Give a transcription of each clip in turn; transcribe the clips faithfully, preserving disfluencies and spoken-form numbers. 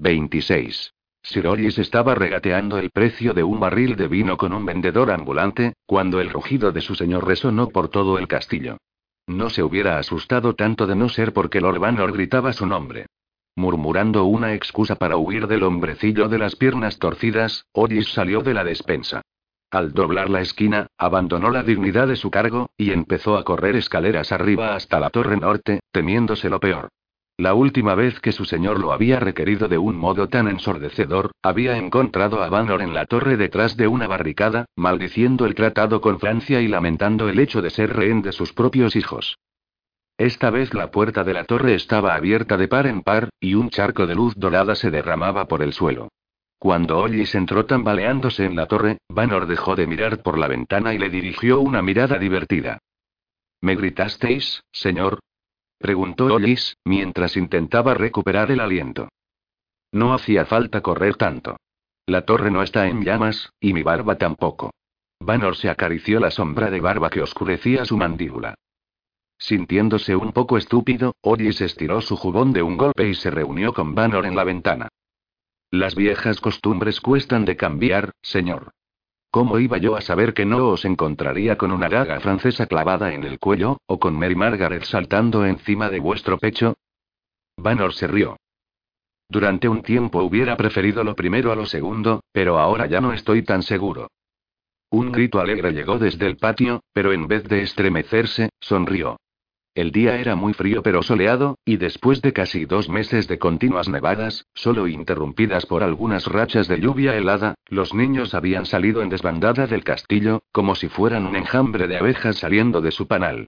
veintiséis. Sir Ollis estaba regateando el precio de un barril de vino con un vendedor ambulante, cuando el rugido de su señor resonó por todo el castillo. No se hubiera asustado tanto de no ser porque Lord Banor gritaba su nombre. Murmurando una excusa para huir del hombrecillo de las piernas torcidas, Ollis salió de la despensa. Al doblar la esquina, abandonó la dignidad de su cargo, y empezó a correr escaleras arriba hasta la torre norte, temiéndose lo peor. La última vez que su señor lo había requerido de un modo tan ensordecedor, había encontrado a Banor en la torre detrás de una barricada, maldiciendo el tratado con Francia y lamentando el hecho de ser rehén de sus propios hijos. Esta vez la puerta de la torre estaba abierta de par en par, y un charco de luz dorada se derramaba por el suelo. Cuando Ollis entró tambaleándose en la torre, Banor dejó de mirar por la ventana y le dirigió una mirada divertida. ¿Me gritasteis, señor?, preguntó Ollis, mientras intentaba recuperar el aliento. No hacía falta correr tanto. La torre no está en llamas, y mi barba tampoco. Banor se acarició la sombra de barba que oscurecía su mandíbula. Sintiéndose un poco estúpido, Ollis estiró su jubón de un golpe y se reunió con Banor en la ventana. Las viejas costumbres cuestan de cambiar, señor. ¿Cómo iba yo a saber que no os encontraría con una daga francesa clavada en el cuello, o con Mary Margaret saltando encima de vuestro pecho? Banor se rió. Durante un tiempo hubiera preferido lo primero a lo segundo, pero ahora ya no estoy tan seguro. Un grito alegre llegó desde el patio, pero en vez de estremecerse, sonrió. El día era muy frío pero soleado, y después de casi dos meses de continuas nevadas, solo interrumpidas por algunas rachas de lluvia helada, los niños habían salido en desbandada del castillo, como si fueran un enjambre de abejas saliendo de su panal.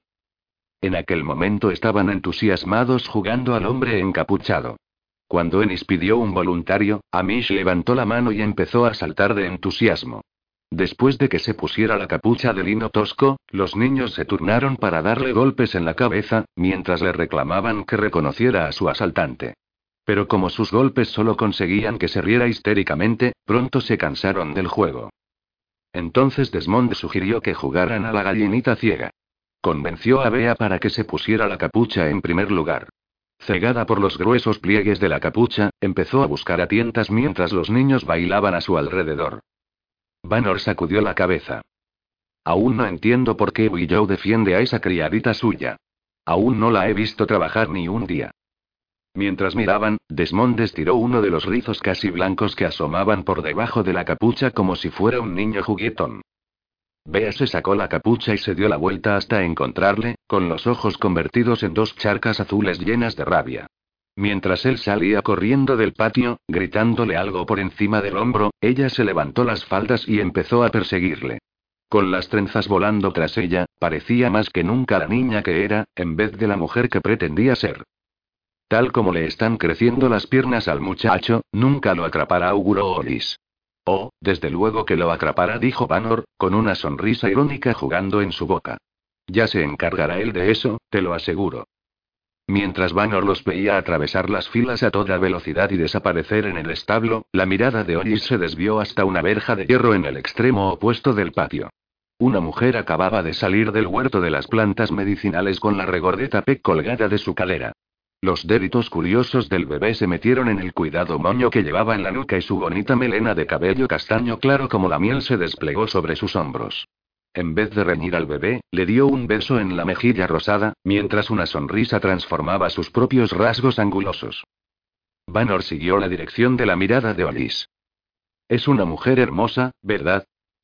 En aquel momento estaban entusiasmados jugando al hombre encapuchado. Cuando Ennis pidió un voluntario, Amish levantó la mano y empezó a saltar de entusiasmo. Después de que se pusiera la capucha de lino tosco, los niños se turnaron para darle golpes en la cabeza, mientras le reclamaban que reconociera a su asaltante. Pero como sus golpes solo conseguían que se riera histéricamente, pronto se cansaron del juego. Entonces Desmond sugirió que jugaran a la gallinita ciega. Convenció a Bea para que se pusiera la capucha en primer lugar. Cegada por los gruesos pliegues de la capucha, empezó a buscar a tientas mientras los niños bailaban a su alrededor. Banor sacudió la cabeza. Aún no entiendo por qué Willow defiende a esa criadita suya. Aún no la he visto trabajar ni un día. Mientras miraban, Desmond estiró uno de los rizos casi blancos que asomaban por debajo de la capucha como si fuera un niño juguetón. Bea se sacó la capucha y se dio la vuelta hasta encontrarle, con los ojos convertidos en dos charcas azules llenas de rabia. Mientras él salía corriendo del patio, gritándole algo por encima del hombro, ella se levantó las faldas y empezó a perseguirle. Con las trenzas volando tras ella, parecía más que nunca la niña que era, en vez de la mujer que pretendía ser. Tal como le están creciendo las piernas al muchacho, nunca lo atrapará, auguró Ollis. Oh, desde luego que lo atrapará, dijo Banor, con una sonrisa irónica jugando en su boca. Ya se encargará él de eso, te lo aseguro. Mientras Banor los veía atravesar las filas a toda velocidad y desaparecer en el establo, la mirada de Ollis se desvió hasta una verja de hierro en el extremo opuesto del patio. Una mujer acababa de salir del huerto de las plantas medicinales con la regordeta Peck colgada de su cadera. Los débitos curiosos del bebé se metieron en el cuidado moño que llevaba en la nuca y su bonita melena de cabello castaño claro como la miel se desplegó sobre sus hombros. En vez de reñir al bebé, le dio un beso en la mejilla rosada, mientras una sonrisa transformaba sus propios rasgos angulosos. Banor siguió la dirección de la mirada de Ollis. Es una mujer hermosa, ¿verdad?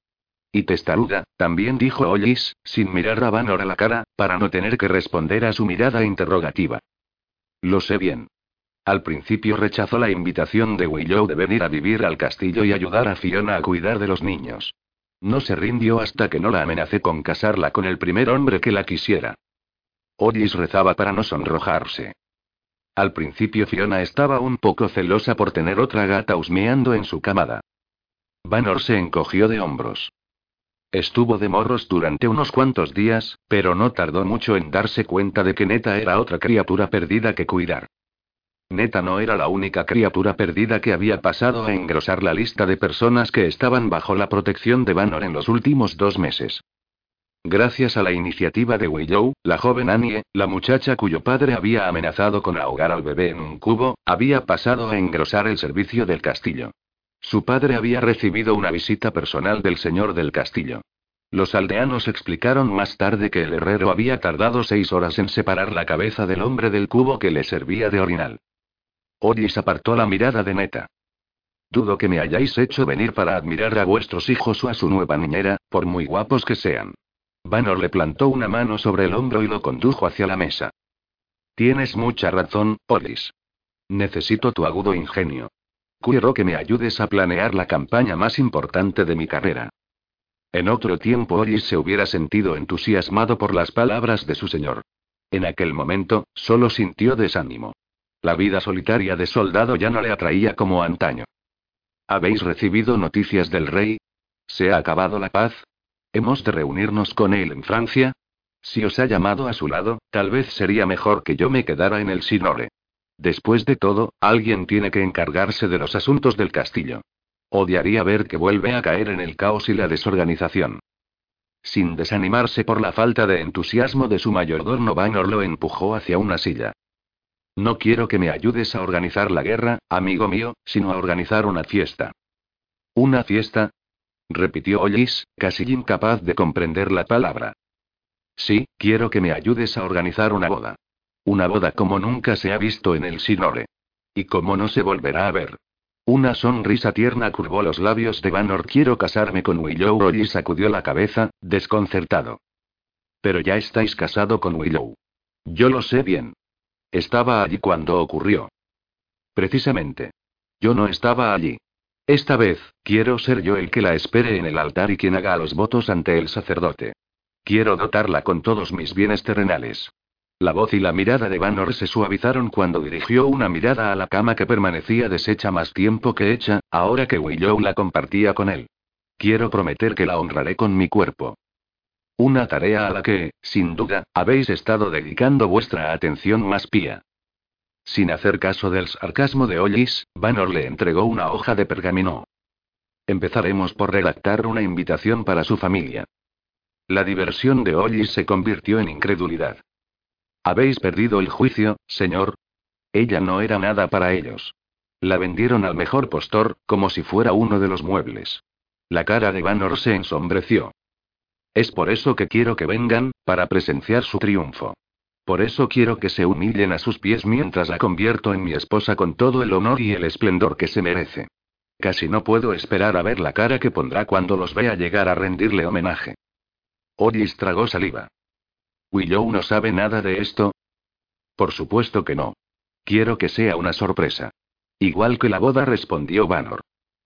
Y testaruda, también dijo Ollis, sin mirar a Banor a la cara, para no tener que responder a su mirada interrogativa. Lo sé bien. Al principio rechazó la invitación de Willow de venir a vivir al castillo y ayudar a Fiona a cuidar de los niños. No se rindió hasta que no la amenacé con casarla con el primer hombre que la quisiera. Ollis rezaba para no sonrojarse. Al principio Fiona estaba un poco celosa por tener otra gata husmeando en su camada. Banor se encogió de hombros. Estuvo de morros durante unos cuantos días, pero no tardó mucho en darse cuenta de que Neta era otra criatura perdida que cuidar. Neta no era la única criatura perdida que había pasado a engrosar la lista de personas que estaban bajo la protección de Banor en los últimos dos meses. Gracias a la iniciativa de Willow, la joven Annie, la muchacha cuyo padre había amenazado con ahogar al bebé en un cubo, había pasado a engrosar el servicio del castillo. Su padre había recibido una visita personal del señor del castillo. Los aldeanos explicaron más tarde que el herrero había tardado seis horas en separar la cabeza del hombre del cubo que le servía de orinal. Ollis apartó la mirada de Neta. Dudo que me hayáis hecho venir para admirar a vuestros hijos o a su nueva niñera, por muy guapos que sean. Vanor le plantó una mano sobre el hombro y lo condujo hacia la mesa. Tienes mucha razón, Ollis. Necesito tu agudo ingenio. Quiero que me ayudes a planear la campaña más importante de mi carrera. En otro tiempo Ollis se hubiera sentido entusiasmado por las palabras de su señor. En aquel momento, solo sintió desánimo. La vida solitaria de soldado ya no le atraía como antaño. ¿Habéis recibido noticias del rey? ¿Se ha acabado la paz? ¿Hemos de reunirnos con él en Francia? Si os ha llamado a su lado, tal vez sería mejor que yo me quedara en el Sinore. Después de todo, alguien tiene que encargarse de los asuntos del castillo. Odiaría ver que vuelve a caer en el caos y la desorganización. Sin desanimarse por la falta de entusiasmo de su mayordomo, Vanor lo empujó hacia una silla. No quiero que me ayudes a organizar la guerra, amigo mío, sino a organizar una fiesta. ¿Una fiesta? Repitió Ollis, casi incapaz de comprender la palabra. Sí, quiero que me ayudes a organizar una boda. Una boda como nunca se ha visto en el Sinore. Y como no se volverá a ver. Una sonrisa tierna curvó los labios de Vanor. Quiero casarme con Willow. Ollis sacudió la cabeza, desconcertado. Pero ya estáis casado con Willow. Yo lo sé bien. Estaba allí cuando ocurrió. Precisamente. Yo no estaba allí. Esta vez, quiero ser yo el que la espere en el altar y quien haga los votos ante el sacerdote. Quiero dotarla con todos mis bienes terrenales. La voz y la mirada de Vanor se suavizaron cuando dirigió una mirada a la cama que permanecía deshecha más tiempo que hecha, ahora que Willow la compartía con él. Quiero prometer que la honraré con mi cuerpo. Una tarea a la que, sin duda, habéis estado dedicando vuestra atención más pía. Sin hacer caso del sarcasmo de Ollis, Vanor le entregó una hoja de pergamino. Empezaremos por redactar una invitación para su familia. La diversión de Ollis se convirtió en incredulidad. ¿Habéis perdido el juicio, señor? Ella no era nada para ellos. La vendieron al mejor postor, como si fuera uno de los muebles. La cara de Vanor se ensombreció. Es por eso que quiero que vengan, para presenciar su triunfo. Por eso quiero que se humillen a sus pies mientras la convierto en mi esposa con todo el honor y el esplendor que se merece. Casi no puedo esperar a ver la cara que pondrá cuando los vea llegar a rendirle homenaje. Ollis tragó saliva. ¿Willow no sabe nada de esto? Por supuesto que no. Quiero que sea una sorpresa. Igual que la boda, respondió Vanor.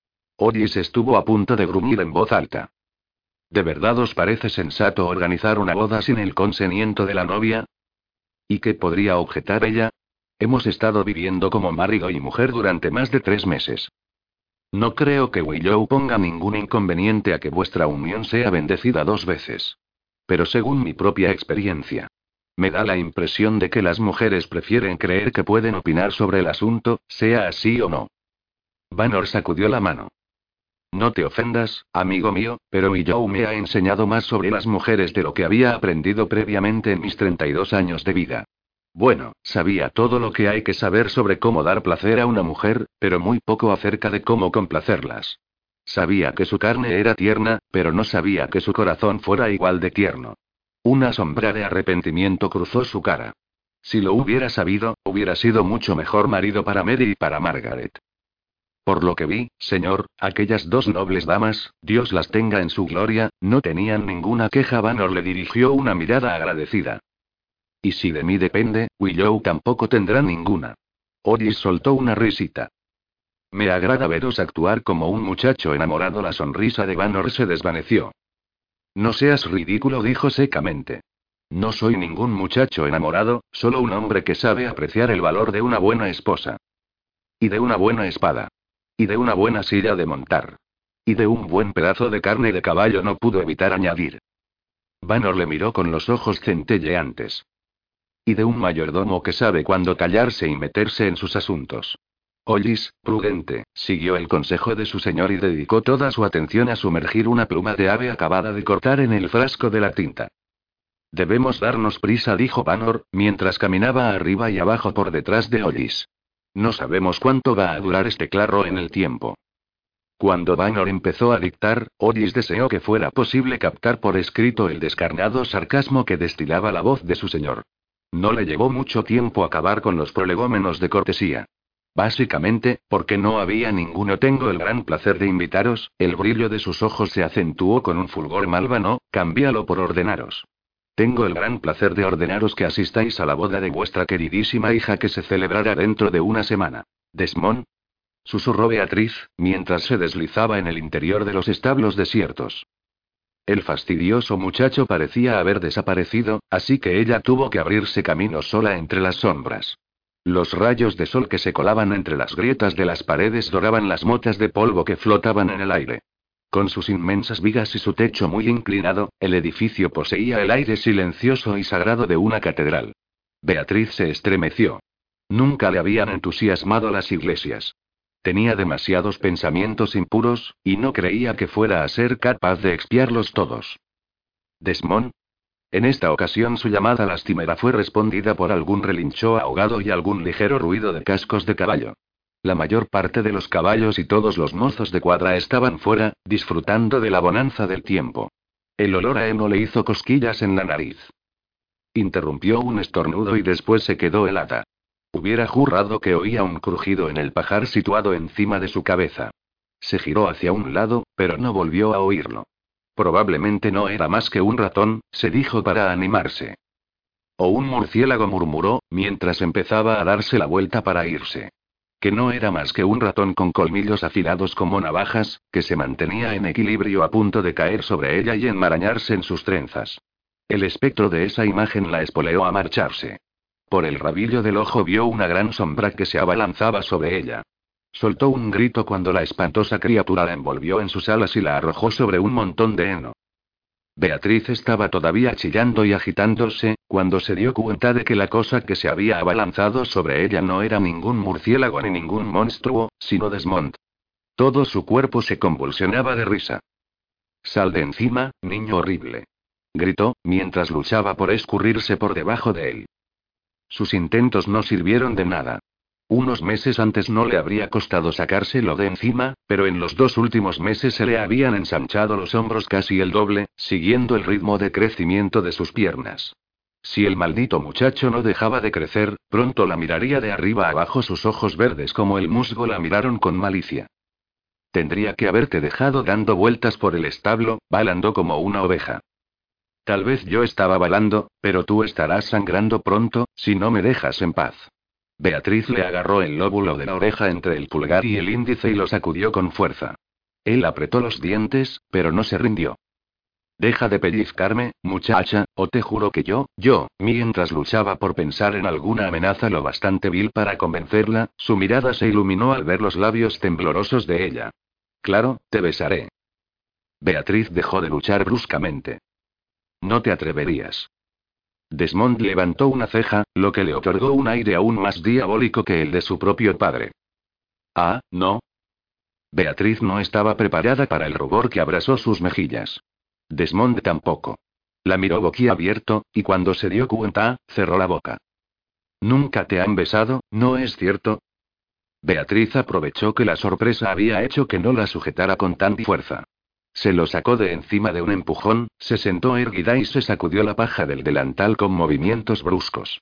Ollis estuvo a punto de gruñir en voz alta. ¿De verdad os parece sensato organizar una boda sin el consentimiento de la novia? ¿Y qué podría objetar ella? Hemos estado viviendo como marido y mujer durante más de tres meses. No creo que Willow ponga ningún inconveniente a que vuestra unión sea bendecida dos veces. Pero según mi propia experiencia, me da la impresión de que las mujeres prefieren creer que pueden opinar sobre el asunto, sea así o no. Vanor sacudió la mano. No te ofendas, amigo mío, pero Willow me ha enseñado más sobre las mujeres de lo que había aprendido previamente en mis treinta y dos años de vida. Bueno, sabía todo lo que hay que saber sobre cómo dar placer a una mujer, pero muy poco acerca de cómo complacerlas. Sabía que su carne era tierna, pero no sabía que su corazón fuera igual de tierno. Una sombra de arrepentimiento cruzó su cara. Si lo hubiera sabido, hubiera sido mucho mejor marido para Mary y para Margaret. Por lo que vi, señor, aquellas dos nobles damas, Dios las tenga en su gloria, no tenían ninguna queja. Vanor le dirigió una mirada agradecida. Y si de mí depende, Willow tampoco tendrá ninguna. Ollis soltó una risita. Me agrada veros actuar como un muchacho enamorado. La sonrisa de Vanor se desvaneció. No seas ridículo, dijo secamente. No soy ningún muchacho enamorado, solo un hombre que sabe apreciar el valor de una buena esposa. Y de una buena espada. Y de una buena silla de montar. Y de un buen pedazo de carne de caballo, no pudo evitar añadir. Vanor le miró con los ojos centelleantes. Y de un mayordomo que sabe cuándo callarse y meterse en sus asuntos. Ollis, prudente, siguió el consejo de su señor y dedicó toda su atención a sumergir una pluma de ave acabada de cortar en el frasco de la tinta. Debemos darnos prisa, dijo Vanor, mientras caminaba arriba y abajo por detrás de Ollis. No sabemos cuánto va a durar este claro en el tiempo. Cuando Vanor empezó a dictar, Ollis deseó que fuera posible captar por escrito el descarnado sarcasmo que destilaba la voz de su señor. No le llevó mucho tiempo acabar con los prolegómenos de cortesía. Básicamente, porque no había ninguno. Tengo el gran placer de invitaros. El brillo de sus ojos se acentuó con un fulgor malvano. Cámbialo por ordenaros. Tengo el gran placer de ordenaros que asistáis a la boda de vuestra queridísima hija que se celebrará dentro de una semana. Desmond, susurró Beatriz, mientras se deslizaba en el interior de los establos desiertos. El fastidioso muchacho parecía haber desaparecido, así que ella tuvo que abrirse camino sola entre las sombras. Los rayos de sol que se colaban entre las grietas de las paredes doraban las motas de polvo que flotaban en el aire. Con sus inmensas vigas y su techo muy inclinado, el edificio poseía el aire silencioso y sagrado de una catedral. Beatriz se estremeció. Nunca le habían entusiasmado las iglesias. Tenía demasiados pensamientos impuros, y no creía que fuera a ser capaz de expiarlos todos. Desmond. En esta ocasión su llamada lastimera fue respondida por algún relincho ahogado y algún ligero ruido de cascos de caballo. La mayor parte de los caballos y todos los mozos de cuadra estaban fuera, disfrutando de la bonanza del tiempo. El olor a heno le hizo cosquillas en la nariz. Interrumpió un estornudo y después se quedó helada. Hubiera jurado que oía un crujido en el pajar situado encima de su cabeza. Se giró hacia un lado, pero no volvió a oírlo. Probablemente no era más que un ratón, se dijo para animarse. O un murciélago, murmuró, mientras empezaba a darse la vuelta para irse. Que no era más que un ratón con colmillos afilados como navajas, que se mantenía en equilibrio a punto de caer sobre ella y enmarañarse en sus trenzas. El espectro de esa imagen la espoleó a marcharse. Por el rabillo del ojo vio una gran sombra que se abalanzaba sobre ella. Soltó un grito cuando la espantosa criatura la envolvió en sus alas y la arrojó sobre un montón de heno. Beatriz estaba todavía chillando y agitándose, cuando se dio cuenta de que la cosa que se había abalanzado sobre ella no era ningún murciélago ni ningún monstruo, sino Desmond. Todo su cuerpo se convulsionaba de risa. «Sal de encima, niño horrible», gritó, mientras luchaba por escurrirse por debajo de él. Sus intentos no sirvieron de nada. Unos meses antes no le habría costado sacárselo de encima, pero en los dos últimos meses se le habían ensanchado los hombros casi el doble, siguiendo el ritmo de crecimiento de sus piernas. Si el maldito muchacho no dejaba de crecer, pronto la miraría de arriba abajo. Sus ojos verdes como el musgo la miraron con malicia. Tendría que haberte dejado dando vueltas por el establo, balando como una oveja. Tal vez yo estaba balando, pero tú estarás sangrando pronto, si no me dejas en paz. Beatriz le agarró el lóbulo de la oreja entre el pulgar y el índice y lo sacudió con fuerza. Él apretó los dientes, pero no se rindió. Deja de pellizcarme, muchacha, o te juro que yo, yo, mientras luchaba por pensar en alguna amenaza lo bastante vil para convencerla, su mirada se iluminó al ver los labios temblorosos de ella. Claro, te besaré. Beatriz dejó de luchar bruscamente. No te atreverías. Desmond levantó una ceja, lo que le otorgó un aire aún más diabólico que el de su propio padre. Ah, ¿no? Beatriz no estaba preparada para el rubor que abrasó sus mejillas. Desmond tampoco. La miró boquiabierto, y cuando se dio cuenta, cerró la boca. Nunca te han besado, ¿no es cierto? Beatriz aprovechó que la sorpresa había hecho que no la sujetara con tanta fuerza. Se lo sacó de encima de un empujón, se sentó erguida y se sacudió la paja del delantal con movimientos bruscos.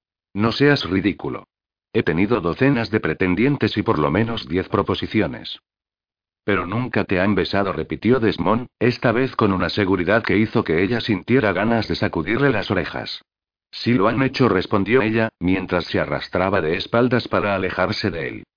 No seas ridículo. He tenido docenas de pretendientes y por lo menos diez proposiciones. Pero nunca te han besado, repitió Desmond, esta vez con una seguridad que hizo que ella sintiera ganas de sacudirle las orejas. Sí lo han hecho, respondió ella, mientras se arrastraba de espaldas para alejarse de él.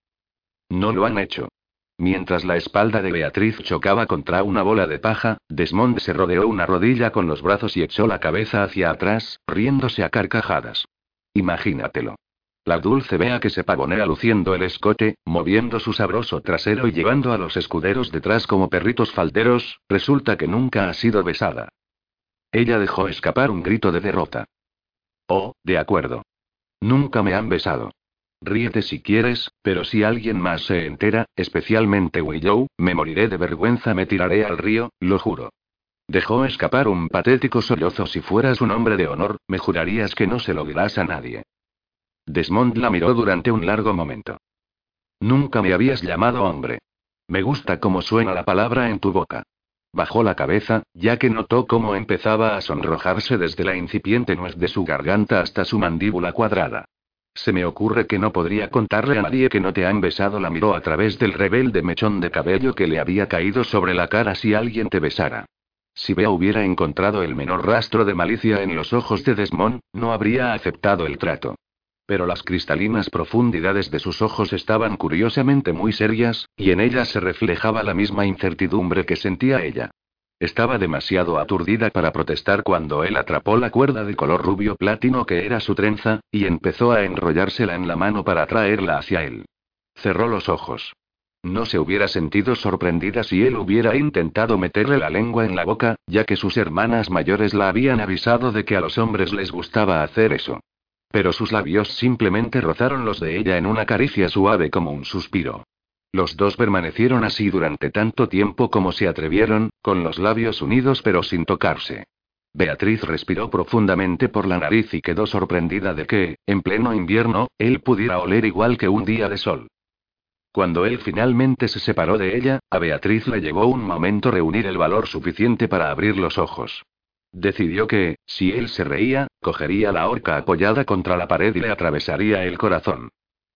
No lo han hecho. Mientras la espalda de Beatriz chocaba contra una bola de paja, Desmond se rodeó una rodilla con los brazos y echó la cabeza hacia atrás, riéndose a carcajadas. Imagínatelo. La dulce Bea que se pavonea luciendo el escote, moviendo su sabroso trasero y llevando a los escuderos detrás como perritos falderos, resulta que nunca ha sido besada. Ella dejó escapar un grito de derrota. Oh, de acuerdo. Nunca me han besado. Ríete si quieres, pero si alguien más se entera, especialmente Willow, me moriré de vergüenza, me tiraré al río, lo juro. Dejó escapar un patético sollozo. Si fueras un hombre de honor, me jurarías que no se lo dirás a nadie. Desmond la miró durante un largo momento. Nunca me habías llamado hombre. Me gusta cómo suena la palabra en tu boca. Bajó la cabeza, ya que notó cómo empezaba a sonrojarse desde la incipiente nuez de su garganta hasta su mandíbula cuadrada. Se me ocurre que no podría contarle a nadie que no te han besado. La miró a través del rebelde mechón de cabello que le había caído sobre la cara. Si alguien te besara. Si Bea hubiera encontrado el menor rastro de malicia en los ojos de Desmond, no habría aceptado el trato. Pero las cristalinas profundidades de sus ojos estaban curiosamente muy serias, y en ellas se reflejaba la misma incertidumbre que sentía ella. Estaba demasiado aturdida para protestar cuando él atrapó la cuerda de color rubio platino que era su trenza, y empezó a enrollársela en la mano para atraerla hacia él. Cerró los ojos. No se hubiera sentido sorprendida si él hubiera intentado meterle la lengua en la boca, ya que sus hermanas mayores la habían avisado de que a los hombres les gustaba hacer eso. Pero sus labios simplemente rozaron los de ella en una caricia suave como un suspiro. Los dos permanecieron así durante tanto tiempo como se atrevieron, con los labios unidos pero sin tocarse. Beatriz respiró profundamente por la nariz y quedó sorprendida de que, en pleno invierno, él pudiera oler igual que un día de sol. Cuando él finalmente se separó de ella, a Beatriz le llevó un momento reunir el valor suficiente para abrir los ojos. Decidió que, si él se reía, cogería la horca apoyada contra la pared y le atravesaría el corazón.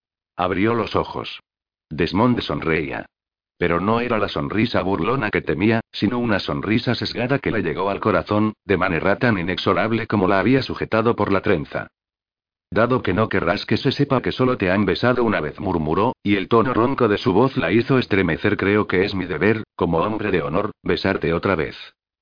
Abrió los ojos. Desmond sonreía. Pero no era la sonrisa burlona que temía, sino una sonrisa sesgada que le llegó al corazón, de manera tan inexorable como la había sujetado por la trenza. Dado que no querrás que se sepa que solo te han besado una vez, murmuró, y el tono ronco de su voz la hizo estremecer. Creo que es mi deber, como hombre de honor, besarte otra vez.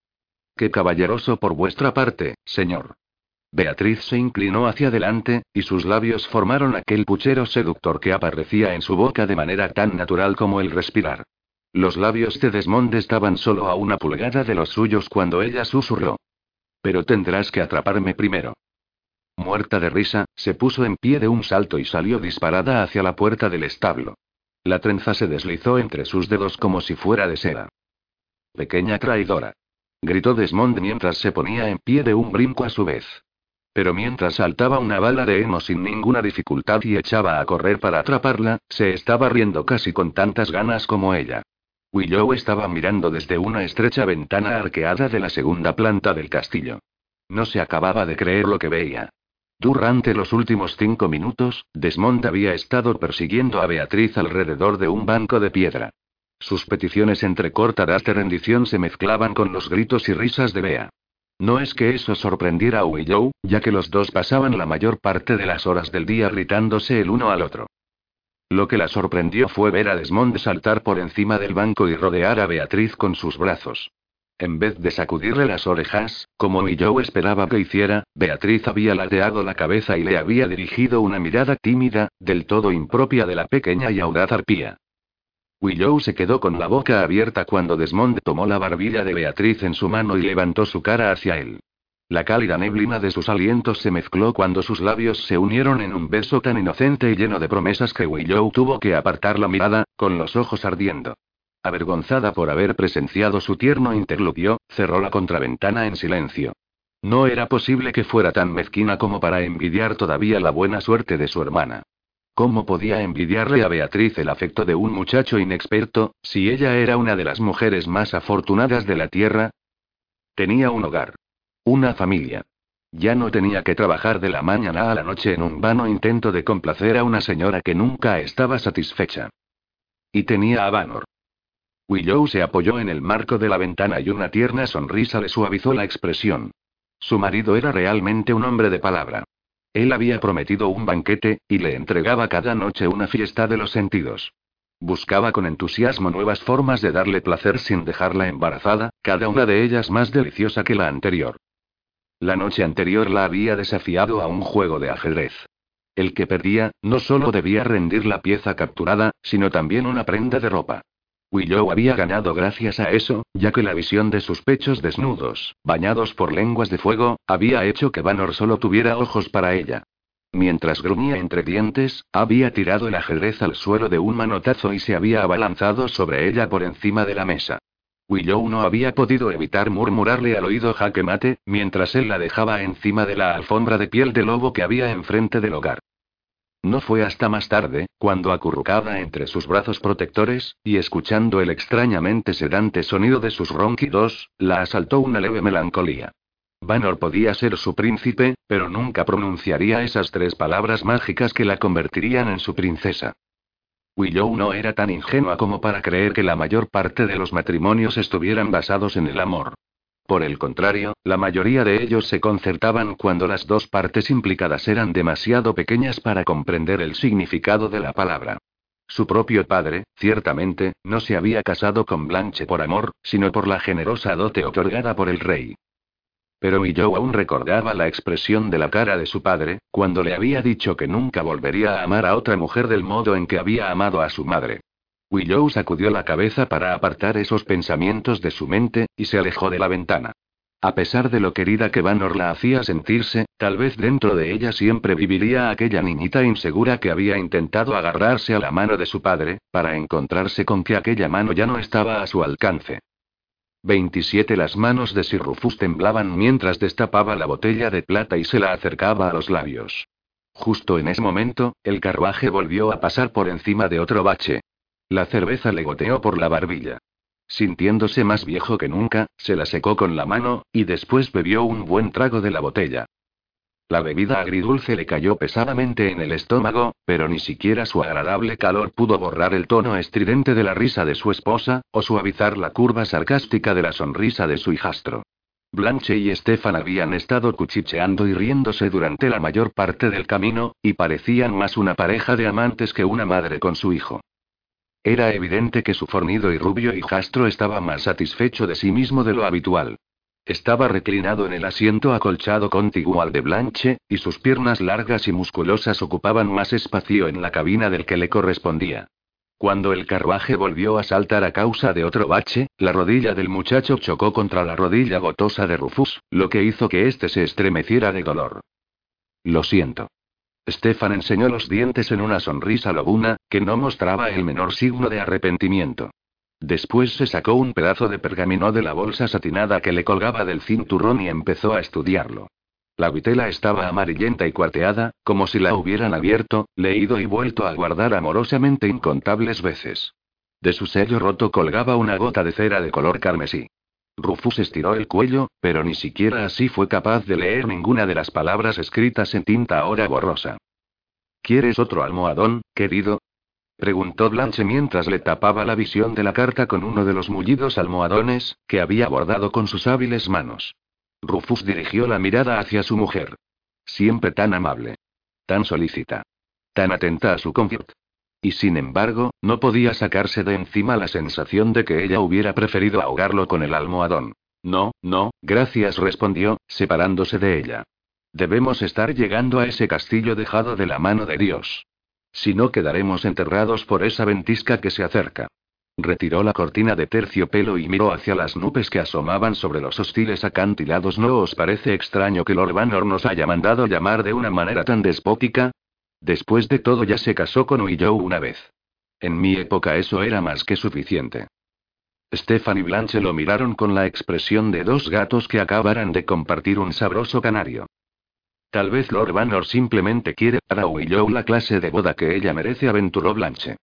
Qué caballeroso por vuestra parte, señor. Beatriz se inclinó hacia adelante, y sus labios formaron aquel puchero seductor que aparecía en su boca de manera tan natural como el respirar. Los labios de Desmond estaban solo a una pulgada de los suyos cuando ella susurró. Pero tendrás que atraparme primero. Muerta de risa, se puso en pie de un salto y salió disparada hacia la puerta del establo. La trenza se deslizó entre sus dedos como si fuera de seda. Pequeña traidora. Gritó Desmond mientras se ponía en pie de un brinco a su vez. Pero mientras saltaba una bala de heno sin ninguna dificultad y echaba a correr para atraparla, se estaba riendo casi con tantas ganas como ella. Willow estaba mirando desde una estrecha ventana arqueada de la segunda planta del castillo. No se acababa de creer lo que veía. Durante los últimos cinco minutos, Desmond había estado persiguiendo a Beatriz alrededor de un banco de piedra. Sus peticiones entrecortadas de rendición se mezclaban con los gritos y risas de Bea. No es que eso sorprendiera a Willow, ya que los dos pasaban la mayor parte de las horas del día gritándose el uno al otro. Lo que la sorprendió fue ver a Desmond saltar por encima del banco y rodear a Beatriz con sus brazos. En vez de sacudirle las orejas, como Willow esperaba que hiciera, Beatriz había ladeado la cabeza y le había dirigido una mirada tímida, del todo impropia de la pequeña y audaz arpía. Willow se quedó con la boca abierta cuando Desmond tomó la barbilla de Beatriz en su mano y levantó su cara hacia él. La cálida neblina de sus alientos se mezcló cuando sus labios se unieron en un beso tan inocente y lleno de promesas que Willow tuvo que apartar la mirada, con los ojos ardiendo. Avergonzada por haber presenciado su tierno interludio, cerró la contraventana en silencio. No era posible que fuera tan mezquina como para envidiar todavía la buena suerte de su hermana. ¿Cómo podía envidiarle a Beatriz el afecto de un muchacho inexperto, si ella era una de las mujeres más afortunadas de la tierra? Tenía un hogar. Una familia. Ya no tenía que trabajar de la mañana a la noche en un vano intento de complacer a una señora que nunca estaba satisfecha. Y tenía a Vanor. Willow se apoyó en el marco de la ventana y una tierna sonrisa le suavizó la expresión. Su marido era realmente un hombre de palabra. Él había prometido un banquete, y le entregaba cada noche una fiesta de los sentidos. Buscaba con entusiasmo nuevas formas de darle placer sin dejarla embarazada, cada una de ellas más deliciosa que la anterior. La noche anterior la había desafiado a un juego de ajedrez. El que perdía, no solo debía rendir la pieza capturada, sino también una prenda de ropa. Willow había ganado gracias a eso, ya que la visión de sus pechos desnudos, bañados por lenguas de fuego, había hecho que Vanor solo tuviera ojos para ella. Mientras gruñía entre dientes, había tirado el ajedrez al suelo de un manotazo y se había abalanzado sobre ella por encima de la mesa. Willow no había podido evitar murmurarle al oído jaque mate, mientras él la dejaba encima de la alfombra de piel de lobo que había enfrente del hogar. No fue hasta más tarde, cuando acurrucada entre sus brazos protectores, y escuchando el extrañamente sedante sonido de sus ronquidos, la asaltó una leve melancolía. Vanor podía ser su príncipe, pero nunca pronunciaría esas tres palabras mágicas que la convertirían en su princesa. Willow no era tan ingenua como para creer que la mayor parte de los matrimonios estuvieran basados en el amor. Por el contrario, la mayoría de ellos se concertaban cuando las dos partes implicadas eran demasiado pequeñas para comprender el significado de la palabra. Su propio padre, ciertamente, no se había casado con Blanche por amor, sino por la generosa dote otorgada por el rey. Pero Willow aún recordaba la expresión de la cara de su padre, cuando le había dicho que nunca volvería a amar a otra mujer del modo en que había amado a su madre. Willow sacudió la cabeza para apartar esos pensamientos de su mente, y se alejó de la ventana. A pesar de lo querida que Vanor la hacía sentirse, tal vez dentro de ella siempre viviría aquella niñita insegura que había intentado agarrarse a la mano de su padre, para encontrarse con que aquella mano ya no estaba a su alcance. veintisiete Las manos de Sir Rufus temblaban mientras destapaba la botella de plata y se la acercaba a los labios. Justo en ese momento, el carruaje volvió a pasar por encima de otro bache. La cerveza le goteó por la barbilla. Sintiéndose más viejo que nunca, se la secó con la mano, y después bebió un buen trago de la botella. La bebida agridulce le cayó pesadamente en el estómago, pero ni siquiera su agradable calor pudo borrar el tono estridente de la risa de su esposa, o suavizar la curva sarcástica de la sonrisa de su hijastro. Blanche y Stefan habían estado cuchicheando y riéndose durante la mayor parte del camino, y parecían más una pareja de amantes que una madre con su hijo. Era evidente que su fornido y rubio hijastro estaba más satisfecho de sí mismo de lo habitual. Estaba reclinado en el asiento acolchado contiguo al de Blanche, y sus piernas largas y musculosas ocupaban más espacio en la cabina del que le correspondía. Cuando el carruaje volvió a saltar a causa de otro bache, la rodilla del muchacho chocó contra la rodilla gotosa de Rufus, lo que hizo que éste se estremeciera de dolor. Lo siento. Stefan enseñó los dientes en una sonrisa lobuna, que no mostraba el menor signo de arrepentimiento. Después se sacó un pedazo de pergamino de la bolsa satinada que le colgaba del cinturón y empezó a estudiarlo. La vitela estaba amarillenta y cuarteada, como si la hubieran abierto, leído y vuelto a guardar amorosamente incontables veces. De su sello roto colgaba una gota de cera de color carmesí. Rufus estiró el cuello, pero ni siquiera así fue capaz de leer ninguna de las palabras escritas en tinta ahora borrosa. ¿Quieres otro almohadón, querido?, preguntó Blanche mientras le tapaba la visión de la carta con uno de los mullidos almohadones, que había bordado con sus hábiles manos. Rufus dirigió la mirada hacia su mujer. Siempre tan amable. Tan solícita. Tan atenta a su confort. Y sin embargo, no podía sacarse de encima la sensación de que ella hubiera preferido ahogarlo con el almohadón. No, no, gracias, respondió, separándose de ella. Debemos estar llegando a ese castillo dejado de la mano de Dios. Si no, quedaremos enterrados por esa ventisca que se acerca. Retiró la cortina de terciopelo y miró hacia las nubes que asomaban sobre los hostiles acantilados. ¿No os parece extraño que Lord Vanor nos haya mandado llamar de una manera tan despótica? Después de todo, ya se casó con Willow una vez. En mi época eso era más que suficiente. Stefan y Blanche lo miraron con la expresión de dos gatos que acabaran de compartir un sabroso canario. Tal vez Lord Vanor simplemente quiere dar a Willow la clase de boda que ella merece, aventuró Blanche.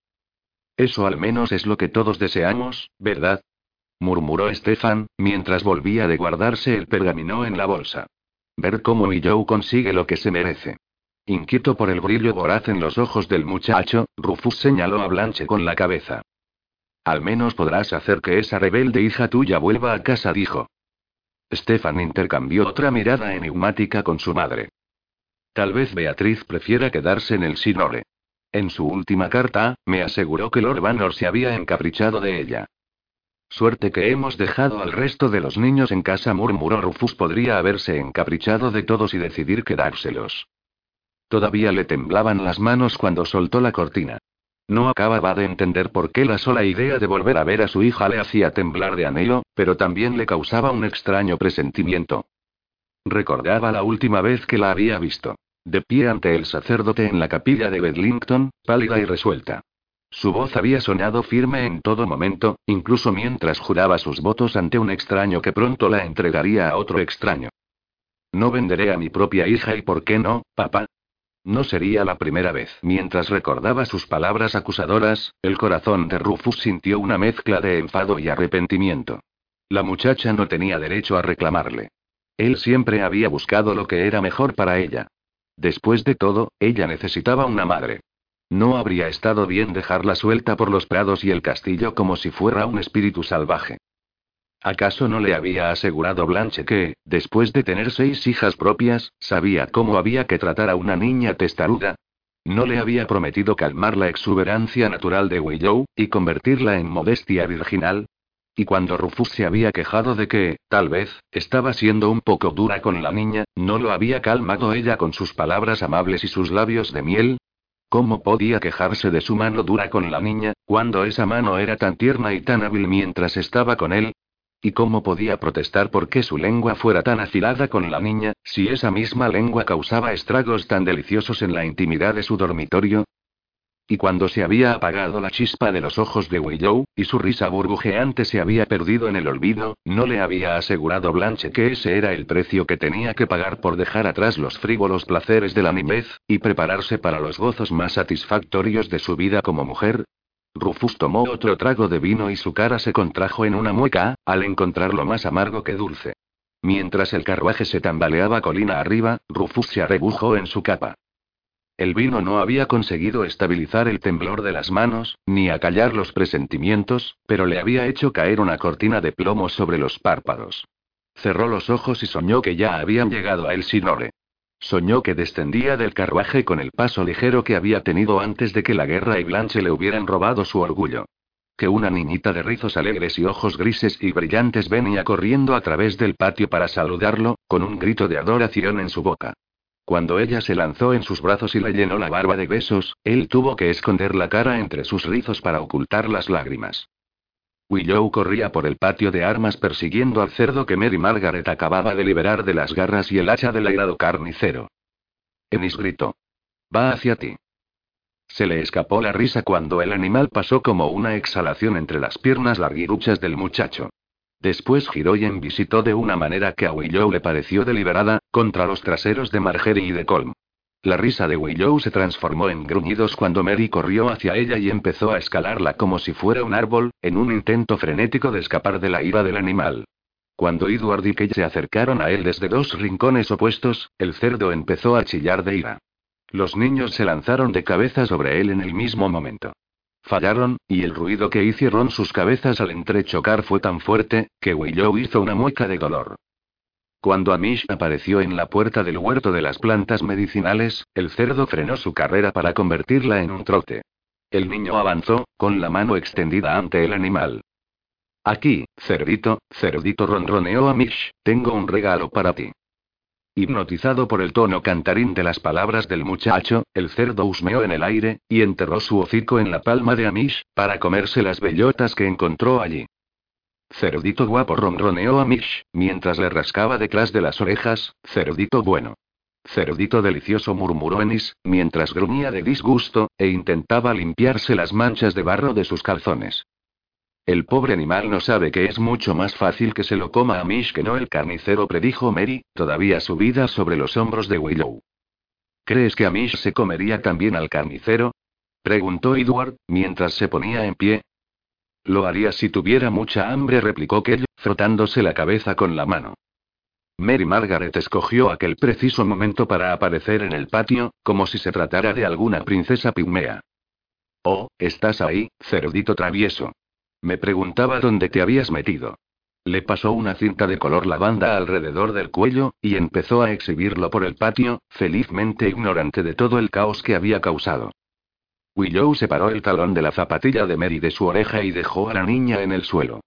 Eso al menos es lo que todos deseamos, ¿verdad?, murmuró Stefan, mientras volvía de guardarse el pergamino en la bolsa. Ver cómo Willow consigue lo que se merece. Inquieto por el brillo voraz en los ojos del muchacho, Rufus señaló a Blanche con la cabeza. Al menos podrás hacer que esa rebelde hija tuya vuelva a casa, dijo. Stefan intercambió otra mirada enigmática con su madre. Tal vez Beatriz prefiera quedarse en el Sinore. En su última carta, me aseguró que Lord Vanor se había encaprichado de ella. Suerte que hemos dejado al resto de los niños en casa, murmuró Rufus. Podría haberse encaprichado de todos y decidir quedárselos. Todavía le temblaban las manos cuando soltó la cortina. No acababa de entender por qué la sola idea de volver a ver a su hija le hacía temblar de anhelo, pero también le causaba un extraño presentimiento. Recordaba la última vez que la había visto. De pie ante el sacerdote en la capilla de Bedlington, pálida y resuelta. Su voz había sonado firme en todo momento, incluso mientras juraba sus votos ante un extraño que pronto la entregaría a otro extraño. No venderé a mi propia hija y ¿por qué no, papá? No sería la primera vez. Mientras recordaba sus palabras acusadoras, el corazón de Rufus sintió una mezcla de enfado y arrepentimiento. La muchacha no tenía derecho a reclamarle. Él siempre había buscado lo que era mejor para ella. Después de todo, ella necesitaba una madre. No habría estado bien dejarla suelta por los prados y el castillo como si fuera un espíritu salvaje. ¿Acaso no le había asegurado Blanche que, después de tener seis hijas propias, sabía cómo había que tratar a una niña testaruda? ¿No le había prometido calmar la exuberancia natural de Willow, y convertirla en modestia virginal? Y cuando Rufus se había quejado de que, tal vez, estaba siendo un poco dura con la niña, ¿no lo había calmado ella con sus palabras amables y sus labios de miel? ¿Cómo podía quejarse de su mano dura con la niña, cuando esa mano era tan tierna y tan hábil mientras estaba con él? ¿Y cómo podía protestar por qué su lengua fuera tan afilada con la niña, si esa misma lengua causaba estragos tan deliciosos en la intimidad de su dormitorio? Y cuando se había apagado la chispa de los ojos de Willow, y su risa burbujeante se había perdido en el olvido, ¿no le había asegurado Blanche que ese era el precio que tenía que pagar por dejar atrás los frívolos placeres de la niñez, y prepararse para los gozos más satisfactorios de su vida como mujer? Rufus tomó otro trago de vino y su cara se contrajo en una mueca, al encontrarlo más amargo que dulce. Mientras el carruaje se tambaleaba colina arriba, Rufus se arrebujó en su capa. El vino no había conseguido estabilizar el temblor de las manos, ni acallar los presentimientos, pero le había hecho caer una cortina de plomo sobre los párpados. Cerró los ojos y soñó que ya habían llegado a El Sinore. Soñó que descendía del carruaje con el paso ligero que había tenido antes de que la guerra y Blanche le hubieran robado su orgullo. Que una niñita de rizos alegres y ojos grises y brillantes venía corriendo a través del patio para saludarlo, con un grito de adoración en su boca. Cuando ella se lanzó en sus brazos y le llenó la barba de besos, él tuvo que esconder la cara entre sus rizos para ocultar las lágrimas. Willow corría por el patio de armas persiguiendo al cerdo que Mary Margaret acababa de liberar de las garras y el hacha del airado carnicero. Ennis gritó. Va hacia ti. Se le escapó la risa cuando el animal pasó como una exhalación entre las piernas larguiruchas del muchacho. Después giró y envisitó de una manera que a Willow le pareció deliberada, contra los traseros de Margery y de Colm. La risa de Willow se transformó en gruñidos cuando Mary corrió hacia ella y empezó a escalarla como si fuera un árbol, en un intento frenético de escapar de la ira del animal. Cuando Edward y Kate se acercaron a él desde dos rincones opuestos, el cerdo empezó a chillar de ira. Los niños se lanzaron de cabeza sobre él en el mismo momento. Fallaron, y el ruido que hicieron sus cabezas al entrechocar fue tan fuerte, que Willow hizo una mueca de dolor. Cuando Amish apareció en la puerta del huerto de las plantas medicinales, el cerdo frenó su carrera para convertirla en un trote. El niño avanzó, con la mano extendida ante el animal. Aquí, cerdito, cerdito, ronroneó Amish, tengo un regalo para ti. Hipnotizado por el tono cantarín de las palabras del muchacho, el cerdo husmeó en el aire, y enterró su hocico en la palma de Amish, para comerse las bellotas que encontró allí. Cerdito guapo, ronroneó Amish, mientras le rascaba detrás de las orejas, cerdito bueno. Cerdito delicioso, murmuró Ennis, mientras gruñía de disgusto, e intentaba limpiarse las manchas de barro de sus calzones. El pobre animal no sabe que es mucho más fácil que se lo coma Amish que no el carnicero, predijo Mary, todavía subida sobre los hombros de Willow. ¿Crees que Amish se comería también al carnicero? Preguntó Edward, mientras se ponía en pie. Lo haría si tuviera mucha hambre, replicó Kell, frotándose la cabeza con la mano. Mary Margaret escogió aquel preciso momento para aparecer en el patio, como si se tratara de alguna princesa pigmea. Oh, estás ahí, cerdito travieso. Me preguntaba dónde te habías metido. Le pasó una cinta de color lavanda alrededor del cuello, y empezó a exhibirlo por el patio, felizmente ignorante de todo el caos que había causado. Willow separó el talón de la zapatilla de Mary de su oreja y dejó a la niña en el suelo.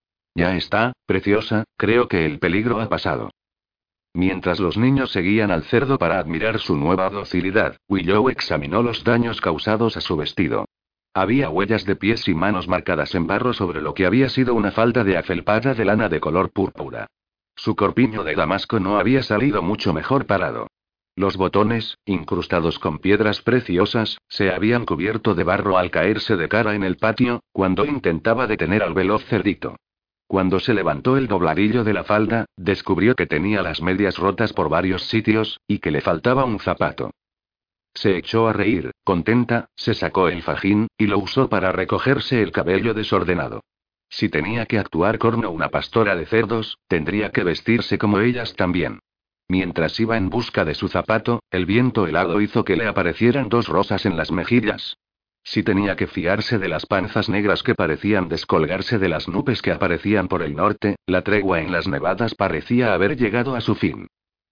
Ya está, preciosa, creo que el peligro ha pasado. Mientras los niños seguían al cerdo para admirar su nueva docilidad, Willow examinó los daños causados a su vestido. Había huellas de pies y manos marcadas en barro sobre lo que había sido una falda de afelpada de lana de color púrpura. Su corpiño de damasco no había salido mucho mejor parado. Los botones, incrustados con piedras preciosas, se habían cubierto de barro al caerse de cara en el patio, cuando intentaba detener al veloz cerdito. Cuando se levantó el dobladillo de la falda, descubrió que tenía las medias rotas por varios sitios, y que le faltaba un zapato. Se echó a reír, contenta, se sacó el fajín, y lo usó para recogerse el cabello desordenado. Si tenía que actuar como una pastora de cerdos, tendría que vestirse como ellas también. Mientras iba en busca de su zapato, el viento helado hizo que le aparecieran dos rosas en las mejillas. Si tenía que fiarse de las panzas negras que parecían descolgarse de las nubes que aparecían por el norte, la tregua en las nevadas parecía haber llegado a su fin.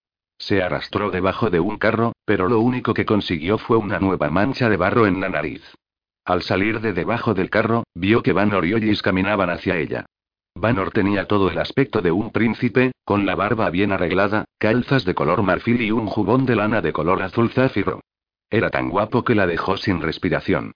Se arrastró debajo de un carro, pero lo único que consiguió fue una nueva mancha de barro en la nariz. Al salir de debajo del carro, vio que Vanor y Ollis caminaban hacia ella. Vanor tenía todo el aspecto de un príncipe, con la barba bien arreglada, calzas de color marfil y un jubón de lana de color azul zafiro. Era tan guapo que la dejó sin respiración.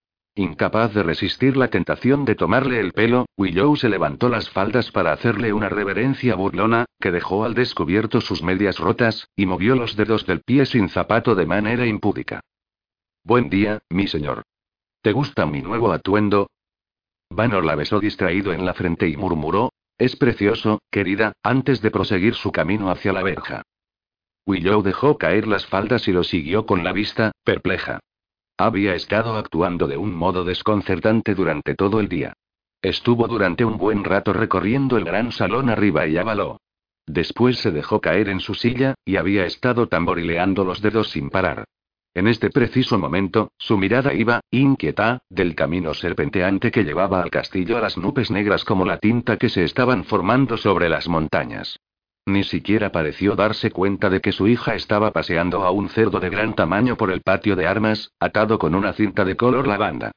Incapaz de resistir la tentación de tomarle el pelo, Willow se levantó las faldas para hacerle una reverencia burlona, que dejó al descubierto sus medias rotas, y movió los dedos del pie sin zapato de manera impúdica. «Buen día, mi señor. ¿Te gusta mi nuevo atuendo?» Vanor la besó distraído en la frente y murmuró: «Es precioso, querida», antes de proseguir su camino hacia la verja. Willow dejó caer las faldas y lo siguió con la vista, perpleja. Había estado actuando de un modo desconcertante durante todo el día. Estuvo durante un buen rato recorriendo el gran salón arriba y abajo. Después se dejó caer en su silla, y había estado tamborileando los dedos sin parar. En este preciso momento, su mirada iba, inquieta, del camino serpenteante que llevaba al castillo a las nubes negras como la tinta que se estaban formando sobre las montañas. Ni siquiera pareció darse cuenta de que su hija estaba paseando a un cerdo de gran tamaño por el patio de armas, atado con una cinta de color lavanda.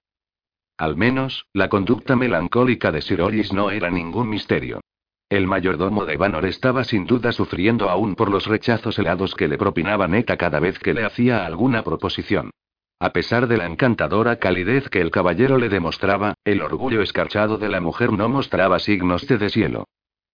Al menos, la conducta melancólica de Sir Ollis no era ningún misterio. El mayordomo de Vanor estaba sin duda sufriendo aún por los rechazos helados que le propinaba Neta cada vez que le hacía alguna proposición. A pesar de la encantadora calidez que el caballero le demostraba, el orgullo escarchado de la mujer no mostraba signos de deshielo.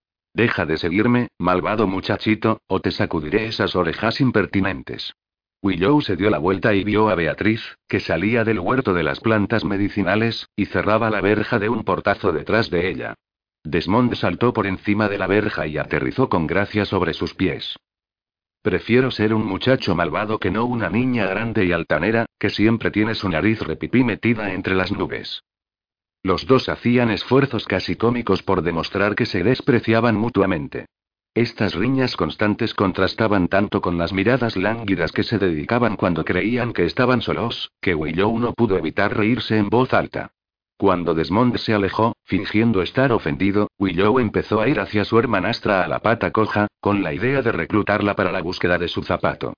«Deja de seguirme, malvado muchachito, o te sacudiré esas orejas impertinentes». Willow se dio la vuelta y vio a Beatriz, que salía del huerto de las plantas medicinales, y cerraba la verja de un portazo detrás de ella. Desmond saltó por encima de la verja y aterrizó con gracia sobre sus pies. «Prefiero ser un muchacho malvado que no una niña grande y altanera, que siempre tiene su nariz repipí metida entre las nubes». Los dos hacían esfuerzos casi cómicos por demostrar que se despreciaban mutuamente. Estas riñas constantes contrastaban tanto con las miradas lánguidas que se dedicaban cuando creían que estaban solos, que Willow no pudo evitar reírse en voz alta. Cuando Desmond se alejó, fingiendo estar ofendido, Willow empezó a ir hacia su hermanastra a la pata coja, con la idea de reclutarla para la búsqueda de su zapato.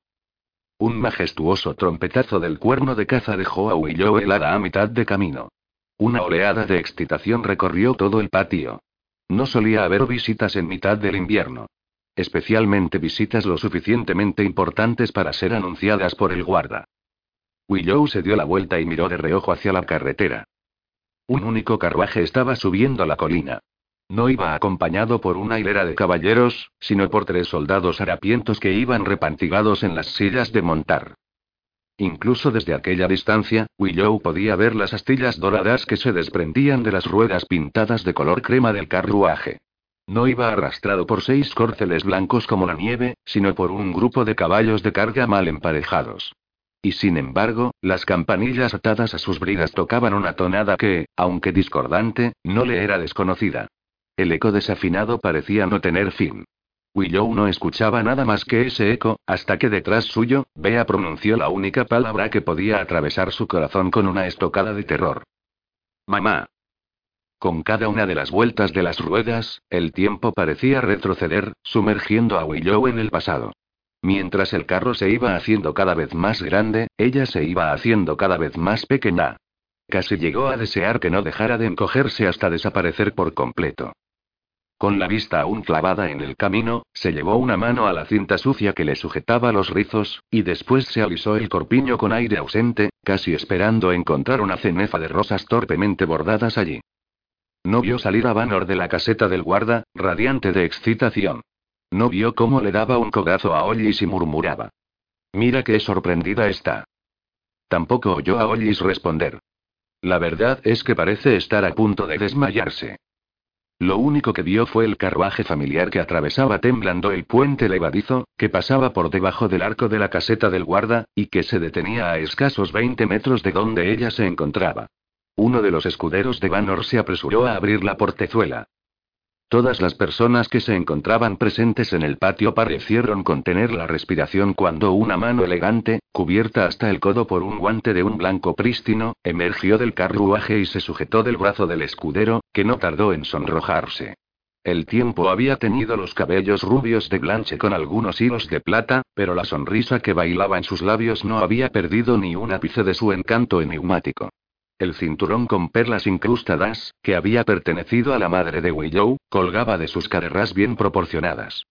Un majestuoso trompetazo del cuerno de caza dejó a Willow helada a mitad de camino. Una oleada de excitación recorrió todo el patio. No solía haber visitas en mitad del invierno. Especialmente visitas lo suficientemente importantes para ser anunciadas por el guarda. Willow se dio la vuelta y miró de reojo hacia la carretera. Un único carruaje estaba subiendo la colina. No iba acompañado por una hilera de caballeros, sino por tres soldados harapientos que iban repantigados en las sillas de montar. Incluso desde aquella distancia, Willow podía ver las astillas doradas que se desprendían de las ruedas pintadas de color crema del carruaje. No iba arrastrado por seis corceles blancos como la nieve, sino por un grupo de caballos de carga mal emparejados. Y sin embargo, las campanillas atadas a sus bridas tocaban una tonada que, aunque discordante, no le era desconocida. El eco desafinado parecía no tener fin. Willow no escuchaba nada más que ese eco, hasta que detrás suyo, Bea pronunció la única palabra que podía atravesar su corazón con una estocada de terror. «Mamá». Con cada una de las vueltas de las ruedas, el tiempo parecía retroceder, sumergiendo a Willow en el pasado. Mientras el carro se iba haciendo cada vez más grande, ella se iba haciendo cada vez más pequeña. Casi llegó a desear que no dejara de encogerse hasta desaparecer por completo. Con la vista aún clavada en el camino, se llevó una mano a la cinta sucia que le sujetaba los rizos, y después se alisó el corpiño con aire ausente, casi esperando encontrar una cenefa de rosas torpemente bordadas allí. No vio salir a Vanor de la caseta del guarda, radiante de excitación. No vio cómo le daba un codazo a Ollis y murmuraba: Mira qué sorprendida está. Tampoco oyó a Ollis responder. La verdad es que parece estar a punto de desmayarse. Lo único que vio fue el carruaje familiar que atravesaba temblando el puente levadizo, que pasaba por debajo del arco de la caseta del guarda, y que se detenía a escasos veinte metros de donde ella se encontraba. Uno de los escuderos de Vanor se apresuró a abrir la portezuela. Todas las personas que se encontraban presentes en el patio parecieron contener la respiración cuando una mano elegante, cubierta hasta el codo por un guante de un blanco prístino, emergió del carruaje y se sujetó del brazo del escudero, que no tardó en sonrojarse. El tiempo había teñido los cabellos rubios de Blanche con algunos hilos de plata, pero la sonrisa que bailaba en sus labios no había perdido ni un ápice de su encanto enigmático. El cinturón con perlas incrustadas, que había pertenecido a la madre de Willow, colgaba de sus caderas bien proporcionadas.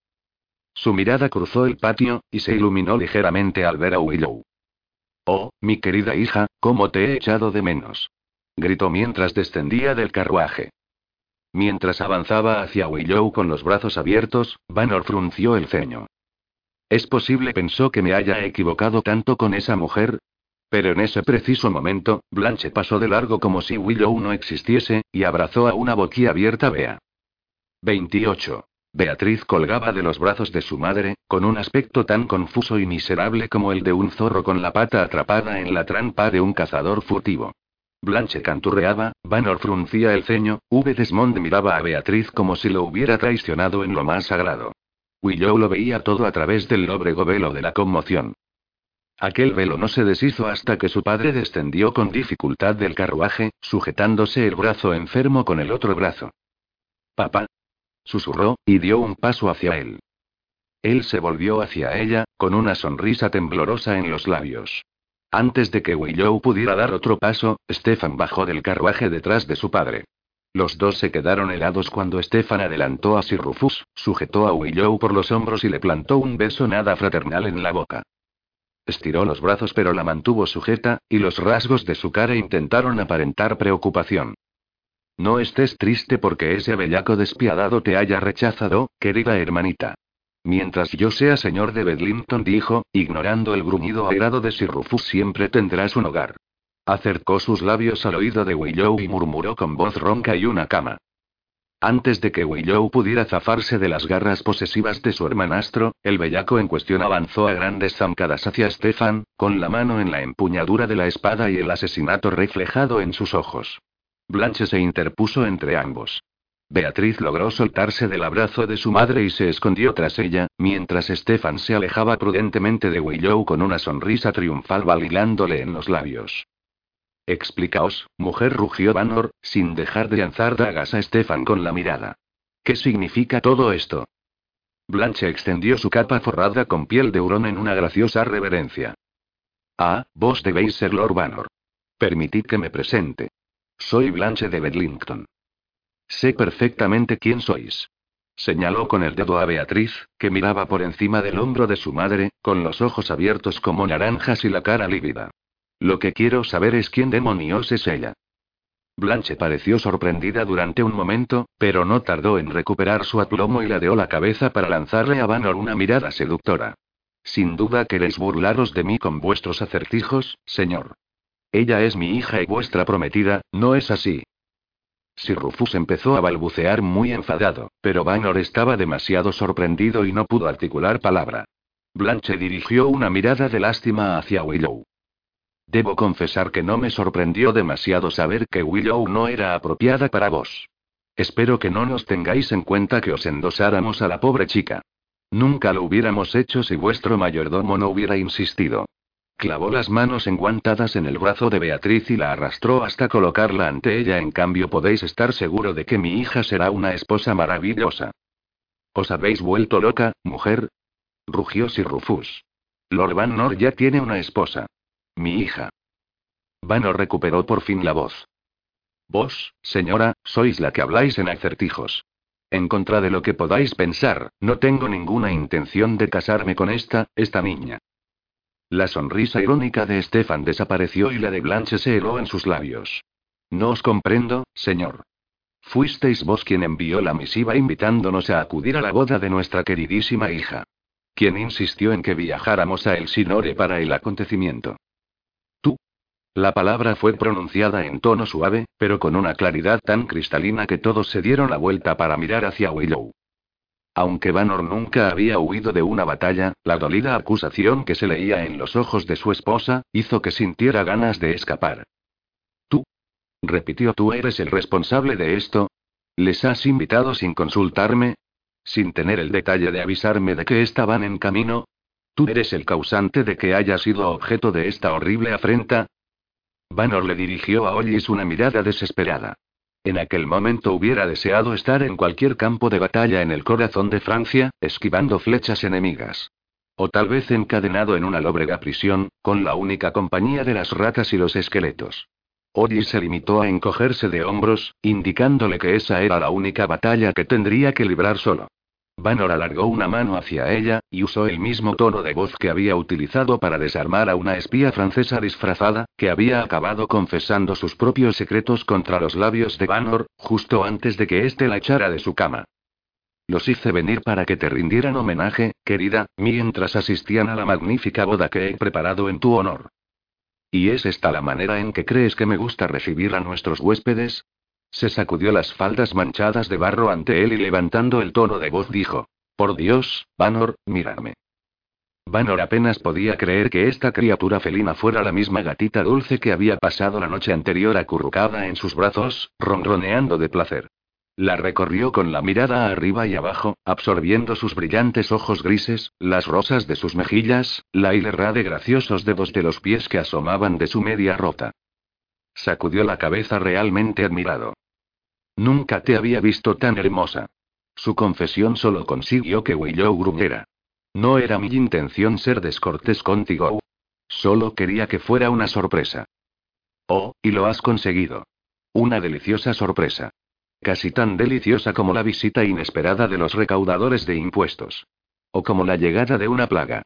Su mirada cruzó el patio, y se iluminó ligeramente al ver a Willow. «Oh, mi querida hija, cómo te he echado de menos», gritó mientras descendía del carruaje. Mientras avanzaba hacia Willow con los brazos abiertos, Vanor frunció el ceño. «¿Es posible, pensó, que me haya equivocado tanto con esa mujer?» Pero en ese preciso momento, Blanche pasó de largo como si Willow no existiese, y abrazó a una boquiabierta Bea. veintiocho. Beatriz colgaba de los brazos de su madre, con un aspecto tan confuso y miserable como el de un zorro con la pata atrapada en la trampa de un cazador furtivo. Blanche canturreaba, Vanor fruncía el ceño, V. Desmond miraba a Beatriz como si lo hubiera traicionado en lo más sagrado. Willow lo veía todo a través del lóbrego velo de la conmoción. Aquel velo no se deshizo hasta que su padre descendió con dificultad del carruaje, sujetándose el brazo enfermo con el otro brazo. «Papá», susurró, y dio un paso hacia él. Él se volvió hacia ella, con una sonrisa temblorosa en los labios. Antes de que Willow pudiera dar otro paso, Stefan bajó del carruaje detrás de su padre. Los dos se quedaron helados cuando Stefan adelantó a Sir Rufus, sujetó a Willow por los hombros y le plantó un beso nada fraternal en la boca. Estiró los brazos pero la mantuvo sujeta, y los rasgos de su cara intentaron aparentar preocupación. «No estés triste porque ese bellaco despiadado te haya rechazado, querida hermanita. Mientras yo sea señor de Bedlington», dijo, ignorando el gruñido airado de Sir Rufus, «siempre tendrás un hogar». Acercó sus labios al oído de Willow y murmuró con voz ronca: «y una cama». Antes de que Willow pudiera zafarse de las garras posesivas de su hermanastro, el bellaco en cuestión avanzó a grandes zancadas hacia Stefan, con la mano en la empuñadura de la espada y el asesinato reflejado en sus ojos. Blanche se interpuso entre ambos. Beatriz logró soltarse del abrazo de su madre y se escondió tras ella, mientras Stefan se alejaba prudentemente de Willow con una sonrisa triunfal bailándole en los labios. «Explicaos, mujer», rugió Vanor, sin dejar de lanzar dagas a Stefan con la mirada. «¿Qué significa todo esto?» Blanche extendió su capa forrada con piel de hurón en una graciosa reverencia. «Ah, vos debéis ser Lord Vanor. Permitid que me presente. Soy Blanche de Bedlington. Sé perfectamente quién sois». Señaló con el dedo a Beatriz, que miraba por encima del hombro de su madre, con los ojos abiertos como naranjas y la cara lívida. «Lo que quiero saber es quién demonios es ella». Blanche pareció sorprendida durante un momento, pero no tardó en recuperar su aplomo y ladeó la cabeza para lanzarle a Vanor una mirada seductora. «Sin duda queréis burlaros de mí con vuestros acertijos, señor. Ella es mi hija y vuestra prometida, ¿no es así?» Sir Rufus empezó a balbucear muy enfadado, pero Vanor estaba demasiado sorprendido y no pudo articular palabra. Blanche dirigió una mirada de lástima hacia Willow. «Debo confesar que no me sorprendió demasiado saber que Willow no era apropiada para vos. Espero que no nos tengáis en cuenta que os endosáramos a la pobre chica. Nunca lo hubiéramos hecho si vuestro mayordomo no hubiera insistido». Clavó las manos enguantadas en el brazo de Beatriz y la arrastró hasta colocarla ante ella. «En cambio, podéis estar seguro de que mi hija será una esposa maravillosa». «¿Os habéis vuelto loca, mujer?», rugió Sir Rufus. «Lord Vanor ya tiene una esposa. Mi hija». Vanor recuperó por fin la voz. «Vos, señora, sois la que habláis en acertijos. En contra de lo que podáis pensar, no tengo ninguna intención de casarme con esta, esta niña». La sonrisa irónica de Stefan desapareció y la de Blanche se heló en sus labios. «No os comprendo, señor. Fuisteis vos quien envió la misiva invitándonos a acudir a la boda de nuestra queridísima hija. quien insistió en que viajáramos a Elsinore para el acontecimiento. ¿Tú? La palabra fue pronunciada en tono suave, pero con una claridad tan cristalina que todos se dieron la vuelta para mirar hacia Willow. Aunque Vanor nunca había huido de una batalla, la dolida acusación que se leía en los ojos de su esposa, hizo que sintiera ganas de escapar. ¿Tú? Repitió. ¿Tú eres el responsable de esto? ¿Les has invitado sin consultarme? ¿Sin tener el detalle de avisarme de que estaban en camino? ¿Tú eres el causante de que haya sido objeto de esta horrible afrenta? Vanor le dirigió a Ollis una mirada desesperada. En aquel momento hubiera deseado estar en cualquier campo de batalla en el corazón de Francia, esquivando flechas enemigas. O tal vez encadenado en una lóbrega prisión, con la única compañía de las ratas y los esqueletos. Ollis se limitó a encogerse de hombros, indicándole que esa era la única batalla que tendría que librar solo. Vanor alargó una mano hacia ella, y usó el mismo tono de voz que había utilizado para desarmar a una espía francesa disfrazada, que había acabado confesando sus propios secretos contra los labios de Vanor, justo antes de que éste la echara de su cama. Los hice venir para que te rindieran homenaje, querida, mientras asistían a la magnífica boda que he preparado en tu honor. ¿Y es esta la manera en que crees que me gusta recibir a nuestros huéspedes? Se sacudió las faldas manchadas de barro ante él y levantando el tono de voz dijo: Por Dios, Vanor, mírame. Vanor apenas podía creer que esta criatura felina fuera la misma gatita dulce que había pasado la noche anterior acurrucada en sus brazos, ronroneando de placer. La recorrió con la mirada arriba y abajo, absorbiendo sus brillantes ojos grises, las rosas de sus mejillas, la hilera de graciosos dedos de los pies que asomaban de su media rota. Sacudió la cabeza realmente admirado. Nunca te había visto tan hermosa. Su confesión solo consiguió que Willow gruñera. No era mi intención ser descortés contigo. Solo quería que fuera una sorpresa. Oh, y lo has conseguido. Una deliciosa sorpresa. Casi tan deliciosa como la visita inesperada de los recaudadores de impuestos. O como la llegada de una plaga.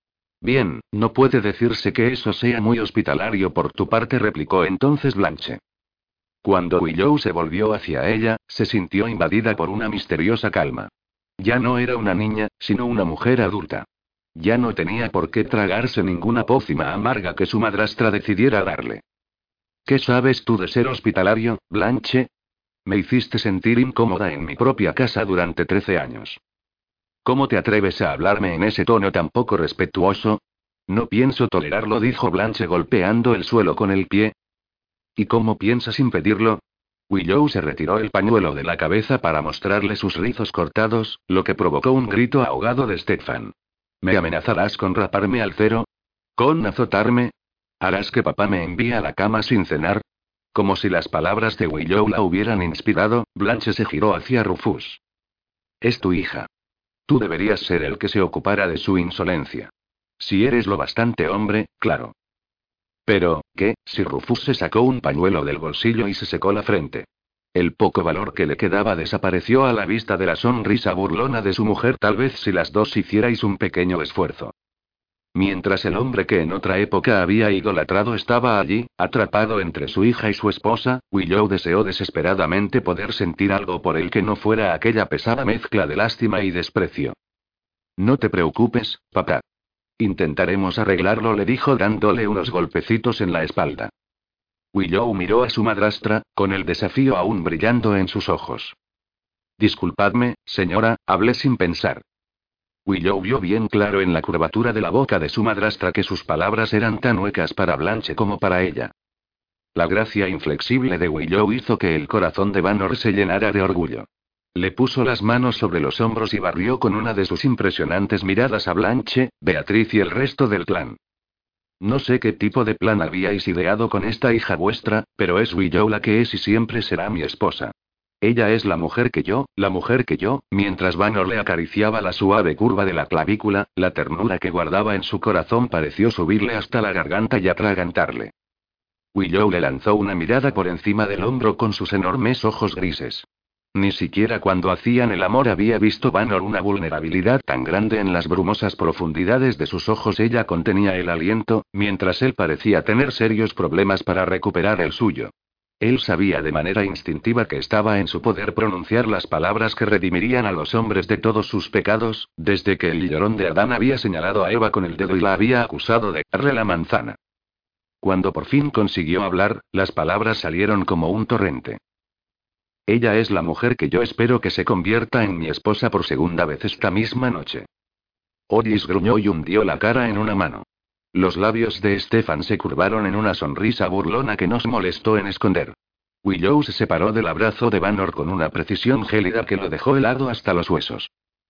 Bien, no puede decirse que eso sea muy hospitalario por tu parte, replicó entonces Blanche. Cuando Willow se volvió hacia ella, se sintió invadida por una misteriosa calma. Ya no era una niña, sino una mujer adulta. Ya no tenía por qué tragarse ninguna pócima amarga que su madrastra decidiera darle. ¿Qué sabes tú de ser hospitalario, Blanche? Me hiciste sentir incómoda en mi propia casa durante trece años. ¿Cómo te atreves a hablarme en ese tono tan poco respetuoso? No pienso tolerarlo, dijo Blanche golpeando el suelo con el pie. ¿Y cómo piensas impedirlo? Willow se retiró el pañuelo de la cabeza para mostrarle sus rizos cortados, lo que provocó un grito ahogado de Stefan. ¿Me amenazarás con raparme al cero? ¿Con azotarme? ¿Harás que papá me envíe a la cama sin cenar? Como si las palabras de Willow la hubieran inspirado, Blanche se giró hacia Rufus. Es tu hija. Tú deberías ser el que se ocupara de su insolencia. Si eres lo bastante hombre, claro. Pero, ¿qué? Si Rufus se sacó un pañuelo del bolsillo y se secó la frente. El poco valor que le quedaba desapareció a la vista de la sonrisa burlona de su mujer, tal vez si las dos hicierais un pequeño esfuerzo. Mientras el hombre que en otra época había idolatrado estaba allí, atrapado entre su hija y su esposa, Willow deseó desesperadamente poder sentir algo por él que no fuera aquella pesada mezcla de lástima y desprecio. No te preocupes, papá. Intentaremos arreglarlo, le dijo dándole unos golpecitos en la espalda. Willow miró a su madrastra, con el desafío aún brillando en sus ojos. Disculpadme, señora, hablé sin pensar. Willow vio bien claro en la curvatura de la boca de su madrastra que sus palabras eran tan huecas para Blanche como para ella. La gracia inflexible de Willow hizo que el corazón de Vanor se llenara de orgullo. Le puso las manos sobre los hombros y barrió con una de sus impresionantes miradas a Blanche, Beatriz y el resto del clan. No sé qué tipo de plan habíais ideado con esta hija vuestra, pero es Willow la que es y siempre será mi esposa. Ella es la mujer que yo, la mujer que yo, mientras Vanor le acariciaba la suave curva de la clavícula, la ternura que guardaba en su corazón pareció subirle hasta la garganta y atragantarle. Willow le lanzó una mirada por encima del hombro con sus enormes ojos grises. Ni siquiera cuando hacían el amor había visto Vanor una vulnerabilidad tan grande en las brumosas profundidades de sus ojos. Ella contenía el aliento, mientras él parecía tener serios problemas para recuperar el suyo. Él sabía de manera instintiva que estaba en su poder pronunciar las palabras que redimirían a los hombres de todos sus pecados, desde que el llorón de Adán había señalado a Eva con el dedo y la había acusado de darle la manzana. Cuando por fin consiguió hablar, las palabras salieron como un torrente. Ella es la mujer que yo espero que se convierta en mi esposa por segunda vez esta misma noche. Ollis gruñó y hundió la cara en una mano. Los labios de Stefan se curvaron en una sonrisa burlona que no se molestó en esconder. Willow se separó del abrazo de Vanor con una precisión gélida que lo dejó helado hasta los huesos.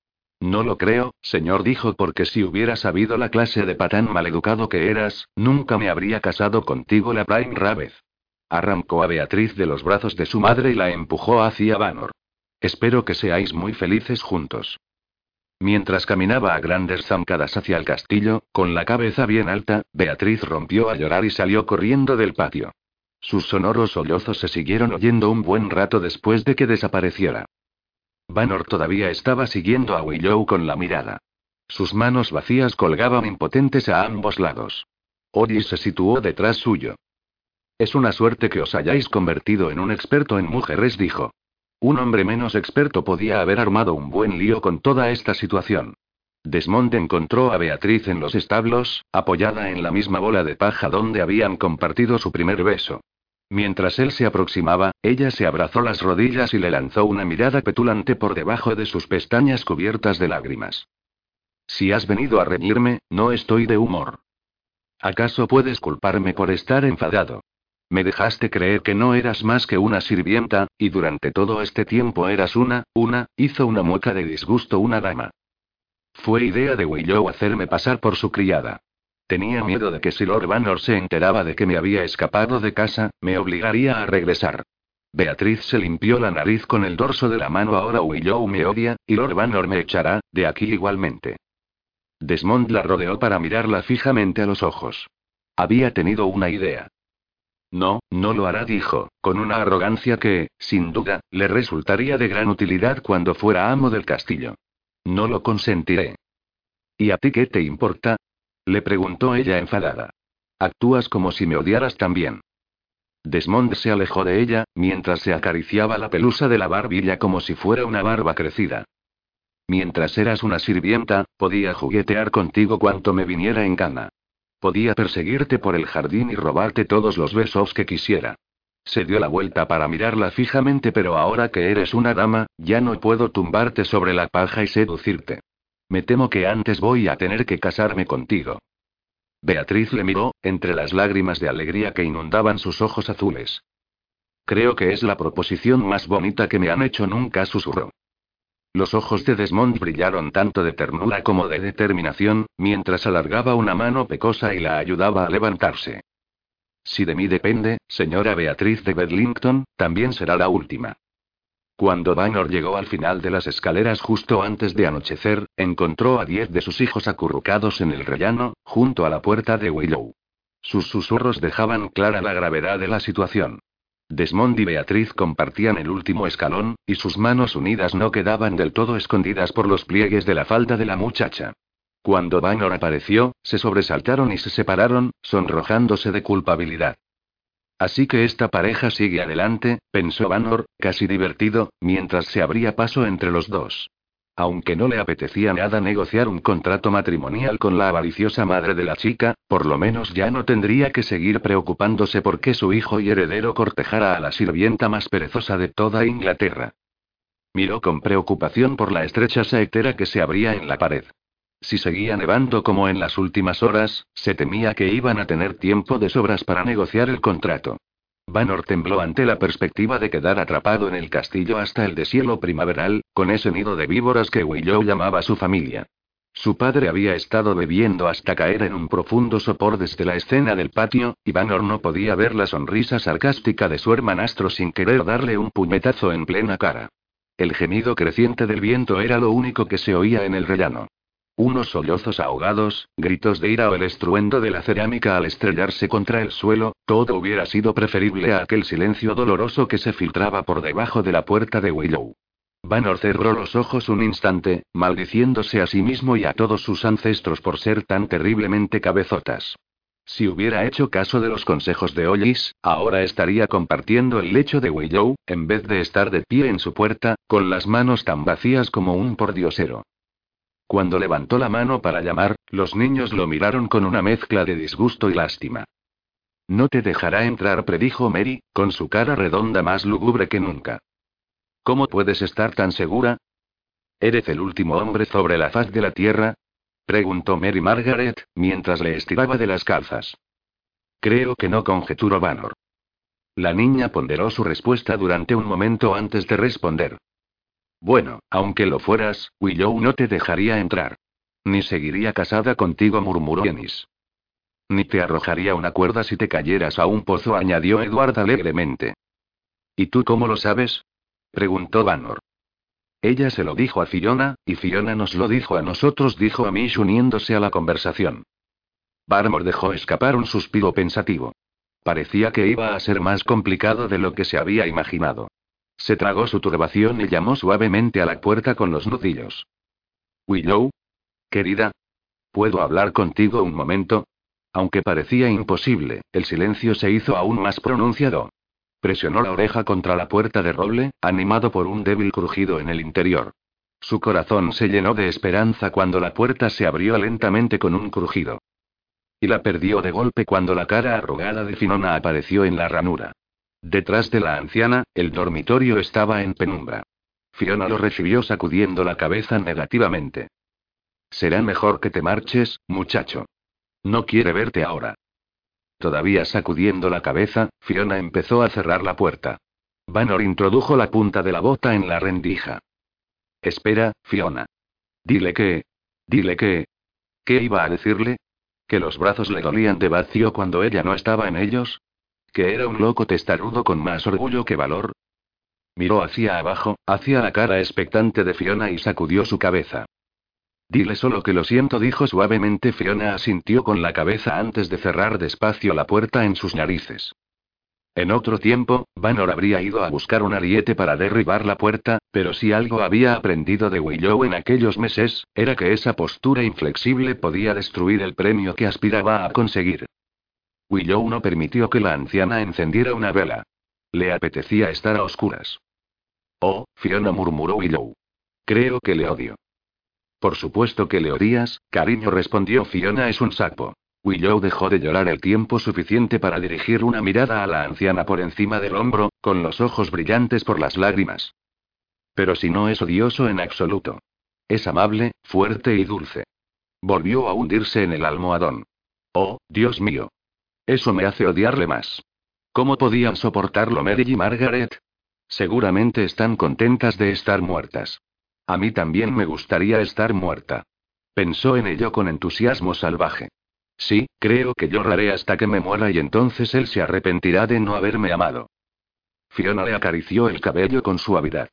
No lo creo, señor, dijo, porque si hubiera sabido la clase de patán maleducado que eras, nunca me habría casado contigo la primera vez. Arrancó a Beatriz de los brazos de su madre y la empujó hacia Vanor. Espero que seáis muy felices juntos. Mientras caminaba a grandes zancadas hacia el castillo, con la cabeza bien alta, Beatriz rompió a llorar y salió corriendo del patio. Sus sonoros sollozos se siguieron oyendo un buen rato después de que desapareciera. Vanor todavía estaba siguiendo a Willow con la mirada. Sus manos vacías colgaban impotentes a ambos lados. Ollis se situó detrás suyo. Es una suerte que os hayáis convertido en un experto en mujeres, dijo. Un hombre menos experto podía haber armado un buen lío con toda esta situación. Desmond encontró a Beatriz en los establos, apoyada en la misma bola de paja donde habían compartido su primer beso. Mientras él se aproximaba, ella se abrazó las rodillas y le lanzó una mirada petulante por debajo de sus pestañas cubiertas de lágrimas. Si has venido a reñirme, no estoy de humor. ¿Acaso puedes culparme por estar enfadado? Me dejaste creer que no eras más que una sirvienta, y durante todo este tiempo eras una, una, hizo una mueca de disgusto una dama. Fue idea de Willow hacerme pasar por su criada. Tenía miedo de que si Lord Vanor se enteraba de que me había escapado de casa, me obligaría a regresar. Beatriz se limpió la nariz con el dorso de la mano. Ahora Willow me odia, y Lord Vanor me echará de aquí igualmente. Desmond la rodeó para mirarla fijamente a los ojos. Había tenido una idea. No, no lo hará, dijo, con una arrogancia que, sin duda, le resultaría de gran utilidad cuando fuera amo del castillo. No lo consentiré. ¿Y a ti qué te importa? Le preguntó ella enfadada. Actúas como si me odiaras también. Desmond se alejó de ella, mientras se acariciaba la pelusa de la barbilla como si fuera una barba crecida. Mientras eras una sirvienta, podía juguetear contigo cuanto me viniera en gana. Podía perseguirte por el jardín y robarte todos los besos que quisiera. Se dio la vuelta para mirarla fijamente. Pero ahora que eres una dama, ya no puedo tumbarte sobre la paja y seducirte. Me temo que antes voy a tener que casarme contigo. Beatriz le miró, entre las lágrimas de alegría que inundaban sus ojos azules. Creo que es la proposición más bonita que me han hecho nunca, susurró. Los ojos de Desmond brillaron tanto de ternura como de determinación, mientras alargaba una mano pecosa y la ayudaba a levantarse. Si de mí depende, señora Beatriz de Bedlington, también será la última. Cuando Vanor llegó al final de las escaleras justo antes de anochecer, encontró a diez de sus hijos acurrucados en el rellano, junto a la puerta de Willow. Sus susurros dejaban clara la gravedad de la situación. Desmond y Beatriz compartían el último escalón, y sus manos unidas no quedaban del todo escondidas por los pliegues de la falda de la muchacha. Cuando Vanor apareció, se sobresaltaron y se separaron, sonrojándose de culpabilidad. Así que esta pareja sigue adelante, pensó Vanor, casi divertido, mientras se abría paso entre los dos. Aunque no le apetecía nada negociar un contrato matrimonial con la avariciosa madre de la chica, por lo menos ya no tendría que seguir preocupándose por qué su hijo y heredero cortejara a la sirvienta más perezosa de toda Inglaterra. Miró con preocupación por la estrecha saetera que se abría en la pared. Si seguía nevando como en las últimas horas, se temía que iban a tener tiempo de sobras para negociar el contrato. Vanor tembló ante la perspectiva de quedar atrapado en el castillo hasta el deshielo primaveral, con ese nido de víboras que Willow llamaba su familia. Su padre había estado bebiendo hasta caer en un profundo sopor desde la escena del patio, y Vanor no podía ver la sonrisa sarcástica de su hermanastro sin querer darle un puñetazo en plena cara. El gemido creciente del viento era lo único que se oía en el rellano. Unos sollozos ahogados, gritos de ira o el estruendo de la cerámica al estrellarse contra el suelo, todo hubiera sido preferible a aquel silencio doloroso que se filtraba por debajo de la puerta de Willow. Vanor cerró los ojos un instante, maldiciéndose a sí mismo y a todos sus ancestros por ser tan terriblemente cabezotas. Si hubiera hecho caso de los consejos de Ollis, ahora estaría compartiendo el lecho de Willow, en vez de estar de pie en su puerta, con las manos tan vacías como un pordiosero. Cuando levantó la mano para llamar, los niños lo miraron con una mezcla de disgusto y lástima. No te dejará entrar, predijo Mary, con su cara redonda más lúgubre que nunca. ¿Cómo puedes estar tan segura? ¿Eres el último hombre sobre la faz de la tierra? Preguntó Mary Margaret, mientras le estiraba de las calzas. Creo que no, conjeturó Vanor. La niña ponderó su respuesta durante un momento antes de responder. Bueno, aunque lo fueras, Willow no te dejaría entrar. Ni seguiría casada contigo, murmuró Ennis. Ni te arrojaría una cuerda si te cayeras a un pozo, añadió Edward alegremente. ¿Y tú cómo lo sabes? Preguntó Vanor. Ella se lo dijo a Fiona, y Fiona nos lo dijo a nosotros, dijo Amish uniéndose a la conversación. Barmore dejó escapar un suspiro pensativo. Parecía que iba a ser más complicado de lo que se había imaginado. Se tragó su turbación y llamó suavemente a la puerta con los nudillos. Willow. Querida. ¿Puedo hablar contigo un momento? Aunque parecía imposible, el silencio se hizo aún más pronunciado. Presionó la oreja contra la puerta de roble, animado por un débil crujido en el interior. Su corazón se llenó de esperanza cuando la puerta se abrió lentamente con un crujido. Y la perdió de golpe cuando la cara arrugada de Fiona apareció en la ranura. Detrás de la anciana, el dormitorio estaba en penumbra. Fiona lo recibió sacudiendo la cabeza negativamente. Será mejor que te marches, muchacho. No quiere verte ahora. Todavía sacudiendo la cabeza, Fiona empezó a cerrar la puerta. Vanor introdujo la punta de la bota en la rendija. Espera, Fiona. Dile que... Dile que... ¿Qué iba a decirle? ¿Que los brazos le dolían de vacío cuando ella no estaba en ellos? ¿Que era un loco testarudo con más orgullo que valor? Miró hacia abajo, hacia la cara expectante de Fiona y sacudió su cabeza. Dile solo que lo siento, dijo suavemente. Fiona asintió con la cabeza antes de cerrar despacio la puerta en sus narices. En otro tiempo, Vanor habría ido a buscar un ariete para derribar la puerta, pero si algo había aprendido de Willow en aquellos meses, era que esa postura inflexible podía destruir el premio que aspiraba a conseguir. Willow no permitió que la anciana encendiera una vela. Le apetecía estar a oscuras. Oh, Fiona, murmuró Willow. Creo que le odio. Por supuesto que le odias, cariño, respondió Fiona, es un sapo. Willow dejó de llorar el tiempo suficiente para dirigir una mirada a la anciana por encima del hombro, con los ojos brillantes por las lágrimas. Pero si no es odioso en absoluto. Es amable, fuerte y dulce. Volvió a hundirse en el almohadón. Oh, Dios mío. Eso me hace odiarle más. ¿Cómo podían soportarlo Mary y Margaret? Seguramente están contentas de estar muertas. A mí también me gustaría estar muerta. Pensó en ello con entusiasmo salvaje. Sí, creo que lloraré hasta que me muera y entonces él se arrepentirá de no haberme amado. Fiona le acarició el cabello con suavidad.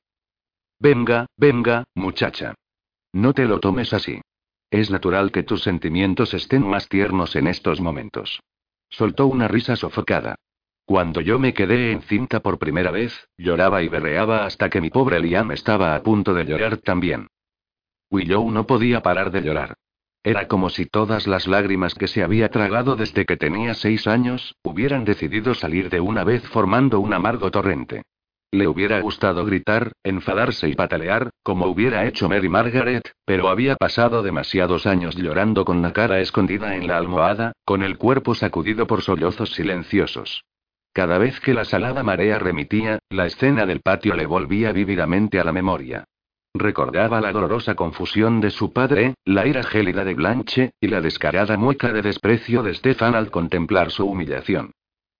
Venga, venga, muchacha. No te lo tomes así. Es natural que tus sentimientos estén más tiernos en estos momentos. Soltó una risa sofocada. Cuando yo me quedé encinta por primera vez, lloraba y berreaba hasta que mi pobre Liam estaba a punto de llorar también. Willow no podía parar de llorar. Era como si todas las lágrimas que se había tragado desde que tenía seis años, hubieran decidido salir de una vez formando un amargo torrente. Le hubiera gustado gritar, enfadarse y patalear, como hubiera hecho Mary Margaret, pero había pasado demasiados años llorando con la cara escondida en la almohada, con el cuerpo sacudido por sollozos silenciosos. Cada vez que la salada marea remitía, la escena del patio le volvía vívidamente a la memoria. Recordaba la dolorosa confusión de su padre, la ira gélida de Blanche, y la descarada mueca de desprecio de Stefan al contemplar su humillación.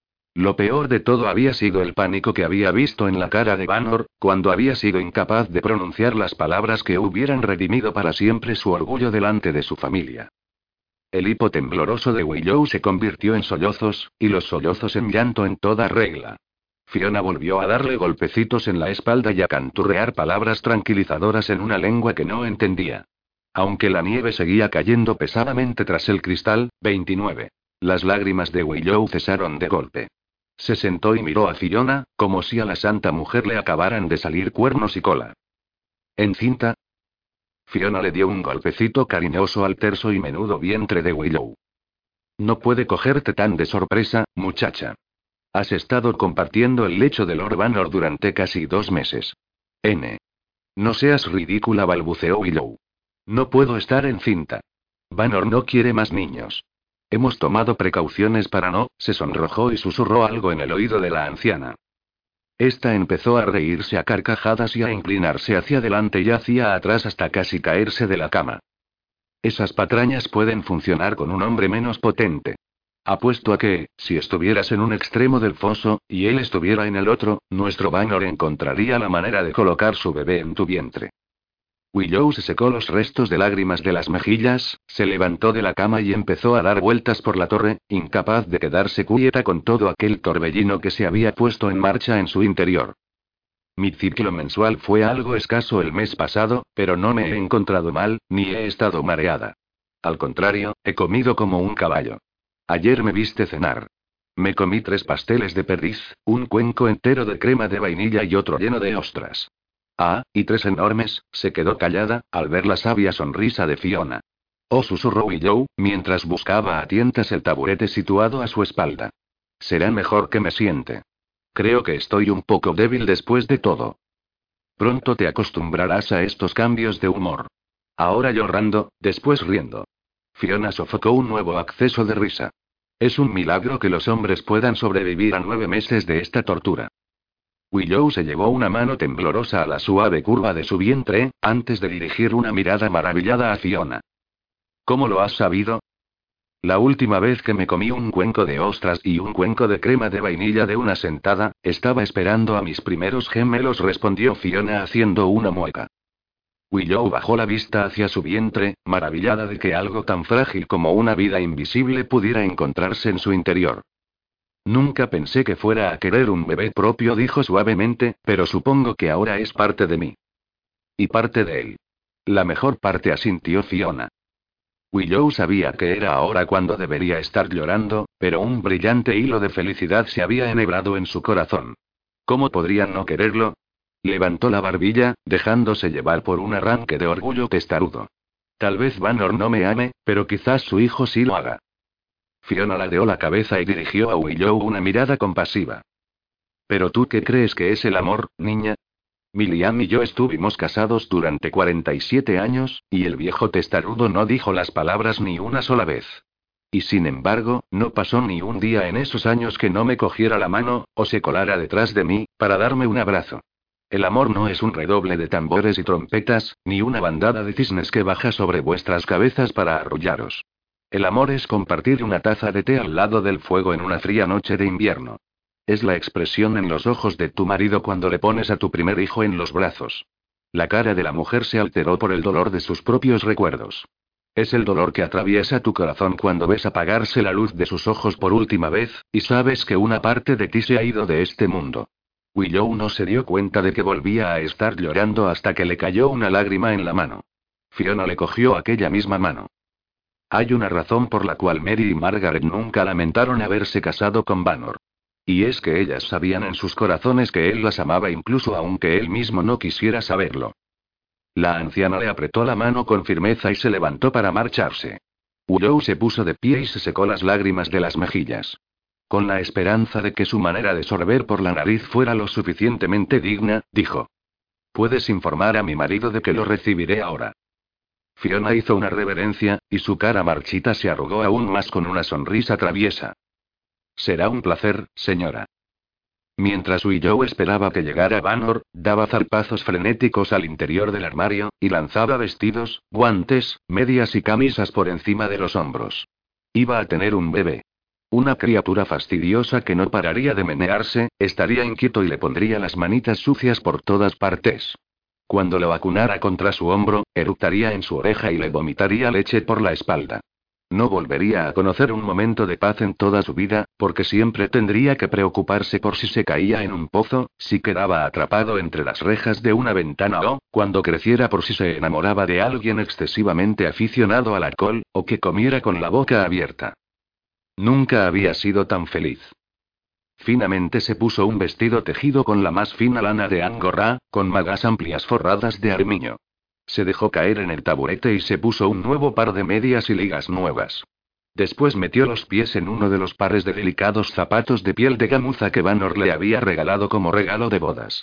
Lo peor de todo había sido el pánico que había visto en la cara de Vanor, cuando había sido incapaz de pronunciar las palabras que hubieran redimido para siempre su orgullo delante de su familia. El hipo tembloroso de Willow se convirtió en sollozos, y los sollozos en llanto en toda regla. Fiona volvió a darle golpecitos en la espalda y a canturrear palabras tranquilizadoras en una lengua que no entendía. Aunque la nieve seguía cayendo pesadamente tras el cristal, veintinueve. Las lágrimas de Willow cesaron de golpe. Se sentó y miró a Fiona, como si a la santa mujer le acabaran de salir cuernos y cola. ¿Encinta? Fiona le dio un golpecito cariñoso al terso y menudo vientre de Willow. No puede cogerte tan de sorpresa, muchacha. Has estado compartiendo el lecho de Lord Vanor durante casi dos meses. N. No seas ridícula, balbuceó Willow. No puedo estar encinta. Vanor no quiere más niños. Hemos tomado precauciones para no, se sonrojó y susurró algo en el oído de la anciana. Esta empezó a reírse a carcajadas y a inclinarse hacia adelante y hacia atrás hasta casi caerse de la cama. Esas patrañas pueden funcionar con un hombre menos potente. Apuesto a que, si estuvieras en un extremo del foso, y él estuviera en el otro, nuestro Vanor encontraría la manera de colocar su bebé en tu vientre. Willow se secó los restos de lágrimas de las mejillas, se levantó de la cama y empezó a dar vueltas por la torre, incapaz de quedarse quieta con todo aquel torbellino que se había puesto en marcha en su interior. Mi ciclo mensual fue algo escaso el mes pasado, pero no me he encontrado mal, ni he estado mareada. Al contrario, he comido como un caballo. Ayer me viste cenar. Me comí tres pasteles de perdiz, un cuenco entero de crema de vainilla y otro lleno de ostras. Ah, y tres enormes. Se quedó callada, al ver la sabia sonrisa de Fiona. Oh, susurró Willow, mientras buscaba a tientas el taburete situado a su espalda. Será mejor que me siente. Creo que estoy un poco débil después de todo. Pronto te acostumbrarás a estos cambios de humor. Ahora llorando, después riendo. Fiona sofocó un nuevo acceso de risa. Es un milagro que los hombres puedan sobrevivir a nueve meses de esta tortura. Willow se llevó una mano temblorosa a la suave curva de su vientre, antes de dirigir una mirada maravillada a Fiona. ¿Cómo lo has sabido? La última vez que me comí un cuenco de ostras y un cuenco de crema de vainilla de una sentada, estaba esperando a mis primeros gemelos, respondió Fiona haciendo una mueca. Willow bajó la vista hacia su vientre, maravillada de que algo tan frágil como una vida invisible pudiera encontrarse en su interior. Nunca pensé que fuera a querer un bebé propio, dijo suavemente, pero supongo que ahora es parte de mí. Y parte de él. La mejor parte, asintió Fiona. Willow sabía que era ahora cuando debería estar llorando, pero un brillante hilo de felicidad se había enhebrado en su corazón. ¿Cómo podrían no quererlo? Levantó la barbilla, dejándose llevar por un arranque de orgullo testarudo. Tal vez Vanor no me ame, pero quizás su hijo sí lo haga. Fiona ladeó la cabeza y dirigió a Willow una mirada compasiva. ¿Pero tú qué crees que es el amor, niña? Miliam y yo estuvimos casados durante cuarenta y siete años, y el viejo testarudo no dijo las palabras ni una sola vez. Y sin embargo, no pasó ni un día en esos años que no me cogiera la mano, o se colara detrás de mí, para darme un abrazo. El amor no es un redoble de tambores y trompetas, ni una bandada de cisnes que baja sobre vuestras cabezas para arrullaros. El amor es compartir una taza de té al lado del fuego en una fría noche de invierno. Es la expresión en los ojos de tu marido cuando le pones a tu primer hijo en los brazos. La cara de la mujer se alteró por el dolor de sus propios recuerdos. Es el dolor que atraviesa tu corazón cuando ves apagarse la luz de sus ojos por última vez, y sabes que una parte de ti se ha ido de este mundo. Willow no se dio cuenta de que volvía a estar llorando hasta que le cayó una lágrima en la mano. Fiona le cogió aquella misma mano. Hay una razón por la cual Mary y Margaret nunca lamentaron haberse casado con Vanor. Y es que ellas sabían en sus corazones que él las amaba incluso aunque él mismo no quisiera saberlo. La anciana le apretó la mano con firmeza y se levantó para marcharse. Willow se puso de pie y se secó las lágrimas de las mejillas. Con la esperanza de que su manera de sorber por la nariz fuera lo suficientemente digna, dijo. Puedes informar a mi marido de que lo recibiré ahora. Fiona hizo una reverencia, y su cara marchita se arrugó aún más con una sonrisa traviesa. Será un placer, señora. Mientras Willow esperaba que llegara Vanor, daba zarpazos frenéticos al interior del armario, y lanzaba vestidos, guantes, medias y camisas por encima de los hombros. Iba a tener un bebé. Una criatura fastidiosa que no pararía de menearse, estaría inquieto y le pondría las manitas sucias por todas partes. Cuando lo vacunara contra su hombro, eructaría en su oreja y le vomitaría leche por la espalda. No volvería a conocer un momento de paz en toda su vida, porque siempre tendría que preocuparse por si se caía en un pozo, si quedaba atrapado entre las rejas de una ventana o, cuando creciera, por si se enamoraba de alguien excesivamente aficionado al alcohol, o que comiera con la boca abierta. Nunca había sido tan feliz. Finamente se puso un vestido tejido con la más fina lana de Angorá, con mangas amplias forradas de armiño. Se dejó caer en el taburete y se puso un nuevo par de medias y ligas nuevas. Después metió los pies en uno de los pares de delicados zapatos de piel de gamuza que Vanor le había regalado como regalo de bodas.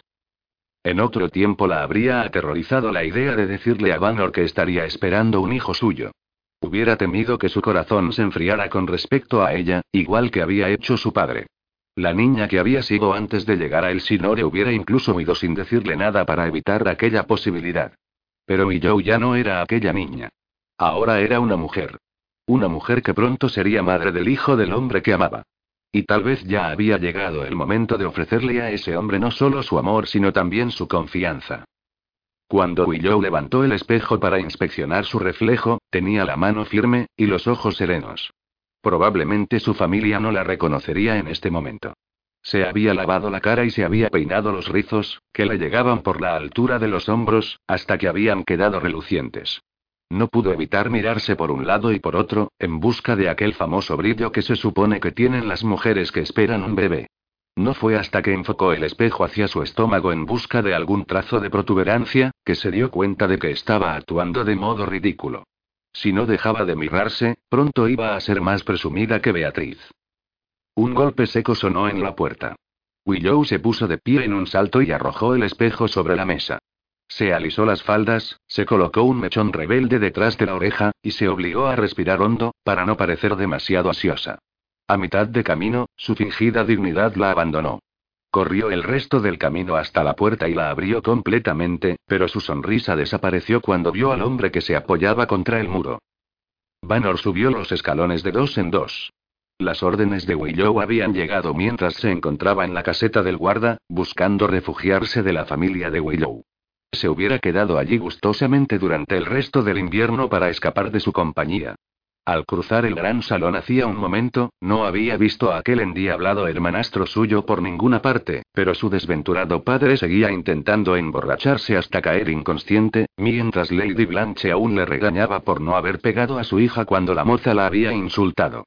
En otro tiempo la habría aterrorizado la idea de decirle a Vanor que estaría esperando un hijo suyo. Hubiera temido que su corazón se enfriara con respecto a ella, igual que había hecho su padre. La niña que había sido antes de llegar a Elsinore hubiera incluso huido sin decirle nada para evitar aquella posibilidad. Pero Willow ya no era aquella niña. Ahora era una mujer. Una mujer que pronto sería madre del hijo del hombre que amaba. Y tal vez ya había llegado el momento de ofrecerle a ese hombre no solo su amor sino también su confianza. Cuando Willow levantó el espejo para inspeccionar su reflejo, tenía la mano firme, y los ojos serenos. Probablemente su familia no la reconocería en este momento. Se había lavado la cara y se había peinado los rizos, que le llegaban por la altura de los hombros, hasta que habían quedado relucientes. No pudo evitar mirarse por un lado y por otro, en busca de aquel famoso brillo que se supone que tienen las mujeres que esperan un bebé. No fue hasta que enfocó el espejo hacia su estómago en busca de algún trazo de protuberancia, que se dio cuenta de que estaba actuando de modo ridículo. Si no dejaba de mirarse, pronto iba a ser más presumida que Beatriz. Un golpe seco sonó en la puerta. Willow se puso de pie en un salto y arrojó el espejo sobre la mesa. Se alisó las faldas, se colocó un mechón rebelde detrás de la oreja, y se obligó a respirar hondo, para no parecer demasiado ansiosa. A mitad de camino, su fingida dignidad la abandonó. Corrió el resto del camino hasta la puerta y la abrió completamente, pero su sonrisa desapareció cuando vio al hombre que se apoyaba contra el muro. Vanor subió los escalones de dos en dos. Las órdenes de Willow habían llegado mientras se encontraba en la caseta del guarda, buscando refugiarse de la familia de Willow. Se hubiera quedado allí gustosamente durante el resto del invierno para escapar de su compañía. Al cruzar el gran salón hacía un momento, no había visto a aquel endiablado hermanastro suyo por ninguna parte, pero su desventurado padre seguía intentando emborracharse hasta caer inconsciente, mientras Lady Blanche aún le regañaba por no haber pegado a su hija cuando la moza la había insultado.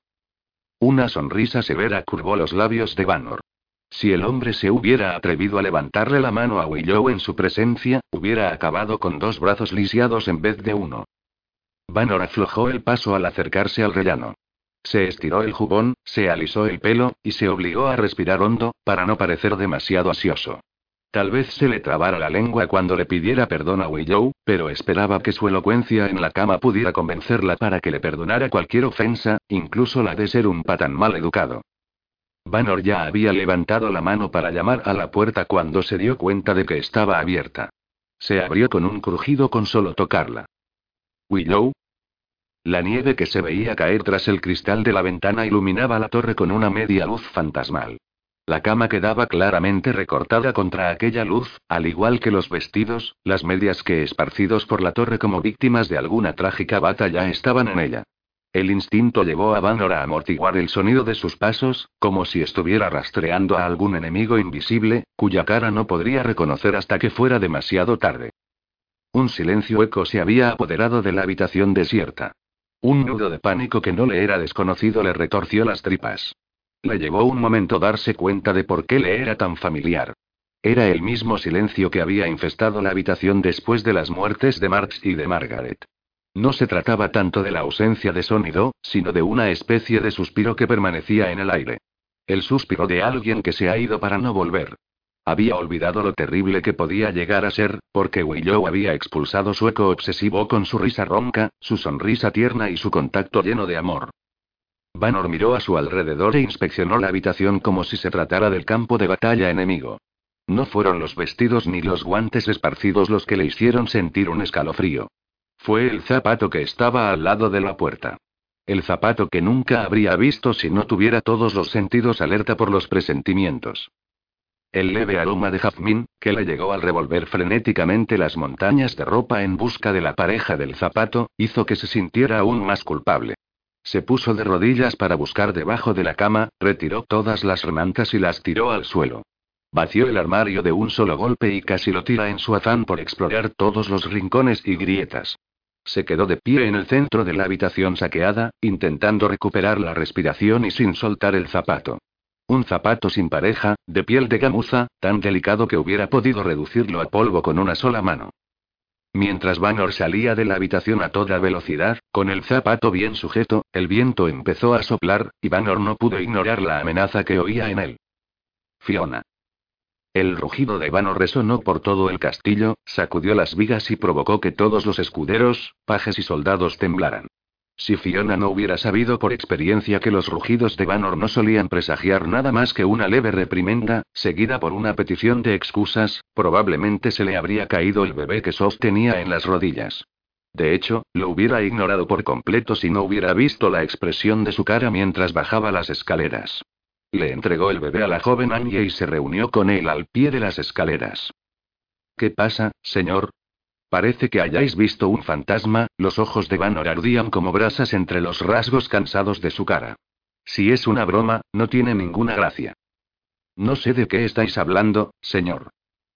Una sonrisa severa curvó los labios de Vanor. Si el hombre se hubiera atrevido a levantarle la mano a Willow en su presencia, hubiera acabado con dos brazos lisiados en vez de uno. Vanor aflojó el paso al acercarse al rellano. Se estiró el jubón, se alisó el pelo, y se obligó a respirar hondo, para no parecer demasiado ansioso. Tal vez se le trabara la lengua cuando le pidiera perdón a Willow, pero esperaba que su elocuencia en la cama pudiera convencerla para que le perdonara cualquier ofensa, incluso la de ser un patán mal educado. Vanor ya había levantado la mano para llamar a la puerta cuando se dio cuenta de que estaba abierta. Se abrió con un crujido con solo tocarla. ¿Willow? La nieve que se veía caer tras el cristal de la ventana iluminaba la torre con una media luz fantasmal. La cama quedaba claramente recortada contra aquella luz, al igual que los vestidos, las medias que esparcidos por la torre como víctimas de alguna trágica batalla estaban en ella. El instinto llevó a Vanor a amortiguar el sonido de sus pasos, como si estuviera rastreando a algún enemigo invisible, cuya cara no podría reconocer hasta que fuera demasiado tarde. Un silencio hueco se había apoderado de la habitación desierta. Un nudo de pánico que no le era desconocido le retorció las tripas. Le llevó un momento darse cuenta de por qué le era tan familiar. Era el mismo silencio que había infestado la habitación después de las muertes de Marx y de Margaret. No se trataba tanto de la ausencia de sonido, sino de una especie de suspiro que permanecía en el aire. El suspiro de alguien que se ha ido para no volver. Había olvidado lo terrible que podía llegar a ser, porque Willow había expulsado su eco obsesivo con su risa ronca, su sonrisa tierna y su contacto lleno de amor. Vanor miró a su alrededor e inspeccionó la habitación como si se tratara del campo de batalla enemigo. No fueron los vestidos ni los guantes esparcidos los que le hicieron sentir un escalofrío. Fue el zapato que estaba al lado de la puerta. El zapato que nunca habría visto si no tuviera todos los sentidos alerta por los presentimientos. El leve aroma de jazmín, que le llegó al revolver frenéticamente las montañas de ropa en busca de la pareja del zapato, hizo que se sintiera aún más culpable. Se puso de rodillas para buscar debajo de la cama, retiró todas las mantas y las tiró al suelo. Vació el armario de un solo golpe y casi lo tira en su afán por explorar todos los rincones y grietas. Se quedó de pie en el centro de la habitación saqueada, intentando recuperar la respiración y sin soltar el zapato. Un zapato sin pareja, de piel de gamuza, tan delicado que hubiera podido reducirlo a polvo con una sola mano. Mientras Vanor salía de la habitación a toda velocidad, con el zapato bien sujeto, el viento empezó a soplar, y Vanor no pudo ignorar la amenaza que oía en él. Fiona. El rugido de Vanor resonó por todo el castillo, sacudió las vigas y provocó que todos los escuderos, pajes y soldados temblaran. Si Fiona no hubiera sabido por experiencia que los rugidos de Vanor no solían presagiar nada más que una leve reprimenda, seguida por una petición de excusas, probablemente se le habría caído el bebé que sostenía en las rodillas. De hecho, lo hubiera ignorado por completo si no hubiera visto la expresión de su cara mientras bajaba las escaleras. Le entregó el bebé a la joven Annie y se reunió con él al pie de las escaleras. ¿Qué pasa, señor? Parece que hayáis visto un fantasma. Los ojos de Vanor ardían como brasas entre los rasgos cansados de su cara. Si es una broma, no tiene ninguna gracia. No sé de qué estáis hablando, señor.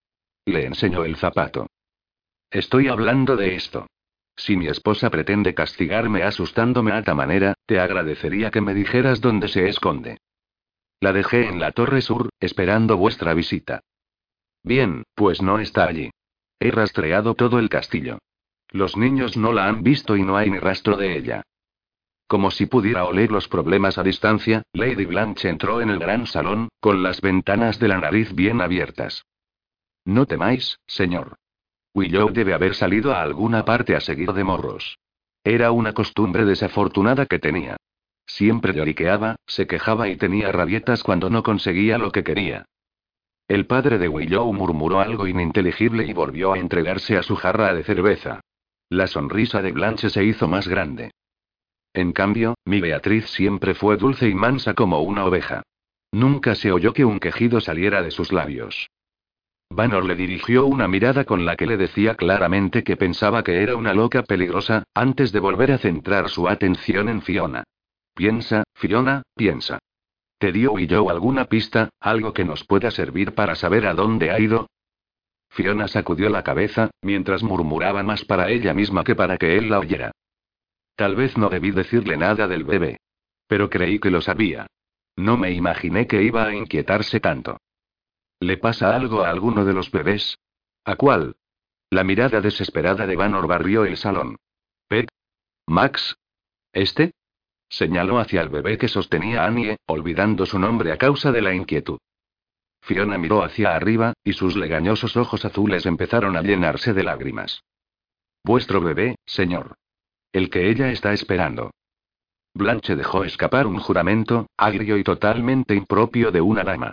Le enseñó el zapato. Estoy hablando de esto. Si mi esposa pretende castigarme asustándome a esta manera, te agradecería que me dijeras dónde se esconde. La dejé en la torre sur, esperando vuestra visita. Bien, pues no está allí. He rastreado todo el castillo. Los niños no la han visto y no hay ni rastro de ella. Como si pudiera oler los problemas a distancia, Lady Blanche entró en el gran salón, con las ventanas de la nariz bien abiertas. No temáis, señor. Willow debe haber salido a alguna parte a seguir de morros. Era una costumbre desafortunada que tenía. Siempre lloriqueaba, se quejaba y tenía rabietas cuando no conseguía lo que quería. El padre de Willow murmuró algo ininteligible y volvió a entregarse a su jarra de cerveza. La sonrisa de Blanche se hizo más grande. En cambio, mi Beatriz siempre fue dulce y mansa como una oveja. Nunca se oyó que un quejido saliera de sus labios. Vanor le dirigió una mirada con la que le decía claramente que pensaba que era una loca peligrosa, antes de volver a centrar su atención en Fiona. Piensa, Fiona, piensa. ¿Te dio Willow alguna pista, algo que nos pueda servir para saber a dónde ha ido? Fiona sacudió la cabeza, mientras murmuraba más para ella misma que para que él la oyera. Tal vez no debí decirle nada del bebé. Pero creí que lo sabía. No me imaginé que iba a inquietarse tanto. ¿Le pasa algo a alguno de los bebés? ¿A cuál? La mirada desesperada de Vanor barrió el salón. ¿Peg? ¿Max? ¿Este? Señaló hacia el bebé que sostenía Annie, olvidando su nombre a causa de la inquietud. Fiona miró hacia arriba, y sus legañosos ojos azules empezaron a llenarse de lágrimas. Vuestro bebé, señor. El que ella está esperando. Blanche dejó escapar un juramento, agrio y totalmente impropio de una dama.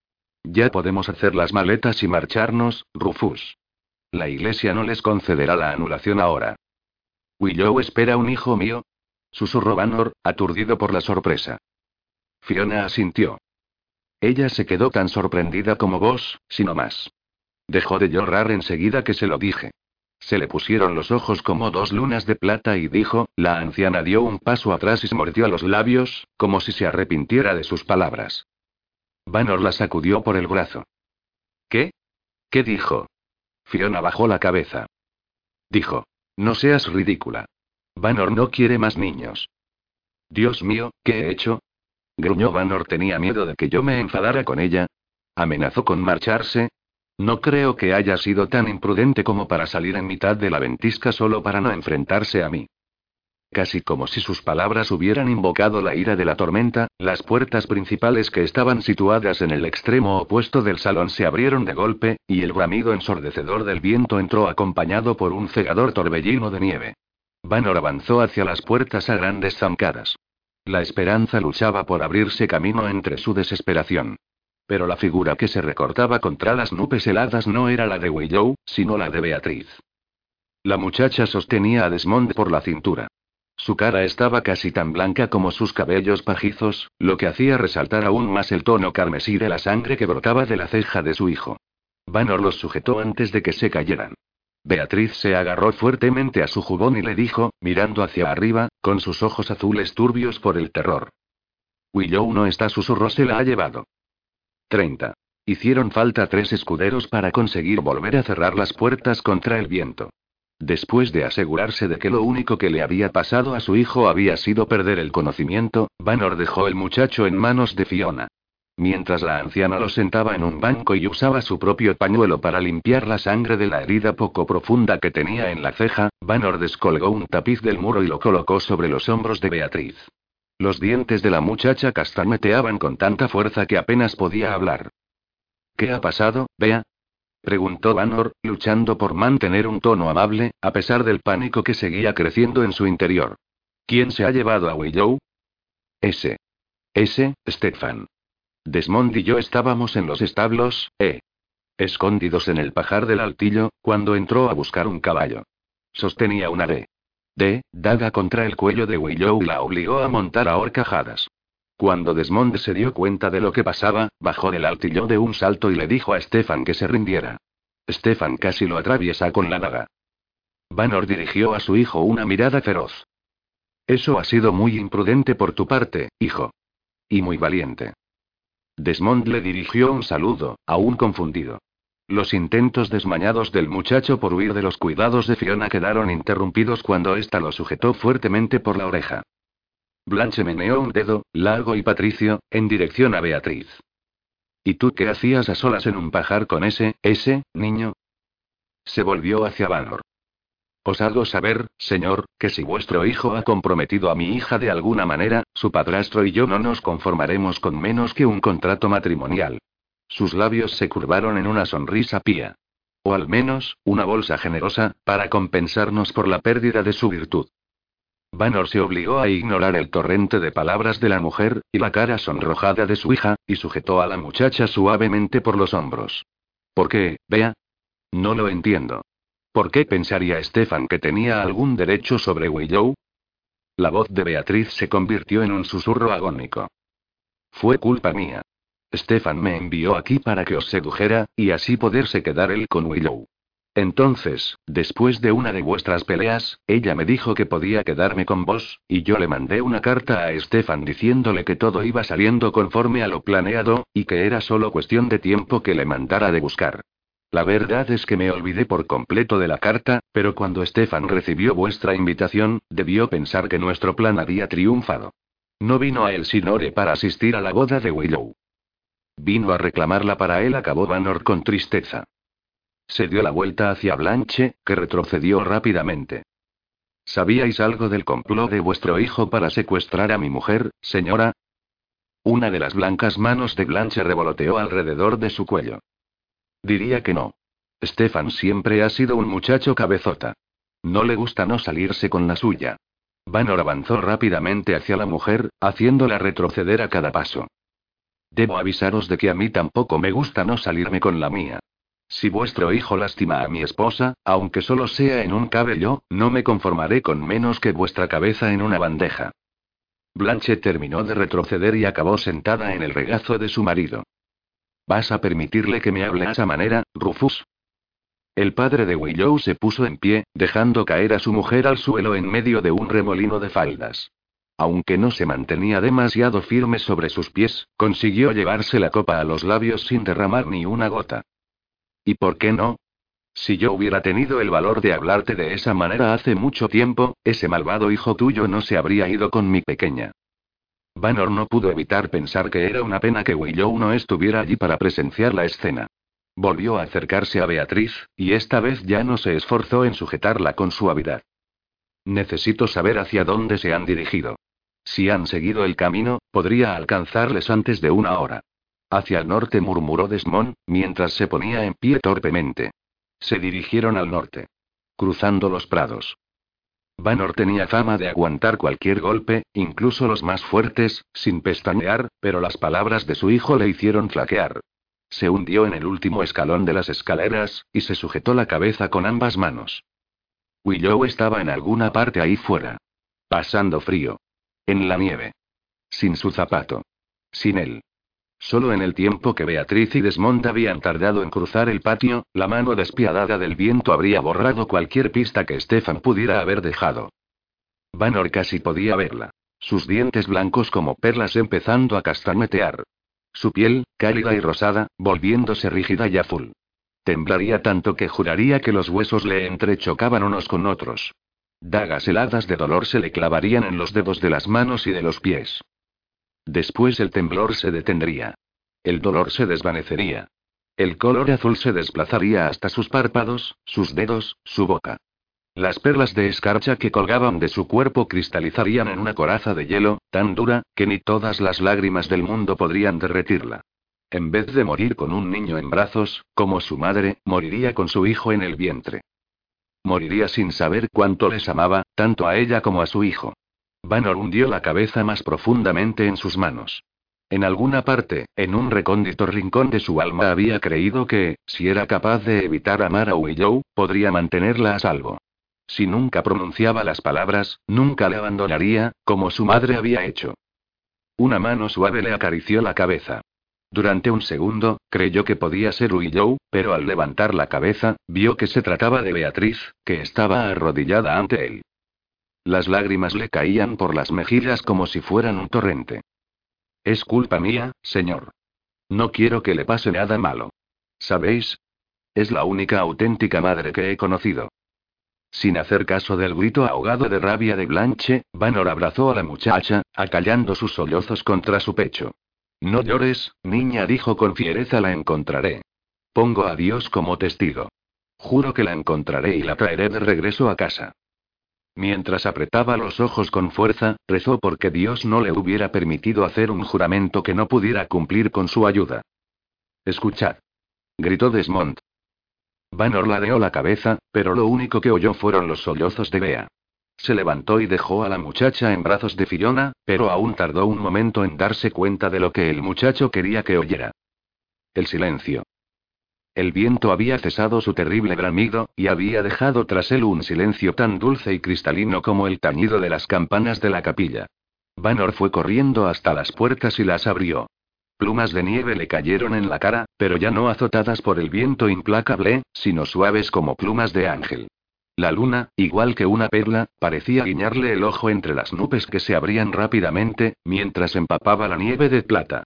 Ya podemos hacer las maletas y marcharnos, Rufus. La iglesia no les concederá la anulación ahora. ¿Willow espera un hijo mío? Susurró Vanor, aturdido por la sorpresa. Fiona asintió. Ella se quedó tan sorprendida como vos, si no más. Dejó de llorar enseguida que se lo dije. Se le pusieron los ojos como dos lunas de plata y dijo, la anciana dio un paso atrás y se mordió los labios, como si se arrepintiera de sus palabras. Vanor la sacudió por el brazo. ¿Qué? ¿Qué dijo? Fiona bajó la cabeza. Dijo, no seas ridícula. Vanor no quiere más niños. Dios mío, ¿qué he hecho? Gruñó Vanor. Tenía miedo de que yo me enfadara con ella. ¿Amenazó con marcharse? No creo que haya sido tan imprudente como para salir en mitad de la ventisca solo para no enfrentarse a mí. Casi como si sus palabras hubieran invocado la ira de la tormenta, las puertas principales que estaban situadas en el extremo opuesto del salón se abrieron de golpe, y el bramido ensordecedor del viento entró acompañado por un cegador torbellino de nieve. Vanor avanzó hacia las puertas a grandes zancadas. La esperanza luchaba por abrirse camino entre su desesperación. Pero la figura que se recortaba contra las nubes heladas no era la de Willow, sino la de Beatriz. La muchacha sostenía a Desmond por la cintura. Su cara estaba casi tan blanca como sus cabellos pajizos, lo que hacía resaltar aún más el tono carmesí de la sangre que brotaba de la ceja de su hijo. Vanor los sujetó antes de que se cayeran. Beatriz se agarró fuertemente a su jubón y le dijo, mirando hacia arriba, con sus ojos azules turbios por el terror. Willow no está, susurró, se la ha llevado. treinta. Hicieron falta tres escuderos para conseguir volver a cerrar las puertas contra el viento. Después de asegurarse de que lo único que le había pasado a su hijo había sido perder el conocimiento, Vanor dejó el muchacho en manos de Fiona. mientras la anciana lo sentaba en un banco y usaba su propio pañuelo para limpiar la sangre de la herida poco profunda que tenía en la ceja, Vanor descolgó un tapiz del muro y lo colocó sobre los hombros de Beatriz. Los dientes de la muchacha castañeteaban con tanta fuerza que apenas podía hablar. ¿Qué ha pasado, Bea? Preguntó Vanor, luchando por mantener un tono amable, a pesar del pánico que seguía creciendo en su interior. ¿Quién se ha llevado a Willow? Ese. Ese, Stefan. Desmond y yo estábamos en los establos, eh. Escondidos en el pajar del altillo, cuando entró a buscar un caballo. Sostenía una D. D, daga contra el cuello de Willow y la obligó a montar a horcajadas. Cuando Desmond se dio cuenta de lo que pasaba, bajó del altillo de un salto y le dijo a Stefan que se rindiera. Stefan casi lo atraviesa con la daga. Vanor dirigió a su hijo una mirada feroz. Eso ha sido muy imprudente por tu parte, hijo. Y muy valiente. Desmond le dirigió un saludo, aún confundido. Los intentos desmañados del muchacho por huir de los cuidados de Fiona quedaron interrumpidos cuando ésta lo sujetó fuertemente por la oreja. Blanche meneó un dedo, largo y patricio, en dirección a Beatriz. ¿Y tú qué hacías a solas en un pajar con ese, ese, niño? Se volvió hacia Vanor. Os hago saber, señor, que si vuestro hijo ha comprometido a mi hija de alguna manera, su padrastro y yo no nos conformaremos con menos que un contrato matrimonial. Sus labios se curvaron en una sonrisa pía. O al menos, una bolsa generosa, para compensarnos por la pérdida de su virtud. Vanor se obligó a ignorar el torrente de palabras de la mujer, y la cara sonrojada de su hija, y sujetó a la muchacha suavemente por los hombros. ¿Por qué, Bea? No lo entiendo. ¿Por qué pensaría Stefan que tenía algún derecho sobre Willow? La voz de Beatriz se convirtió en un susurro agónico. Fue culpa mía. Stefan me envió aquí para que os sedujera, y así poderse quedar él con Willow. Entonces, después de una de vuestras peleas, ella me dijo que podía quedarme con vos, y yo le mandé una carta a Stefan diciéndole que todo iba saliendo conforme a lo planeado, y que era solo cuestión de tiempo que le mandara de buscar. La verdad es que me olvidé por completo de la carta, pero cuando Stefan recibió vuestra invitación, debió pensar que nuestro plan había triunfado. No vino a El Sinore para asistir a la boda de Willow. Vino a reclamarla para él, acabó Vanor con tristeza. Se dio la vuelta hacia Blanche, que retrocedió rápidamente. ¿Sabíais algo del complot de vuestro hijo para secuestrar a mi mujer, señora? Una de las blancas manos de Blanche revoloteó alrededor de su cuello. Diría que no. Stefan siempre ha sido un muchacho cabezota. No le gusta no salirse con la suya. Vanor avanzó rápidamente hacia la mujer, haciéndola retroceder a cada paso. Debo avisaros de que a mí tampoco me gusta no salirme con la mía. Si vuestro hijo lastima a mi esposa, aunque solo sea en un cabello, no me conformaré con menos que vuestra cabeza en una bandeja. Blanche terminó de retroceder y acabó sentada en el regazo de su marido. ¿Vas a permitirle que me hable de esa manera, Rufus? El padre de Willow se puso en pie, dejando caer a su mujer al suelo en medio de un remolino de faldas. Aunque no se mantenía demasiado firme sobre sus pies, consiguió llevarse la copa a los labios sin derramar ni una gota. ¿Y por qué no? Si yo hubiera tenido el valor de hablarte de esa manera hace mucho tiempo, ese malvado hijo tuyo no se habría ido con mi pequeña. Vanor no pudo evitar pensar que era una pena que Willow no estuviera allí para presenciar la escena. Volvió a acercarse a Beatriz, y esta vez ya no se esforzó en sujetarla con suavidad. Necesito saber hacia dónde se han dirigido. Si han seguido el camino, podría alcanzarles antes de una hora. Hacia el norte, murmuró Desmond, mientras se ponía en pie torpemente. Se dirigieron al norte. Cruzando los prados. Vanor tenía fama de aguantar cualquier golpe, incluso los más fuertes, sin pestañear, pero las palabras de su hijo le hicieron flaquear. Se hundió en el último escalón de las escaleras, y se sujetó la cabeza con ambas manos. Willow estaba en alguna parte ahí fuera. Pasando frío. En la nieve. Sin su zapato. Sin él. Solo en el tiempo que Beatriz y Desmond habían tardado en cruzar el patio, la mano despiadada del viento habría borrado cualquier pista que Stefan pudiera haber dejado. Vanor casi podía verla. Sus dientes blancos como perlas empezando a castañetear. Su piel, cálida y rosada, volviéndose rígida y azul. Temblaría tanto que juraría que los huesos le entrechocaban unos con otros. Dagas heladas de dolor se le clavarían en los dedos de las manos y de los pies. Después el temblor se detendría. El dolor se desvanecería. El color azul se desplazaría hasta sus párpados, sus dedos, su boca. Las perlas de escarcha que colgaban de su cuerpo cristalizarían en una coraza de hielo, tan dura, que ni todas las lágrimas del mundo podrían derretirla. En vez de morir con un niño en brazos, como su madre, moriría con su hijo en el vientre. Moriría sin saber cuánto les amaba, tanto a ella como a su hijo. Vanor hundió la cabeza más profundamente en sus manos. En alguna parte, en un recóndito rincón de su alma había creído que, si era capaz de evitar amar a Willow, podría mantenerla a salvo. Si nunca pronunciaba las palabras, nunca le abandonaría, como su madre había hecho. Una mano suave le acarició la cabeza. Durante un segundo, creyó que podía ser Willow, pero al levantar la cabeza, vio que se trataba de Beatriz, que estaba arrodillada ante él. Las lágrimas le caían por las mejillas como si fueran un torrente. Es culpa mía, señor. No quiero que le pase nada malo. ¿Sabéis? Es la única auténtica madre que he conocido. Sin hacer caso del grito ahogado de rabia de Blanche, Vanor abrazó a la muchacha, acallando sus sollozos contra su pecho. No llores, niña, dijo con fiereza, la encontraré. Pongo a Dios como testigo. Juro que la encontraré y la traeré de regreso a casa. Mientras apretaba los ojos con fuerza, rezó porque Dios no le hubiera permitido hacer un juramento que no pudiera cumplir con su ayuda. Escuchad. Gritó Desmond. Vanor ladeó la cabeza, pero lo único que oyó fueron los sollozos de Bea. Se levantó y dejó a la muchacha en brazos de Fiona, pero aún tardó un momento en darse cuenta de lo que el muchacho quería que oyera. El silencio. El viento había cesado su terrible bramido, y había dejado tras él un silencio tan dulce y cristalino como el tañido de las campanas de la capilla. Vanor fue corriendo hasta las puertas y las abrió. Plumas de nieve le cayeron en la cara, pero ya no azotadas por el viento implacable, sino suaves como plumas de ángel. La luna, igual que una perla, parecía guiñarle el ojo entre las nubes que se abrían rápidamente, mientras empapaba la nieve de plata.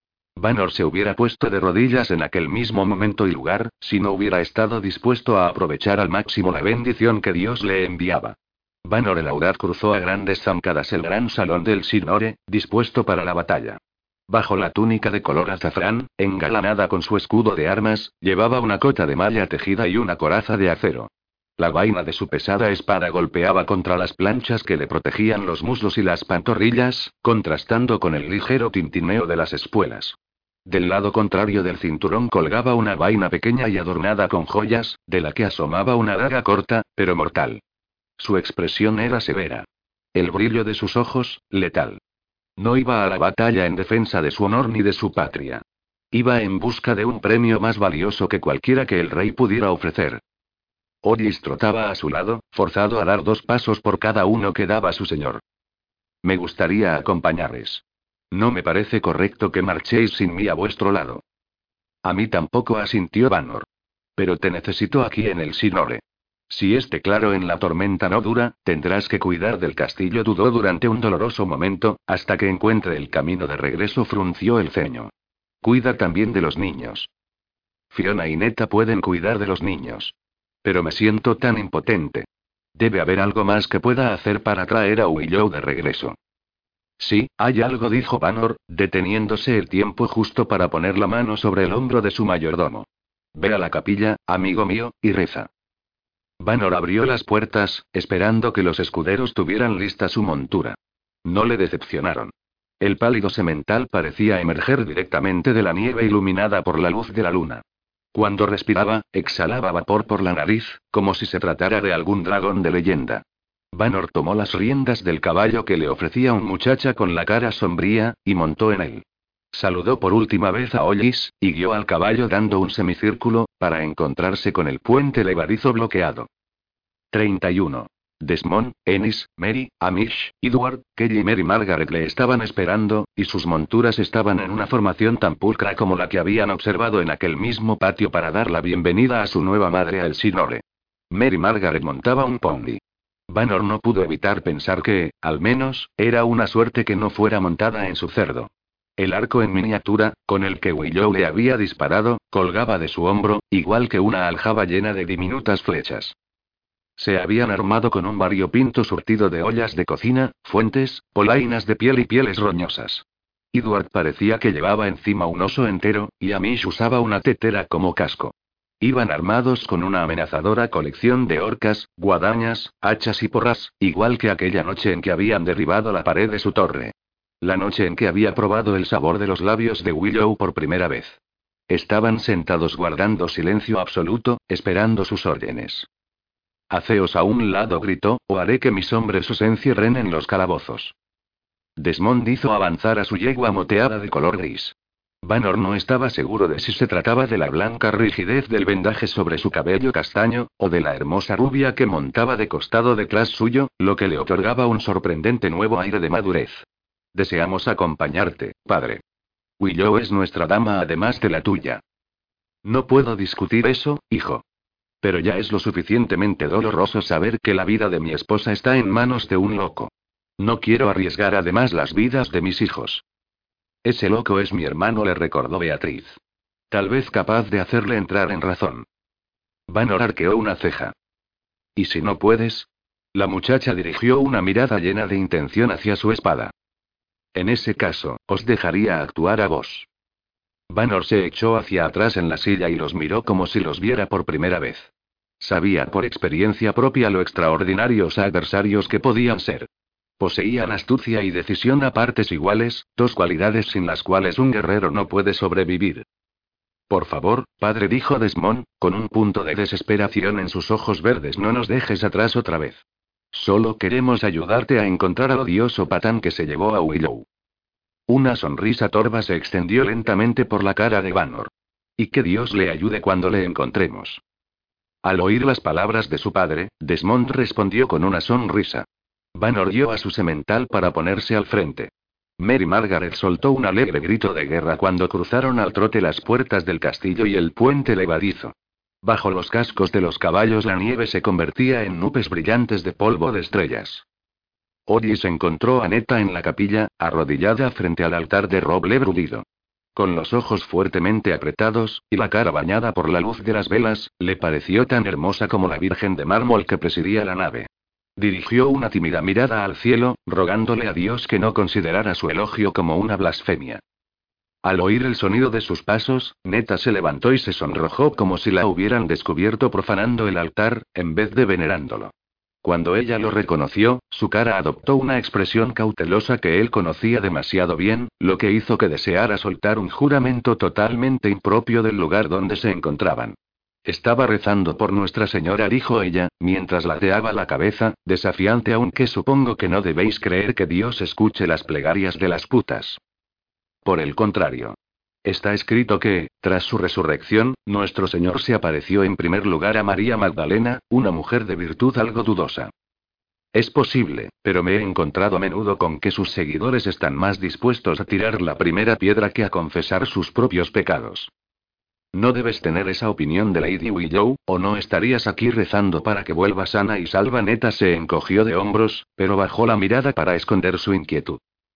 Vanor se hubiera puesto de rodillas en aquel mismo momento y lugar, si no hubiera estado dispuesto a aprovechar al máximo la bendición que Dios le enviaba. Vanor el audaz cruzó a grandes zancadas el gran salón del Sinore, dispuesto para la batalla. Bajo la túnica de color azafrán, engalanada con su escudo de armas, llevaba una cota de malla tejida y una coraza de acero. La vaina de su pesada espada golpeaba contra las planchas que le protegían los muslos y las pantorrillas, contrastando con el ligero tintineo de las espuelas. Del lado contrario del cinturón colgaba una vaina pequeña y adornada con joyas, de la que asomaba una daga corta, pero mortal. Su expresión era severa. El brillo de sus ojos, letal. No iba a la batalla en defensa de su honor ni de su patria. Iba en busca de un premio más valioso que cualquiera que el rey pudiera ofrecer. Ollis trotaba a su lado, forzado a dar dos pasos por cada uno que daba su señor. Me gustaría acompañarles. No me parece correcto que marchéis sin mí a vuestro lado. A mí tampoco, asintió Vanor. Pero te necesito aquí en el Sinore. Si este claro en la tormenta no dura, tendrás que cuidar del castillo. Dudó durante un doloroso momento, hasta que encuentre el camino de regreso. Frunció el ceño. Cuida también de los niños. Fiona y Netta pueden cuidar de los niños. Pero me siento tan impotente. Debe haber algo más que pueda hacer para traer a Willow de regreso. Sí, hay algo, dijo Vanor, deteniéndose el tiempo justo para poner la mano sobre el hombro de su mayordomo. Ve a la capilla, amigo mío, y reza. Vanor abrió las puertas, esperando que los escuderos tuvieran lista su montura. No le decepcionaron. El pálido semental parecía emerger directamente de la nieve iluminada por la luz de la luna. Cuando respiraba, exhalaba vapor por la nariz, como si se tratara de algún dragón de leyenda. Vanor tomó las riendas del caballo que le ofrecía un muchacha con la cara sombría, y montó en él. Saludó por última vez a Ollis, y guió al caballo dando un semicírculo, para encontrarse con el puente levadizo bloqueado. treinta y uno. Desmond, Ennis, Mary, Amish, Edward, Kelly y Mary Margaret le estaban esperando, y sus monturas estaban en una formación tan pulcra como la que habían observado en aquel mismo patio para dar la bienvenida a su nueva madre al Sinore. Mary Margaret montaba un pony. Vanor no pudo evitar pensar que, al menos, era una suerte que no fuera montada en su cerdo. El arco en miniatura, con el que Willow le había disparado, colgaba de su hombro, igual que una aljaba llena de diminutas flechas. Se habían armado con un variopinto surtido de ollas de cocina, fuentes, polainas de piel y pieles roñosas. Edward parecía que llevaba encima un oso entero, y Amish usaba una tetera como casco. Iban armados con una amenazadora colección de horcas, guadañas, hachas y porras, igual que aquella noche en que habían derribado la pared de su torre. La noche en que había probado el sabor de los labios de Willow por primera vez. Estaban sentados guardando silencio absoluto, esperando sus órdenes. Haceos a un lado, gritó, o haré que mis hombres os encierren en los calabozos. Desmond hizo avanzar a su yegua moteada de color gris. Vanor no estaba seguro de si se trataba de la blanca rigidez del vendaje sobre su cabello castaño, o de la hermosa rubia que montaba de costado detrás suyo, lo que le otorgaba un sorprendente nuevo aire de madurez. Deseamos acompañarte, padre. Willow es nuestra dama además de la tuya. No puedo discutir eso, hijo. Pero ya es lo suficientemente doloroso saber que la vida de mi esposa está en manos de un loco. No quiero arriesgar además las vidas de mis hijos. Ese loco es mi hermano, le recordó Beatriz. Tal vez capaz de hacerle entrar en razón. Vanor arqueó una ceja. ¿Y si no puedes? La muchacha dirigió una mirada llena de intención hacia su espada. En ese caso, os dejaría actuar a vos. Vanor se echó hacia atrás en la silla y los miró como si los viera por primera vez. Sabía por experiencia propia lo extraordinarios adversarios que podían ser. Poseían astucia y decisión a partes iguales, dos cualidades sin las cuales un guerrero no puede sobrevivir. Por favor, padre, dijo Desmond, con un punto de desesperación en sus ojos verdes, no nos dejes atrás otra vez. Solo queremos ayudarte a encontrar al odioso patán que se llevó a Willow. Una sonrisa torva se extendió lentamente por la cara de Vanor. Y que Dios le ayude cuando le encontremos. Al oír las palabras de su padre, Desmond respondió con una sonrisa. Vanor dio a su semental para ponerse al frente. Mary Margaret soltó un alegre grito de guerra cuando cruzaron al trote las puertas del castillo y el puente levadizo. Bajo los cascos de los caballos la nieve se convertía en nubes brillantes de polvo de estrellas. Ollis encontró a Netta en la capilla, arrodillada frente al altar de roble brulido. Con los ojos fuertemente apretados, y la cara bañada por la luz de las velas, le pareció tan hermosa como la Virgen de mármol que presidía la nave. Dirigió una tímida mirada al cielo, rogándole a Dios que no considerara su elogio como una blasfemia. Al oír el sonido de sus pasos, Netta se levantó y se sonrojó como si la hubieran descubierto profanando el altar, en vez de venerándolo. Cuando ella lo reconoció, su cara adoptó una expresión cautelosa que él conocía demasiado bien, lo que hizo que deseara soltar un juramento totalmente impropio del lugar donde se encontraban. Estaba rezando por Nuestra Señora, dijo ella, mientras ladeaba la cabeza, desafiante, aunque supongo que no debéis creer que Dios escuche las plegarias de las putas. Por el contrario. Está escrito que, tras su resurrección, nuestro Señor se apareció en primer lugar a María Magdalena, una mujer de virtud algo dudosa. Es posible, pero me he encontrado a menudo con que sus seguidores están más dispuestos a tirar la primera piedra que a confesar sus propios pecados. No debes tener esa opinión de Lady Willow, o no estarías aquí rezando para que vuelva sana y salva. Netta se encogió de hombros, pero bajó la mirada para esconder su inquietud.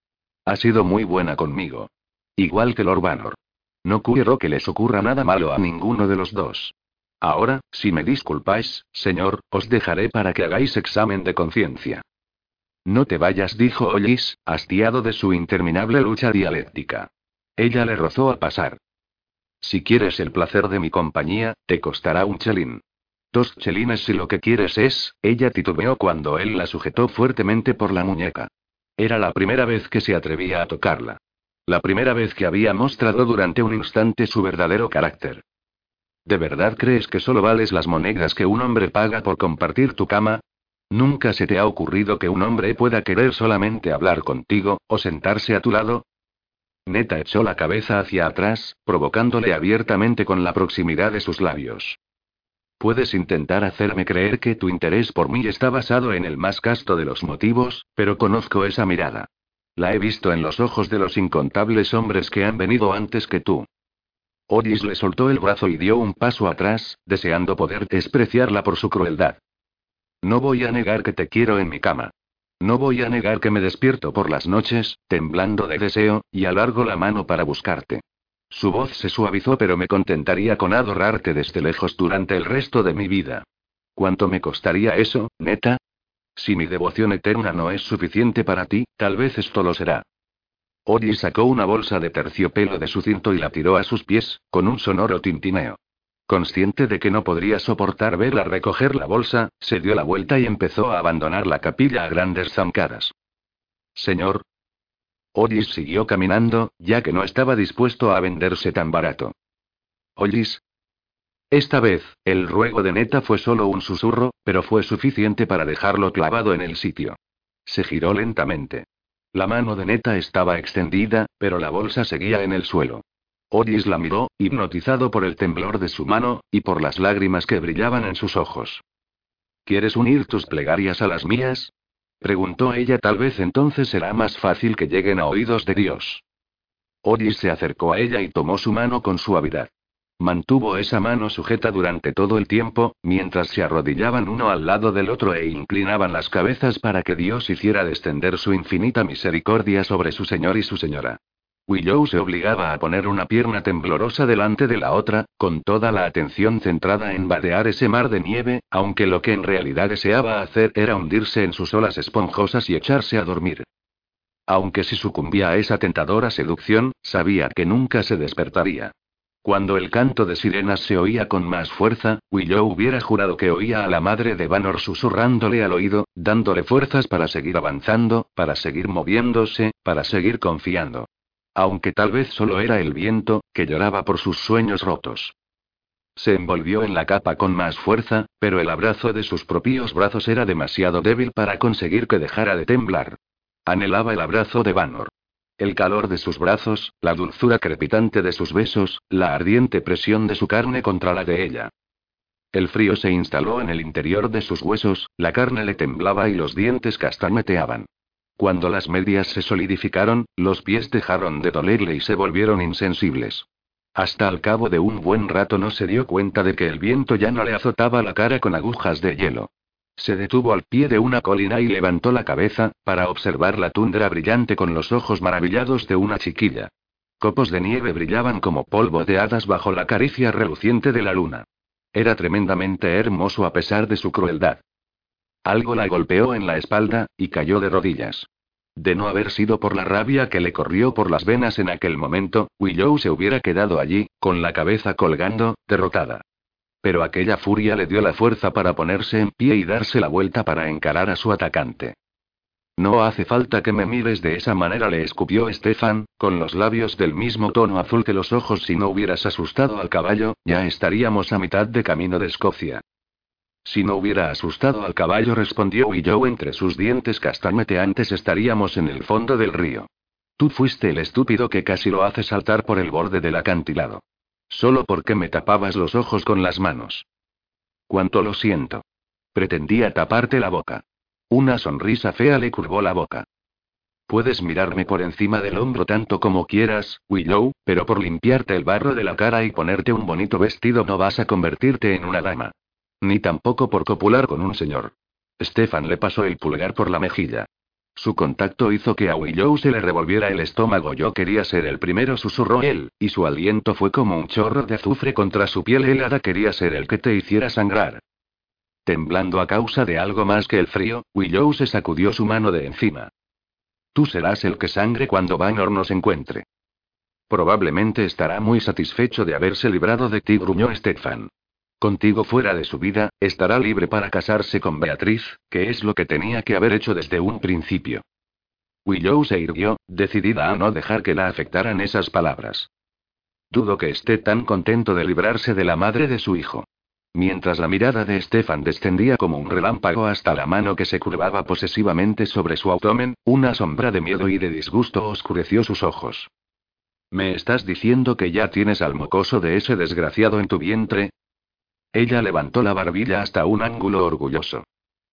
Ha sido muy buena conmigo. Igual que Lord Vanor. No quiero que les ocurra nada malo a ninguno de los dos. Ahora, si me disculpáis, señor, os dejaré para que hagáis examen de conciencia. No te vayas, dijo Ollis, hastiado de su interminable lucha dialéctica. Ella le rozó al pasar. Si quieres el placer de mi compañía, te costará un chelín. Dos chelines si lo que quieres es, ella titubeó cuando él la sujetó fuertemente por la muñeca. Era la primera vez que se atrevía a tocarla. La primera vez que había mostrado durante un instante su verdadero carácter. ¿De verdad crees que solo vales las monedas que un hombre paga por compartir tu cama? ¿Nunca se te ha ocurrido que un hombre pueda querer solamente hablar contigo, o sentarse a tu lado? Netta echó la cabeza hacia atrás, provocándole abiertamente con la proximidad de sus labios. Puedes intentar hacerme creer que tu interés por mí está basado en el más casto de los motivos, pero conozco esa mirada. La he visto en los ojos de los incontables hombres que han venido antes que tú. Ollis le soltó el brazo y dio un paso atrás, deseando poder despreciarla por su crueldad. No voy a negar que te quiero en mi cama. No voy a negar que me despierto por las noches, temblando de deseo, y alargo la mano para buscarte. Su voz se suavizó, pero me contentaría con adorarte desde lejos durante el resto de mi vida. ¿Cuánto me costaría eso, Netta? Si mi devoción eterna no es suficiente para ti, tal vez esto lo será. Ollie sacó una bolsa de terciopelo de su cinto y la tiró a sus pies, con un sonoro tintineo. Consciente de que no podría soportar verla recoger la bolsa, se dio la vuelta y empezó a abandonar la capilla a grandes zancadas. Señor. Ollis siguió caminando, ya que no estaba dispuesto a venderse tan barato. Ollis. Esta vez, el ruego de Neta fue solo un susurro, pero fue suficiente para dejarlo clavado en el sitio. Se giró lentamente. La mano de Neta estaba extendida, pero la bolsa seguía en el suelo. Ollis la miró, hipnotizado por el temblor de su mano, y por las lágrimas que brillaban en sus ojos. ¿Quieres unir tus plegarias a las mías? Preguntó ella. Tal vez entonces será más fácil que lleguen a oídos de Dios. Ollis se acercó a ella y tomó su mano con suavidad. Mantuvo esa mano sujeta durante todo el tiempo, mientras se arrodillaban uno al lado del otro e inclinaban las cabezas para que Dios hiciera descender su infinita misericordia sobre su señor y su señora. Willow se obligaba a poner una pierna temblorosa delante de la otra, con toda la atención centrada en vadear ese mar de nieve, aunque lo que en realidad deseaba hacer era hundirse en sus olas esponjosas y echarse a dormir. Aunque si sucumbía a esa tentadora seducción, sabía que nunca se despertaría. Cuando el canto de sirenas se oía con más fuerza, Willow hubiera jurado que oía a la madre de Vanor susurrándole al oído, dándole fuerzas para seguir avanzando, para seguir moviéndose, para seguir confiando. Aunque tal vez solo era el viento, que lloraba por sus sueños rotos. Se envolvió en la capa con más fuerza, pero el abrazo de sus propios brazos era demasiado débil para conseguir que dejara de temblar. Anhelaba el abrazo de Vanor. El calor de sus brazos, la dulzura crepitante de sus besos, la ardiente presión de su carne contra la de ella. El frío se instaló en el interior de sus huesos, la carne le temblaba y los dientes castañeteaban. Cuando las medias se solidificaron, los pies dejaron de dolerle y se volvieron insensibles. Hasta al cabo de un buen rato no se dio cuenta de que el viento ya no le azotaba la cara con agujas de hielo. Se detuvo al pie de una colina y levantó la cabeza, para observar la tundra brillante con los ojos maravillados de una chiquilla. Copos de nieve brillaban como polvo de hadas bajo la caricia reluciente de la luna. Era tremendamente hermoso a pesar de su crueldad. Algo la golpeó en la espalda, y cayó de rodillas. De no haber sido por la rabia que le corrió por las venas en aquel momento, Willow se hubiera quedado allí, con la cabeza colgando, derrotada. Pero aquella furia le dio la fuerza para ponerse en pie y darse la vuelta para encarar a su atacante. No hace falta que me mires de esa manera, le escupió Stefan, con los labios del mismo tono azul que los ojos. Si no hubieras asustado al caballo, ya estaríamos a mitad de camino de Escocia. Si no hubiera asustado al caballo, respondió Willow entre sus dientes castañeteantes, estaríamos en el fondo del río. Tú fuiste el estúpido que casi lo hace saltar por el borde del acantilado. Solo porque me tapabas los ojos con las manos. Cuánto lo siento. Pretendía taparte la boca. Una sonrisa fea le curvó la boca. Puedes mirarme por encima del hombro tanto como quieras, Willow, pero por limpiarte el barro de la cara y ponerte un bonito vestido no vas a convertirte en una dama. Ni tampoco por copular con un señor. Stefan le pasó el pulgar por la mejilla. Su contacto hizo que a Willow se le revolviera el estómago. Yo quería ser el primero, susurró él, y su aliento fue como un chorro de azufre contra su piel helada. Quería ser el que te hiciera sangrar. Temblando a causa de algo más que el frío, Willow se sacudió su mano de encima. Tú serás el que sangre cuando Vanor nos encuentre. Probablemente estará muy satisfecho de haberse librado de ti, gruñó Stefan. Contigo fuera de su vida, estará libre para casarse con Beatriz, que es lo que tenía que haber hecho desde un principio. Willow se irguió, decidida a no dejar que la afectaran esas palabras. Dudo que esté tan contento de librarse de la madre de su hijo. Mientras la mirada de Stefan descendía como un relámpago hasta la mano que se curvaba posesivamente sobre su abdomen, una sombra de miedo y de disgusto oscureció sus ojos. ¿Me estás diciendo que ya tienes al mocoso de ese desgraciado en tu vientre? Ella levantó la barbilla hasta un ángulo orgulloso.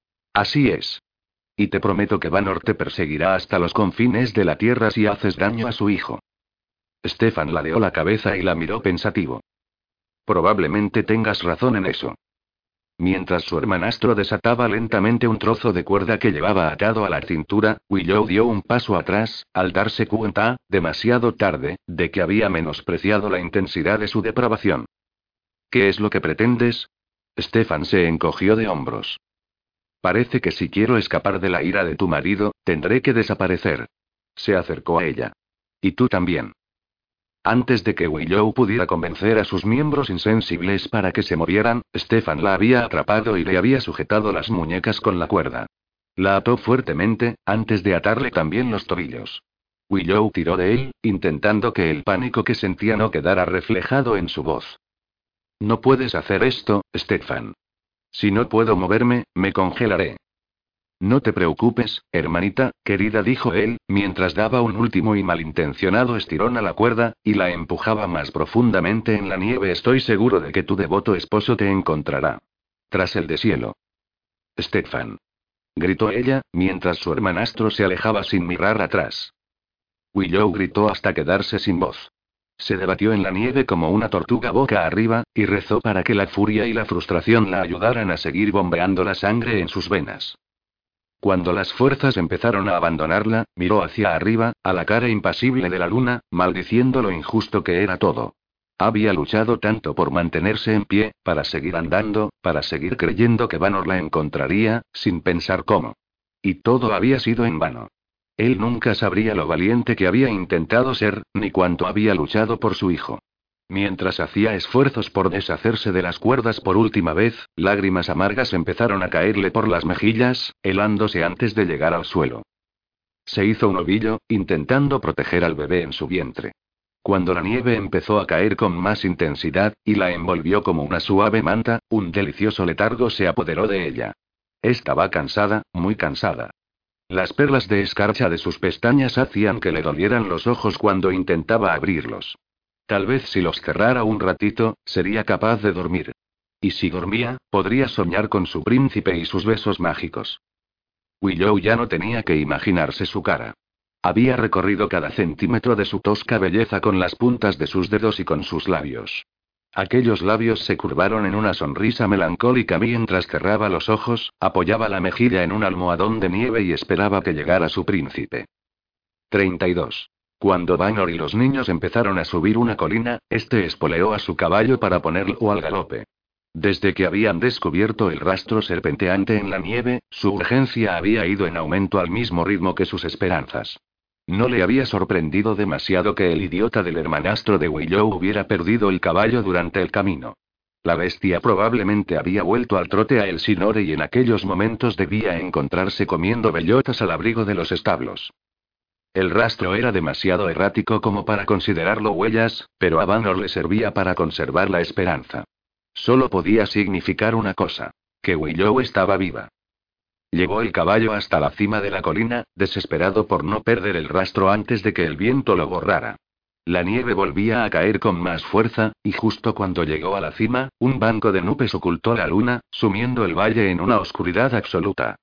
Así es. Y te prometo que Vanor te perseguirá hasta los confines de la tierra si haces daño a su hijo. Stefan ladeó la cabeza y la miró pensativo. Probablemente tengas razón en eso. Mientras su hermanastro desataba lentamente un trozo de cuerda que llevaba atado a la cintura, Willow dio un paso atrás, al darse cuenta, demasiado tarde, de que había menospreciado la intensidad de su depravación. ¿Qué es lo que pretendes? Stefan se encogió de hombros. Parece que si quiero escapar de la ira de tu marido, tendré que desaparecer. Se acercó a ella. Y tú también. Antes de que Willow pudiera convencer a sus miembros insensibles para que se movieran, Stefan la había atrapado y le había sujetado las muñecas con la cuerda. La ató fuertemente, antes de atarle también los tobillos. Willow tiró de él, intentando que el pánico que sentía no quedara reflejado en su voz. No puedes hacer esto, Stefan. Si no puedo moverme, me congelaré. No te preocupes, hermanita, querida, dijo él, mientras daba un último y malintencionado estirón a la cuerda, y la empujaba más profundamente en la nieve. Estoy seguro de que tu devoto esposo te encontrará. Tras el deshielo. Stefan. Gritó ella, mientras su hermanastro se alejaba sin mirar atrás. Willow gritó hasta quedarse sin voz. Se debatió en la nieve como una tortuga boca arriba, y rezó para que la furia y la frustración la ayudaran a seguir bombeando la sangre en sus venas. Cuando las fuerzas empezaron a abandonarla, miró hacia arriba, a la cara impasible de la luna, maldiciendo lo injusto que era todo. Había luchado tanto por mantenerse en pie, para seguir andando, para seguir creyendo que Vanor la encontraría, sin pensar cómo. Y todo había sido en vano. Él nunca sabría lo valiente que había intentado ser, ni cuánto había luchado por su hijo. Mientras hacía esfuerzos por deshacerse de las cuerdas por última vez, lágrimas amargas empezaron a caerle por las mejillas, helándose antes de llegar al suelo. Se hizo un ovillo, intentando proteger al bebé en su vientre. Cuando la nieve empezó a caer con más intensidad, y la envolvió como una suave manta, un delicioso letargo se apoderó de ella. Estaba cansada, muy cansada. Las perlas de escarcha de sus pestañas hacían que le dolieran los ojos cuando intentaba abrirlos. Tal vez si los cerrara un ratito, sería capaz de dormir. Y si dormía, podría soñar con su príncipe y sus besos mágicos. Willow ya no tenía que imaginarse su cara. Había recorrido cada centímetro de su tosca belleza con las puntas de sus dedos y con sus labios. Aquellos labios se curvaron en una sonrisa melancólica mientras cerraba los ojos, apoyaba la mejilla en un almohadón de nieve y esperaba que llegara su príncipe. treinta y dos. Cuando Vanor y los niños empezaron a subir una colina, este espoleó a su caballo para ponerlo al galope. Desde que habían descubierto el rastro serpenteante en la nieve, su urgencia había ido en aumento al mismo ritmo que sus esperanzas. No le había sorprendido demasiado que el idiota del hermanastro de Willow hubiera perdido el caballo durante el camino. La bestia probablemente había vuelto al trote a El Sinore y en aquellos momentos debía encontrarse comiendo bellotas al abrigo de los establos. El rastro era demasiado errático como para considerarlo huellas, pero a Vanor le servía para conservar la esperanza. Solo podía significar una cosa: que Willow estaba viva. Llevó el caballo hasta la cima de la colina, desesperado por no perder el rastro antes de que el viento lo borrara. La nieve volvía a caer con más fuerza, y justo cuando llegó a la cima, un banco de nubes ocultó la luna, sumiendo el valle en una oscuridad absoluta.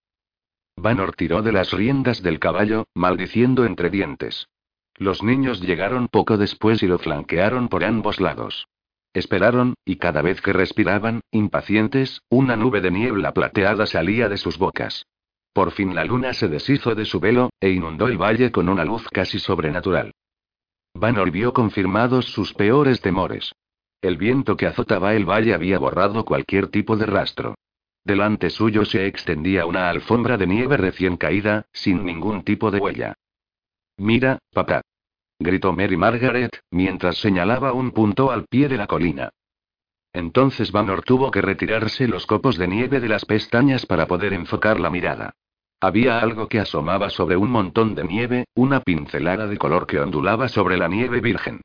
Vanor tiró de las riendas del caballo, maldiciendo entre dientes. Los niños llegaron poco después y lo flanquearon por ambos lados. Esperaron, y cada vez que respiraban, impacientes, una nube de niebla plateada salía de sus bocas. Por fin la luna se deshizo de su velo, e inundó el valle con una luz casi sobrenatural. Vanor vio confirmados sus peores temores. El viento que azotaba el valle había borrado cualquier tipo de rastro. Delante suyo se extendía una alfombra de nieve recién caída, sin ningún tipo de huella. «Mira, papá», gritó Mary Margaret, mientras señalaba un punto al pie de la colina. Entonces Vanor tuvo que retirarse los copos de nieve de las pestañas para poder enfocar la mirada. Había algo que asomaba sobre un montón de nieve, una pincelada de color que ondulaba sobre la nieve virgen.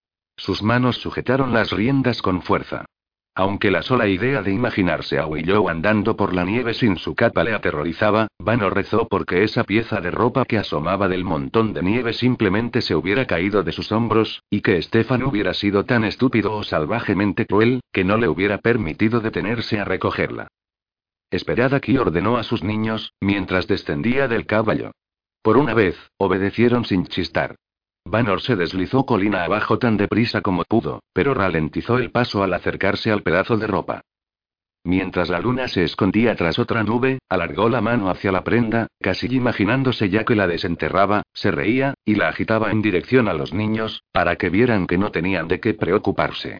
Sus manos sujetaron las riendas con fuerza. Aunque la sola idea de imaginarse a Willow andando por la nieve sin su capa le aterrorizaba, Vanor rezó porque esa pieza de ropa que asomaba del montón de nieve simplemente se hubiera caído de sus hombros, y que Stefan hubiera sido tan estúpido o salvajemente cruel, que no le hubiera permitido detenerse a recogerla. «Esperad aquí», ordenó a sus niños, mientras descendía del caballo. Por una vez, obedecieron sin chistar. Vanor se deslizó colina abajo tan deprisa como pudo, pero ralentizó el paso al acercarse al pedazo de ropa. Mientras la luna se escondía tras otra nube, alargó la mano hacia la prenda, casi imaginándose ya que la desenterraba, se reía, y la agitaba en dirección a los niños, para que vieran que no tenían de qué preocuparse.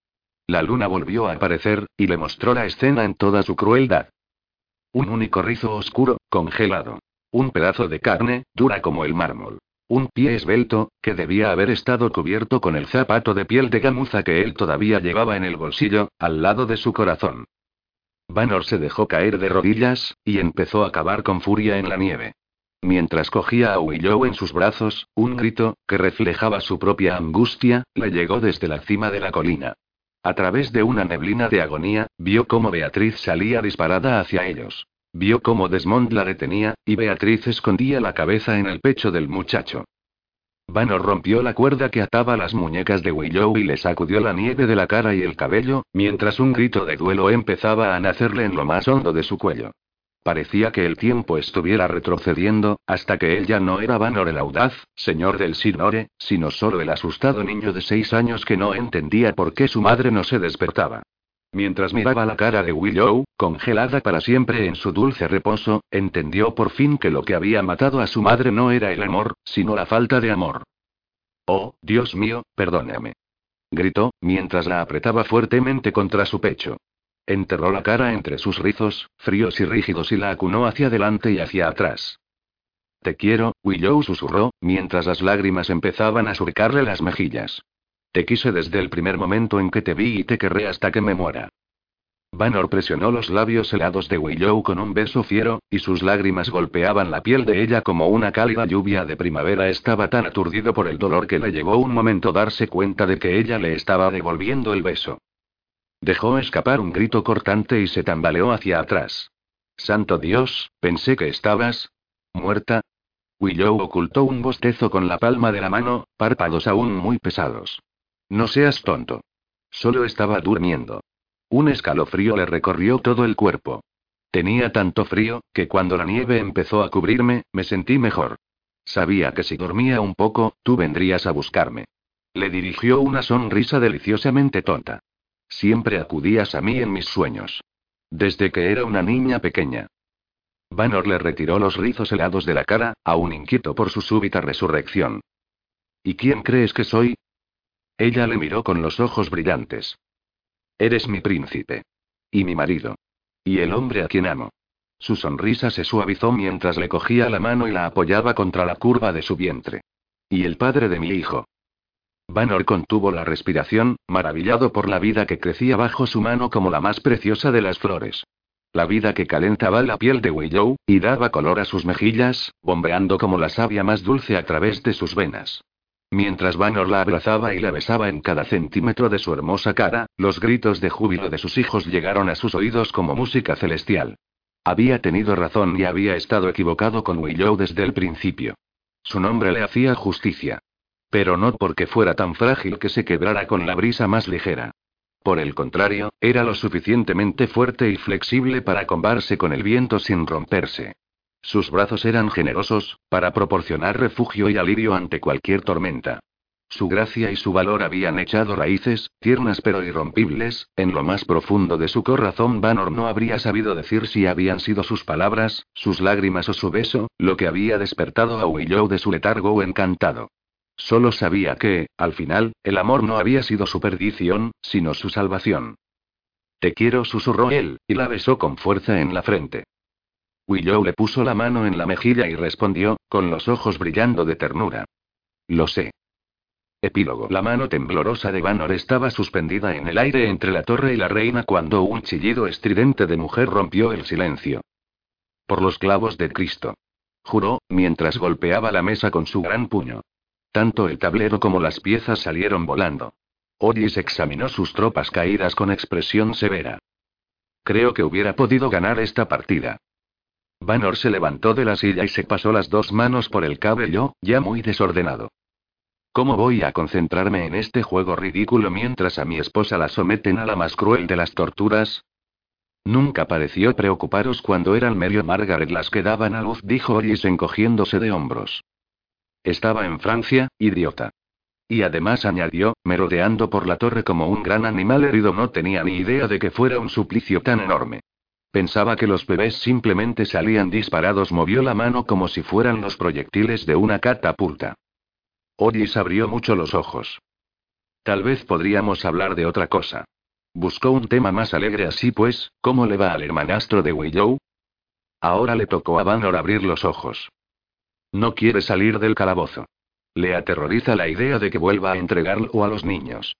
La luna volvió a aparecer, y le mostró la escena en toda su crueldad. Un único rizo oscuro, congelado. Un pedazo de carne, dura como el mármol. Un pie esbelto, que debía haber estado cubierto con el zapato de piel de gamuza que él todavía llevaba en el bolsillo, al lado de su corazón. Vanor se dejó caer de rodillas, y empezó a cavar con furia en la nieve. Mientras cogía a Willow en sus brazos, un grito, que reflejaba su propia angustia, le llegó desde la cima de la colina. A través de una neblina de agonía, vio cómo Beatriz salía disparada hacia ellos. Vio cómo Desmond la detenía, y Beatriz escondía la cabeza en el pecho del muchacho. Vanor rompió la cuerda que ataba las muñecas de Willow y le sacudió la nieve de la cara y el cabello, mientras un grito de duelo empezaba a nacerle en lo más hondo de su cuello. Parecía que el tiempo estuviera retrocediendo, hasta que él ya no era Vanor el audaz, señor del Sinore, sino solo el asustado niño de seis años que no entendía por qué su madre no se despertaba. Mientras miraba la cara de Willow, congelada para siempre en su dulce reposo, entendió por fin que lo que había matado a su madre no era el amor, sino la falta de amor. «Oh, Dios mío, perdóname», gritó, mientras la apretaba fuertemente contra su pecho. Enterró la cara entre sus rizos, fríos y rígidos, y la acunó hacia adelante y hacia atrás. «Te quiero», Willow susurró, mientras las lágrimas empezaban a surcarle las mejillas. «Te quise desde el primer momento en que te vi y te querré hasta que me muera». Vanor presionó los labios helados de Willow con un beso fiero, y sus lágrimas golpeaban la piel de ella como una cálida lluvia de primavera. Estaba tan aturdido por el dolor que le llevó un momento darse cuenta de que ella le estaba devolviendo el beso. Dejó escapar un grito cortante y se tambaleó hacia atrás. «Santo Dios, pensé que estabas... muerta». Willow ocultó un bostezo con la palma de la mano, párpados aún muy pesados. «No seas tonto. Solo estaba durmiendo». Un escalofrío le recorrió todo el cuerpo. Tenía tanto frío, que cuando la nieve empezó a cubrirme, me sentí mejor. Sabía que si dormía un poco, tú vendrías a buscarme. Le dirigió una sonrisa deliciosamente tonta. Siempre acudías a mí en mis sueños. Desde que era una niña pequeña. Vanor le retiró los rizos helados de la cara, aún inquieto por su súbita resurrección. ¿Y quién crees que soy? Ella le miró con los ojos brillantes. Eres mi príncipe. Y mi marido. Y el hombre a quien amo. Su sonrisa se suavizó mientras le cogía la mano y la apoyaba contra la curva de su vientre. Y el padre de mi hijo. Vanor contuvo la respiración, maravillado por la vida que crecía bajo su mano como la más preciosa de las flores. La vida que calentaba la piel de Willow, y daba color a sus mejillas, bombeando como la savia más dulce a través de sus venas. Mientras Vanor la abrazaba y la besaba en cada centímetro de su hermosa cara, los gritos de júbilo de sus hijos llegaron a sus oídos como música celestial. Había tenido razón y había estado equivocado con Willow desde el principio. Su nombre le hacía justicia. Pero no porque fuera tan frágil que se quebrara con la brisa más ligera. Por el contrario, era lo suficientemente fuerte y flexible para combarse con el viento sin romperse. Sus brazos eran generosos, para proporcionar refugio y alivio ante cualquier tormenta. Su gracia y su valor habían echado raíces, tiernas pero irrompibles, en lo más profundo de su corazón. Vanor no habría sabido decir si habían sido sus palabras, sus lágrimas o su beso, lo que había despertado a Willow de su letargo encantado. Solo sabía que, al final, el amor no había sido su perdición, sino su salvación. «Te quiero», susurró él, y la besó con fuerza en la frente. Willow le puso la mano en la mejilla y respondió, con los ojos brillando de ternura. «Lo sé». Epílogo. La mano temblorosa de Vanor estaba suspendida en el aire entre la torre y la reina cuando un chillido estridente de mujer rompió el silencio. «Por los clavos de Cristo», juró, mientras golpeaba la mesa con su gran puño. Tanto el tablero como las piezas salieron volando. Ollis examinó sus tropas caídas con expresión severa. «Creo que hubiera podido ganar esta partida». Vanor se levantó de la silla y se pasó las dos manos por el cabello, ya muy desordenado. «¿Cómo voy a concentrarme en este juego ridículo mientras a mi esposa la someten a la más cruel de las torturas?» «Nunca pareció preocuparos cuando eran Mary o Margaret las que daban a luz», dijo Ollis encogiéndose de hombros. «Estaba en Francia, idiota». Y además añadió, merodeando por la torre como un gran animal herido. No tenía ni idea de que fuera un suplicio tan enorme. Pensaba que los bebés simplemente salían disparados. Movió la mano como si fueran los proyectiles de una catapulta. Ollis abrió mucho los ojos. «Tal vez podríamos hablar de otra cosa». Buscó un tema más alegre. «Así pues, ¿cómo le va al hermanastro de Willow?» Ahora le tocó a Vanor abrir los ojos. «No quiere salir del calabozo». Le aterroriza la idea de que vuelva a entregarlo a los niños.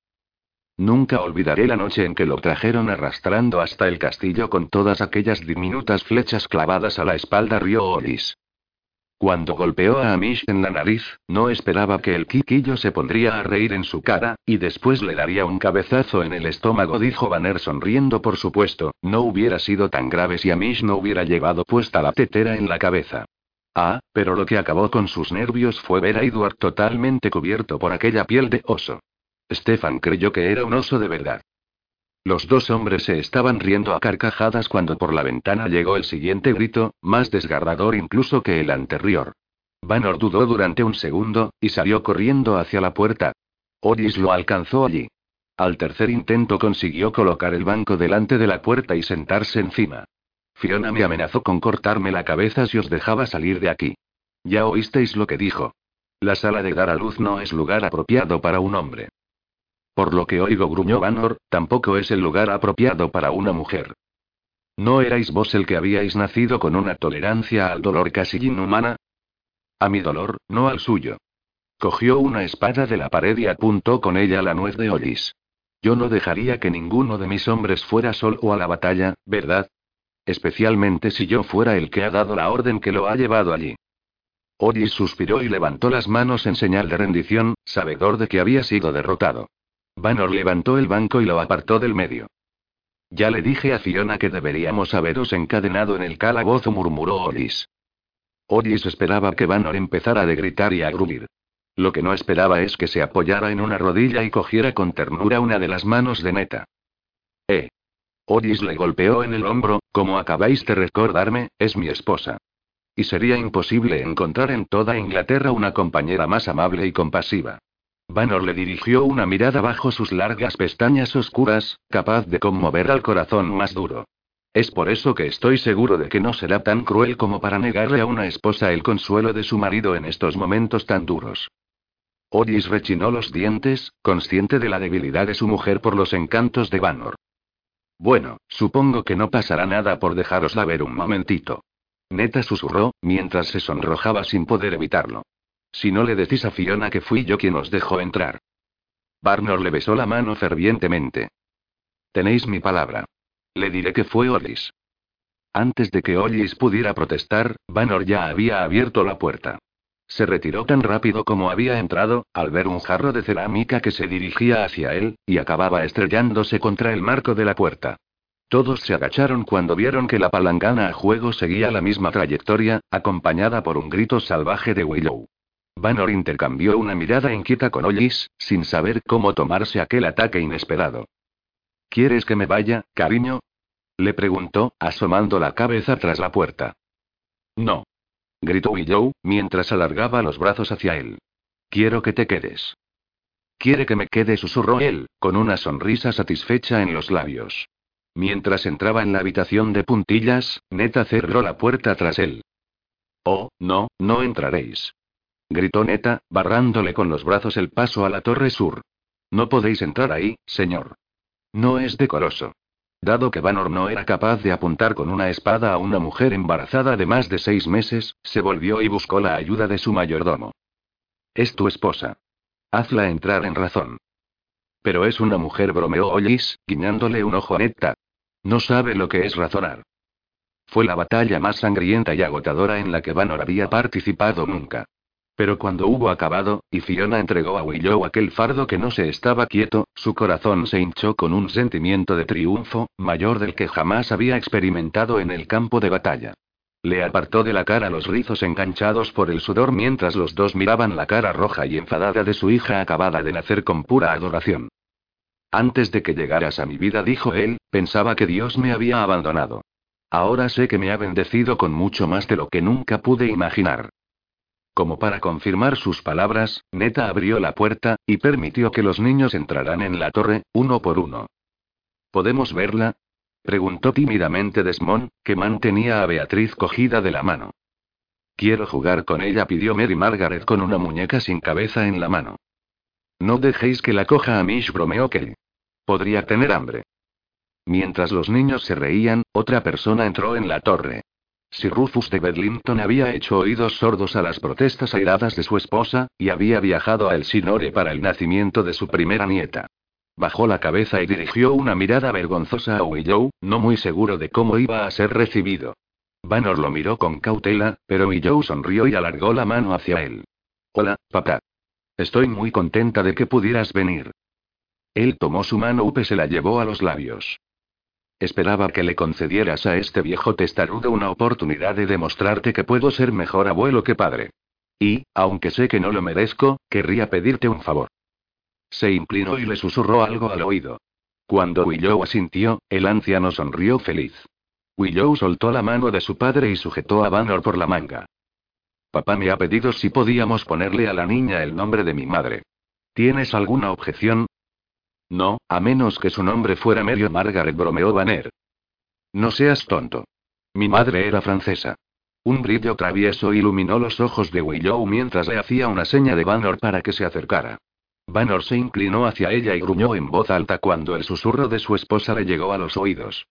Nunca olvidaré la noche en que lo trajeron arrastrando hasta el castillo con todas aquellas diminutas flechas clavadas a la espalda, rió Ollis. Cuando golpeó a Amish en la nariz, no esperaba que el Kikillo se pondría a reír en su cara, y después le daría un cabezazo en el estómago, dijo Banner sonriendo. Por supuesto, no hubiera sido tan grave si Amish no hubiera llevado puesta la tetera en la cabeza. Ah, pero lo que acabó con sus nervios fue ver a Edward totalmente cubierto por aquella piel de oso. Stefan creyó que era un oso de verdad. Los dos hombres se estaban riendo a carcajadas cuando por la ventana llegó el siguiente grito, más desgarrador incluso que el anterior. Vanor dudó durante un segundo, y salió corriendo hacia la puerta. Ollis lo alcanzó allí. Al tercer intento consiguió colocar el banco delante de la puerta y sentarse encima. Fiona me amenazó con cortarme la cabeza si os dejaba salir de aquí. Ya oísteis lo que dijo. La sala de dar a luz no es lugar apropiado para un hombre. Por lo que oigo, gruñó Vanor, tampoco es el lugar apropiado para una mujer. ¿No erais vos el que habíais nacido con una tolerancia al dolor casi inhumana? A mi dolor, no al suyo. Cogió una espada de la pared y apuntó con ella la nuez de Ollis. Yo no dejaría que ninguno de mis hombres fuera solo a la batalla, ¿verdad? Especialmente si yo fuera el que ha dado la orden que lo ha llevado allí. Ollis suspiró y levantó las manos en señal de rendición, sabedor de que había sido derrotado. Vanor levantó el banco y lo apartó del medio. Ya le dije a Fiona que deberíamos haberos encadenado en el calabozo, murmuró Ollis. Ollis esperaba que Vanor empezara a gritar y a gruñir. Lo que no esperaba es que se apoyara en una rodilla y cogiera con ternura una de las manos de Netta. Eh. Ollis le golpeó en el hombro, como acabáis de recordarme, es mi esposa. Y sería imposible encontrar en toda Inglaterra una compañera más amable y compasiva. Vanor le dirigió una mirada bajo sus largas pestañas oscuras, capaz de conmover al corazón más duro. Es por eso que estoy seguro de que no será tan cruel como para negarle a una esposa el consuelo de su marido en estos momentos tan duros. Ollis rechinó los dientes, consciente de la debilidad de su mujer por los encantos de Vanor. Bueno, supongo que no pasará nada por dejárosla ver un momentito. Netta susurró, mientras se sonrojaba sin poder evitarlo. Si no le decís a Fiona que fui yo quien os dejó entrar. Vanor le besó la mano fervientemente. Tenéis mi palabra. Le diré que fue Ollis. Antes de que Ollis pudiera protestar, Vanor ya había abierto la puerta. Se retiró tan rápido como había entrado, al ver un jarro de cerámica que se dirigía hacia él, y acababa estrellándose contra el marco de la puerta. Todos se agacharon cuando vieron que la palangana a juego seguía la misma trayectoria, acompañada por un grito salvaje de Willow. Vanor intercambió una mirada inquieta con Ollis, sin saber cómo tomarse aquel ataque inesperado. ¿Quieres que me vaya, cariño? Le preguntó, asomando la cabeza tras la puerta. No. Gritó Willow, mientras alargaba los brazos hacia él. Quiero que te quedes. Quiere que me quede, susurró él, con una sonrisa satisfecha en los labios. Mientras entraba en la habitación de puntillas, Netta cerró la puerta tras él. Oh, no, no entraréis. Gritó Netta, barrándole con los brazos el paso a la torre sur. No podéis entrar ahí, señor. No es decoroso. Dado que Vanor no era capaz de apuntar con una espada a una mujer embarazada de más de seis meses, se volvió y buscó la ayuda de su mayordomo. Es tu esposa. Hazla entrar en razón. Pero es una mujer, bromeó Ollis, guiñándole un ojo a Netta. No sabe lo que es razonar. Fue la batalla más sangrienta y agotadora en la que Vanor había participado nunca. Pero cuando hubo acabado, y Fiona entregó a Willow aquel fardo que no se estaba quieto, su corazón se hinchó con un sentimiento de triunfo, mayor del que jamás había experimentado en el campo de batalla. Le apartó de la cara los rizos enganchados por el sudor mientras los dos miraban la cara roja y enfadada de su hija acabada de nacer con pura adoración. Antes de que llegaras a mi vida, dijo él, pensaba que Dios me había abandonado. Ahora sé que me ha bendecido con mucho más de lo que nunca pude imaginar. Como para confirmar sus palabras, Netta abrió la puerta, y permitió que los niños entraran en la torre, uno por uno. ¿Podemos verla? Preguntó tímidamente Desmond, que mantenía a Beatriz cogida de la mano. Quiero jugar con ella, pidió Mary Margaret con una muñeca sin cabeza en la mano. No dejéis que la coja Amish, bromeó Kelly. Podría tener hambre. Mientras los niños se reían, otra persona entró en la torre. Sir Rufus de Bedlington había hecho oídos sordos a las protestas airadas de su esposa, y había viajado a Elsinore para el nacimiento de su primera nieta. Bajó la cabeza y dirigió una mirada vergonzosa a Willow, no muy seguro de cómo iba a ser recibido. Vanor lo miró con cautela, pero Willow sonrió y alargó la mano hacia él. Hola, papá. Estoy muy contenta de que pudieras venir. Él tomó su mano y se la llevó a los labios. Esperaba que le concedieras a este viejo testarudo una oportunidad de demostrarte que puedo ser mejor abuelo que padre. Y, aunque sé que no lo merezco, querría pedirte un favor. Se inclinó y le susurró algo al oído. Cuando Willow asintió, el anciano sonrió feliz. Willow soltó la mano de su padre y sujetó a Vanor por la manga. Papá me ha pedido si podíamos ponerle a la niña el nombre de mi madre. ¿Tienes alguna objeción? No, a menos que su nombre fuera Mary Margaret, bromeó Vanner. No seas tonto. Mi madre era francesa. Un brillo travieso iluminó los ojos de Willow mientras le hacía una seña de Vanor para que se acercara. Vanor se inclinó hacia ella y gruñó en voz alta cuando el susurro de su esposa le llegó a los oídos.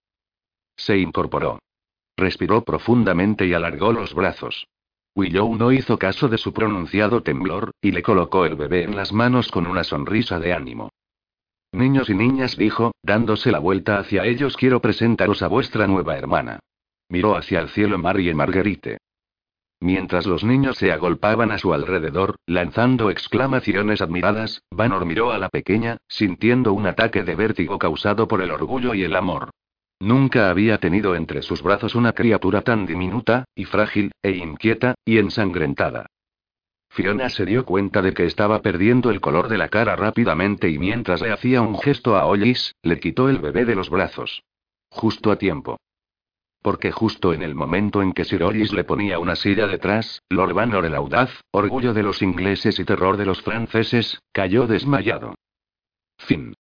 Se incorporó. Respiró profundamente y alargó los brazos. Willow no hizo caso de su pronunciado temblor, y le colocó el bebé en las manos con una sonrisa de ánimo. Niños y niñas, dijo, dándose la vuelta hacia ellos, quiero presentaros a vuestra nueva hermana. Miró hacia el cielo Marie Marguerite. Mientras los niños se agolpaban a su alrededor, lanzando exclamaciones admiradas, Vanor miró a la pequeña, sintiendo un ataque de vértigo causado por el orgullo y el amor. Nunca había tenido entre sus brazos una criatura tan diminuta, y frágil, e inquieta, y ensangrentada. Fiona se dio cuenta de que estaba perdiendo el color de la cara rápidamente y mientras le hacía un gesto a Ollis, le quitó el bebé de los brazos. Justo a tiempo. Porque justo en el momento en que Sir Ollis le ponía una silla detrás, Lord Vanor el audaz, orgullo de los ingleses y terror de los franceses, cayó desmayado. Fin.